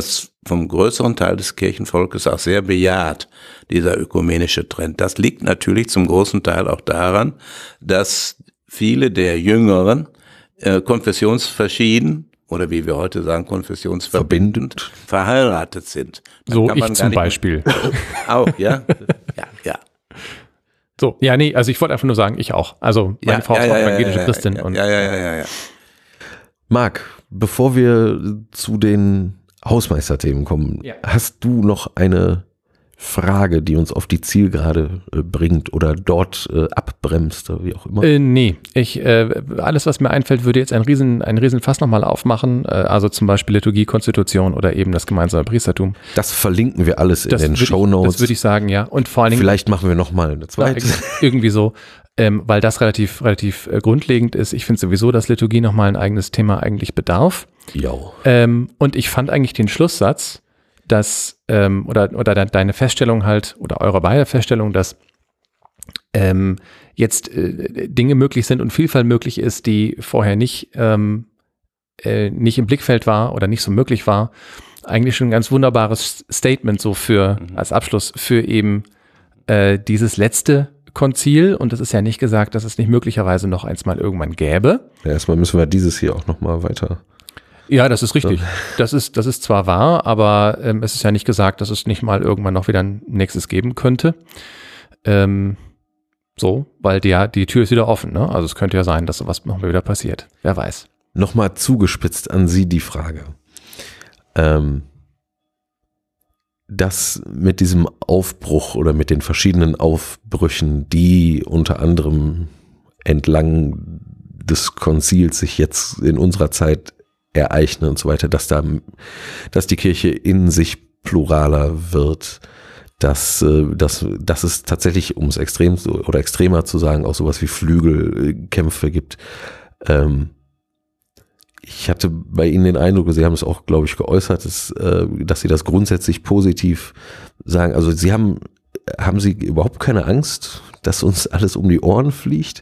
vom größeren Teil des Kirchenvolkes auch sehr bejaht, dieser ökumenische Trend. Das liegt natürlich zum großen Teil auch daran, dass viele der Jüngeren äh, konfessionsverschieden oder wie wir heute sagen, konfessionsverbindend verheiratet sind. Dann so ich zum Beispiel. Auch, ja? Ja, ja. So, ja, nee, also ich wollte einfach nur sagen, ich auch. Also meine ja, Frau ja, ist auch ja, evangelische ja, Christin. Ja, und, ja, ja, ja, ja, ja. Marc, bevor wir zu den Hausmeisterthemen kommen, Ja. hast du noch eine Frage, die uns auf die Zielgerade äh, bringt oder dort äh, abbremst oder wie auch immer? Äh, nee, ich, äh, alles, was mir einfällt, würde jetzt ein riesen, ein riesen Fass nochmal aufmachen, äh, also zum Beispiel Liturgie, Konstitution oder eben das gemeinsame Priestertum. Das verlinken wir alles in Das den würd ich- Shownotes. Das würde ich sagen, ja. Und vor allen Dingen Vielleicht machen wir nochmal eine zweite. Ja, irgendwie so, ähm, weil das relativ, relativ äh, grundlegend ist. Ich finde sowieso, dass Liturgie nochmal ein eigenes Thema eigentlich bedarf. Ja. Ähm, und ich fand eigentlich den Schlusssatz, dass, ähm, oder, oder de deine Feststellung halt, oder eure beide Feststellung, dass ähm, jetzt äh, Dinge möglich sind und Vielfalt möglich ist, die vorher nicht, ähm, äh, nicht im Blickfeld war oder nicht so möglich war, eigentlich schon ein ganz wunderbares Statement so für, mhm. als Abschluss für eben äh, dieses letzte Konzil. Und es ist ja nicht gesagt, dass es nicht möglicherweise noch eins mal irgendwann gäbe. Ja, erstmal müssen wir dieses hier auch nochmal weiter. Ja, das ist richtig. Das ist, das ist zwar wahr, aber ähm, es ist ja nicht gesagt, dass es nicht mal irgendwann noch wieder ein nächstes geben könnte. Ähm, so, weil die, die Tür ist wieder offen, ne? Also es könnte ja sein, dass sowas noch mal wieder passiert. Wer weiß. Nochmal zugespitzt an Sie die Frage. Ähm, das mit diesem Aufbruch oder mit den verschiedenen Aufbrüchen, die unter anderem entlang des Konzils sich jetzt in unserer Zeit ereignen und so weiter, dass da, dass die Kirche in sich pluraler wird, dass, dass, dass es tatsächlich, um es extrem oder extremer zu sagen, auch sowas wie Flügelkämpfe gibt. Ähm, ich hatte bei Ihnen den Eindruck, Sie haben es auch, glaube ich, geäußert, dass, dass Sie das grundsätzlich positiv sagen. Also Sie haben, haben Sie überhaupt keine Angst, dass uns alles um die Ohren fliegt?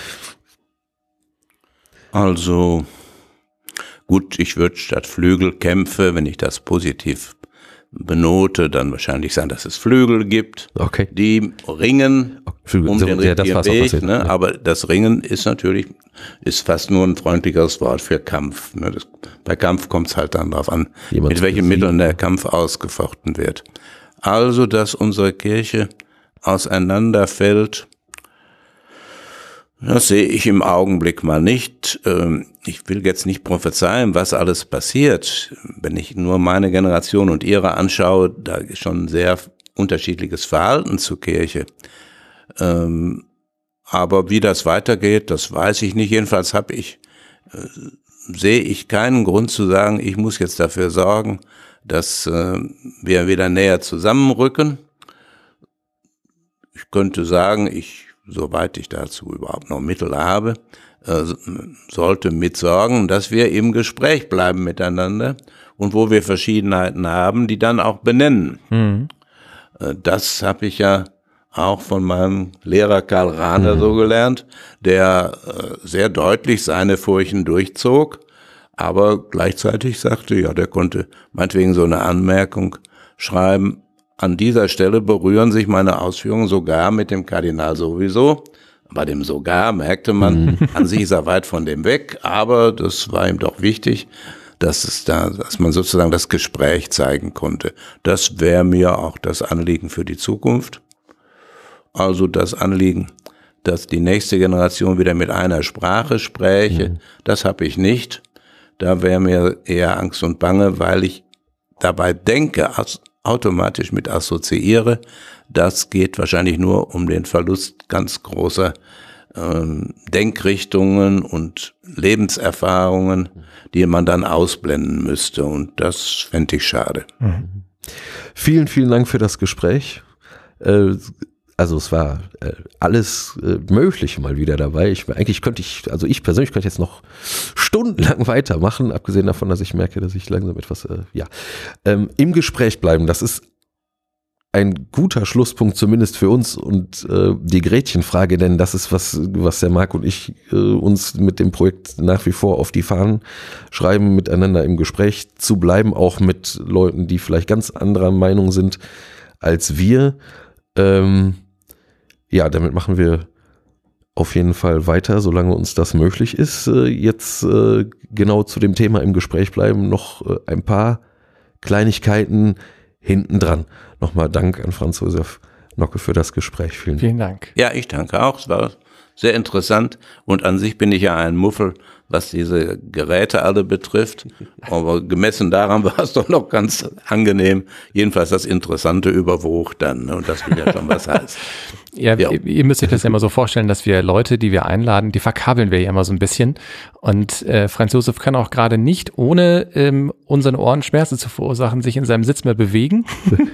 Also gut, ich würde statt Flügelkämpfe, wenn ich das positiv benote, dann wahrscheinlich sagen, dass es Flügel gibt, okay. die ringen Flügel, um so, den ja, richtigen das Weg. passiert, Ne? ja. Aber das Ringen ist natürlich, ist fast nur ein freundlicheres Wort für Kampf. Ne? Das, bei Kampf kommt es halt dann darauf an, Jemand mit welchen Mitteln der Kampf ausgefochten wird. Also, dass unsere Kirche auseinanderfällt, das sehe ich im Augenblick mal nicht. Ich will jetzt nicht prophezeien, was alles passiert. Wenn ich nur meine Generation und ihre anschaue, da ist schon ein sehr unterschiedliches Verhalten zur Kirche. Aber wie das weitergeht, das weiß ich nicht. Jedenfalls habe ich, sehe ich keinen Grund zu sagen, ich muss jetzt dafür sorgen, dass wir wieder näher zusammenrücken. Ich könnte sagen, ich soweit ich dazu überhaupt noch Mittel habe, äh, sollte mitsorgen, dass wir im Gespräch bleiben miteinander und wo wir Verschiedenheiten haben, die dann auch benennen. Mhm. Äh, das habe ich ja auch von meinem Lehrer Karl Rahner mhm. so gelernt, der äh, sehr deutlich seine Furchen durchzog, aber gleichzeitig sagte, ja, der konnte meinetwegen so eine Anmerkung schreiben, an dieser Stelle berühren sich meine Ausführungen sogar mit dem Kardinal sowieso. Bei dem sogar merkte man, mhm. an sich ist er weit von dem weg, aber das war ihm doch wichtig, dass es da, dass man sozusagen das Gespräch zeigen konnte. Das wäre mir auch das Anliegen für die Zukunft. Also das Anliegen, dass die nächste Generation wieder mit einer Sprache spräche, mhm. das habe ich nicht. Da wäre mir eher Angst und Bange, weil ich dabei denke, automatisch mit assoziiere, das geht wahrscheinlich nur um den Verlust ganz großer ähm, Denkrichtungen und Lebenserfahrungen, die man dann ausblenden müsste. Und das fände ich schade. Mhm. Vielen, vielen Dank für das Gespräch. Äh, also es war äh, alles äh, Mögliche mal wieder dabei. Ich, eigentlich könnte ich, also ich persönlich könnte jetzt noch stundenlang weitermachen, abgesehen davon, dass ich merke, dass ich langsam etwas, äh, ja, ähm, im Gespräch bleiben. Das ist ein guter Schlusspunkt zumindest für uns und äh, die Gretchenfrage, denn das ist was, was der Marc und ich äh, uns mit dem Projekt nach wie vor auf die Fahnen schreiben, miteinander im Gespräch zu bleiben, auch mit Leuten, die vielleicht ganz anderer Meinung sind als wir. Ähm, ja, damit machen wir auf jeden Fall weiter, solange uns das möglich ist. Äh, jetzt äh, genau zu dem Thema im Gespräch bleiben, noch äh, ein paar Kleinigkeiten hinten dran. Nochmal Dank an Franz Josef Nocke für das Gespräch. Vielen, Vielen Dank. Ja, ich danke auch. Es war sehr interessant und an sich bin ich ja ein Muffel, was diese Geräte alle betrifft. Aber gemessen daran war es doch noch ganz angenehm. Jedenfalls das Interessante überwog dann und das will ja schon was heißen. Ja, ja, ihr müsst euch das ja immer so vorstellen, dass wir Leute, die wir einladen, die verkabeln wir ja immer so ein bisschen. Und äh, Franz Josef kann auch gerade nicht, ohne ähm, unseren Ohren Schmerzen zu verursachen, sich in seinem Sitz mehr bewegen.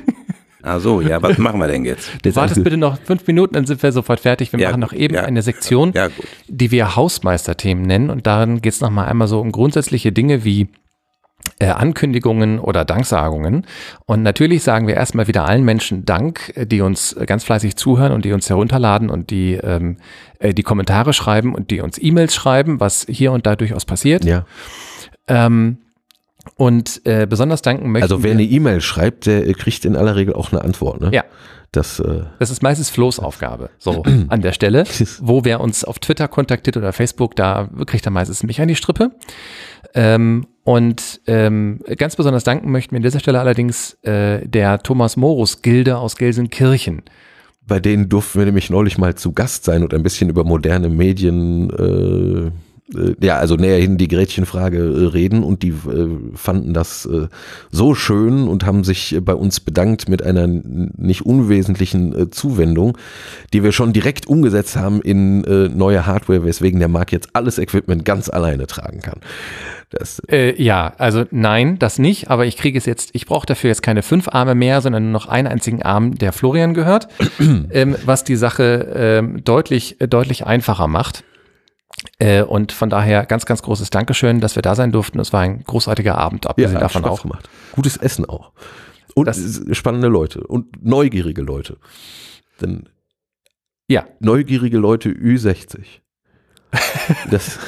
Ach so, ja, was machen wir denn jetzt? Du wartest bitte noch fünf Minuten, dann sind wir sofort fertig. Wir ja, machen noch eben ja, eine Sektion, ja, gut. die wir Hausmeisterthemen nennen. Und darin geht es nochmal einmal so um grundsätzliche Dinge wie Äh, Ankündigungen oder Danksagungen. Und natürlich sagen wir erstmal wieder allen Menschen Dank, die uns ganz fleißig zuhören und die uns herunterladen und die ähm, die Kommentare schreiben und die uns E-Mails schreiben, was hier und da durchaus passiert. Ja. Ähm, und äh, besonders danken möchten Also wer eine E-Mail schreibt, der kriegt in aller Regel auch eine Antwort, ne? Ja. Das, äh das ist meistens Flo's Aufgabe, so an der Stelle, wo wer uns auf Twitter kontaktiert oder Facebook, da kriegt er meistens mich an die Strippe. Ähm, und ähm, ganz besonders danken möchten wir an dieser Stelle allerdings äh, der Thomas Morus Gilde aus Gelsenkirchen. Bei denen durften wir nämlich neulich mal zu Gast sein und ein bisschen über moderne Medien, äh, äh, ja, also näher hin die Gretchenfrage äh, reden und die äh, fanden das äh, so schön und haben sich äh, bei uns bedankt mit einer n- nicht unwesentlichen äh, Zuwendung, die wir schon direkt umgesetzt haben in äh, neue Hardware, weswegen der Marc jetzt alles Equipment ganz alleine tragen kann. Das, Äh, ja, also nein, das nicht, aber ich kriege es jetzt, ich brauche dafür jetzt keine fünf Arme mehr, sondern nur noch einen einzigen Arm, der Florian gehört, ähm, was die Sache ähm, deutlich, äh, deutlich einfacher macht. Äh, und von daher ganz, ganz großes Dankeschön, dass wir da sein durften. Es war ein großartiger Abend, abgesehen ja, davon Spaß auch. Gemacht. Gutes Essen auch. Und Das- spannende Leute und neugierige Leute. Denn Ja, neugierige Leute Ü sechzig. Das,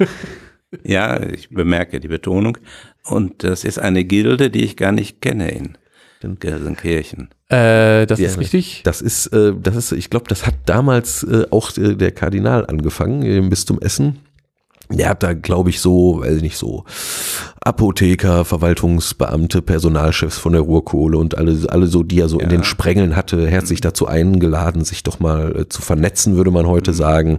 Ja, ich bemerke die Betonung. Und das ist eine Gilde, die ich gar nicht kenne in Gelsenkirchen. äh, das Ja, ist richtig. das ist, äh, das ist, ich glaube, das hat damals äh, auch äh, der Kardinal angefangen im Bistum Essen. Der hat da, glaube ich, so, weiß ich nicht, so Apotheker, Verwaltungsbeamte, Personalchefs von der Ruhrkohle und alle, alle so, die er so Ja. in den Sprengeln hatte, herzlich dazu eingeladen, sich doch mal äh, zu vernetzen, würde man heute sagen.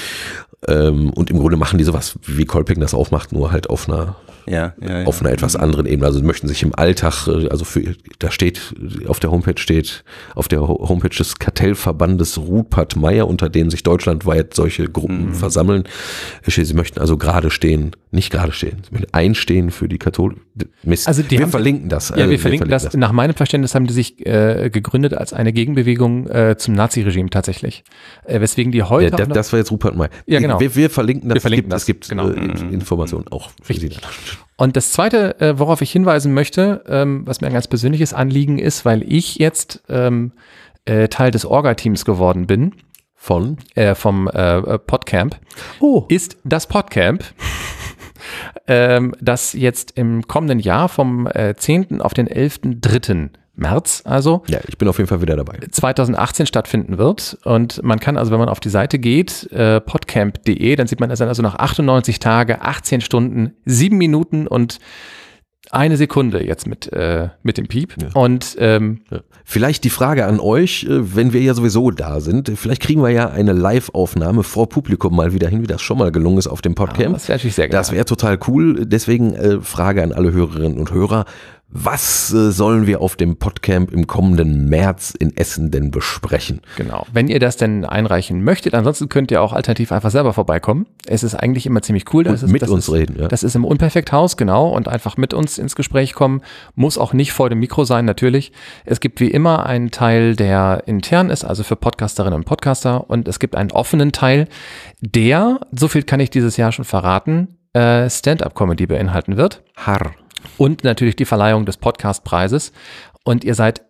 Ähm, und im Grunde machen die sowas, wie Kolping das auch macht, nur halt auf einer Ja, ja, ja. auf einer etwas anderen Ebene. Also sie möchten sich im Alltag, äh, also für, da steht, auf der Homepage steht, auf der Ho- Homepage des Kartellverbandes Rupert Meyer, unter denen sich deutschlandweit solche Gruppen Mhm. versammeln. Sie möchten also gerade stehen, nicht gerade stehen, sie möchten einstehen für die Katholik. Mist. Also die wir haben- verlinken das. Ja, äh, wir verlinken das. Nach meinem Verständnis haben die sich äh, gegründet als eine Gegenbewegung äh, zum Nazi-Regime tatsächlich. Äh, weswegen die heute Ja, auch das, noch, das war jetzt Rupert Meyer. Ja, genau. Wir, wir verlinken das. Wir verlinken es gibt, das, es gibt genau. äh, Informationen auch für Sie. Und das Zweite, äh, worauf ich hinweisen möchte, ähm, was mir ein ganz persönliches Anliegen ist, weil ich jetzt ähm, äh, Teil des Orga-Teams geworden bin, Von? äh, vom äh, Podcamp, Oh. ist das Podcamp, ähm, das jetzt im kommenden Jahr vom äh, zehnten auf den elften dritten März, also Ja, ich bin auf jeden Fall wieder dabei. zweitausendachtzehn stattfinden wird. Und man kann also, wenn man auf die Seite geht, äh, podcamp punkt de, dann sieht man, dass also nach achtundneunzig Tage, achtzehn Stunden, sieben Minuten und eine Sekunde jetzt mit, äh, mit dem Piep. Ja. Und ähm, Ja. Vielleicht die Frage an euch, äh, wenn wir ja sowieso da sind, vielleicht kriegen wir ja eine Live-Aufnahme vor Publikum mal wieder hin, wie das schon mal gelungen ist auf dem Podcamp. das wäre natürlich sehr Das geil. wäre total cool. Deswegen äh, Frage an alle Hörerinnen und Hörer. Was äh, sollen wir auf dem Podcamp im kommenden März in Essen denn besprechen? Genau. Wenn ihr das denn einreichen möchtet, ansonsten könnt ihr auch alternativ einfach selber vorbeikommen. Es ist eigentlich immer ziemlich cool. Das Und ist, mit das uns ist, reden, ja. Das ist im Unperfekthaus, genau. Und einfach mit uns ins Gespräch kommen. Muss auch nicht vor dem Mikro sein, natürlich. Es gibt wie immer einen Teil, der intern ist, also für Podcasterinnen und Podcaster. Und es gibt einen offenen Teil, der, so viel kann ich dieses Jahr schon verraten, äh, Stand-up-Comedy beinhalten wird. Harr. Und natürlich die Verleihung des Podcastpreises. Und ihr seid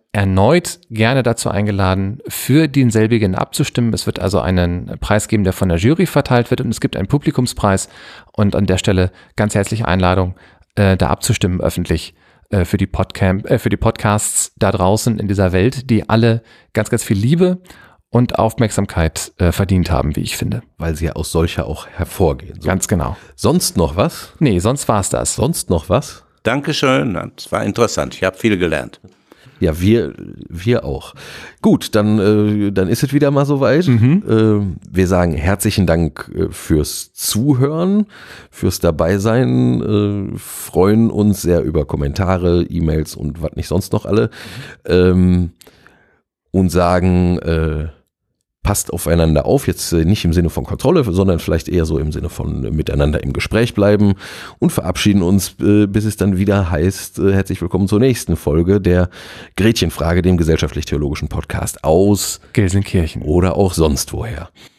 erneut gerne dazu eingeladen, für denselbigen abzustimmen. Es wird also einen Preis geben, der von der Jury verteilt wird und es gibt einen Publikumspreis und an der Stelle ganz herzliche Einladung, äh, da abzustimmen öffentlich äh, für die Podcamp, äh, für die Podcasts da draußen in dieser Welt, die alle ganz, ganz viel Liebe und Aufmerksamkeit äh, verdient haben, wie ich finde. Weil sie ja aus solcher auch hervorgehen. So. Ganz genau. Sonst noch was? Nee, sonst war's das. Sonst noch was? Dankeschön, das war interessant. Ich habe viel gelernt. Ja, wir, wir auch. Gut, dann, äh, dann ist es wieder mal soweit. Mhm. Äh, wir sagen herzlichen Dank äh, fürs Zuhören, fürs Dabeisein, äh, freuen uns sehr über Kommentare, E-Mails und was nicht sonst noch alle. Mhm. Ähm, und sagen, äh, passt aufeinander auf, jetzt äh, nicht im Sinne von Kontrolle, sondern vielleicht eher so im Sinne von äh, miteinander im Gespräch bleiben und verabschieden uns, äh, bis es dann wieder heißt, äh, herzlich willkommen zur nächsten Folge der Gretchenfrage, dem gesellschaftlich-theologischen Podcast aus Gelsenkirchen oder auch sonst woher.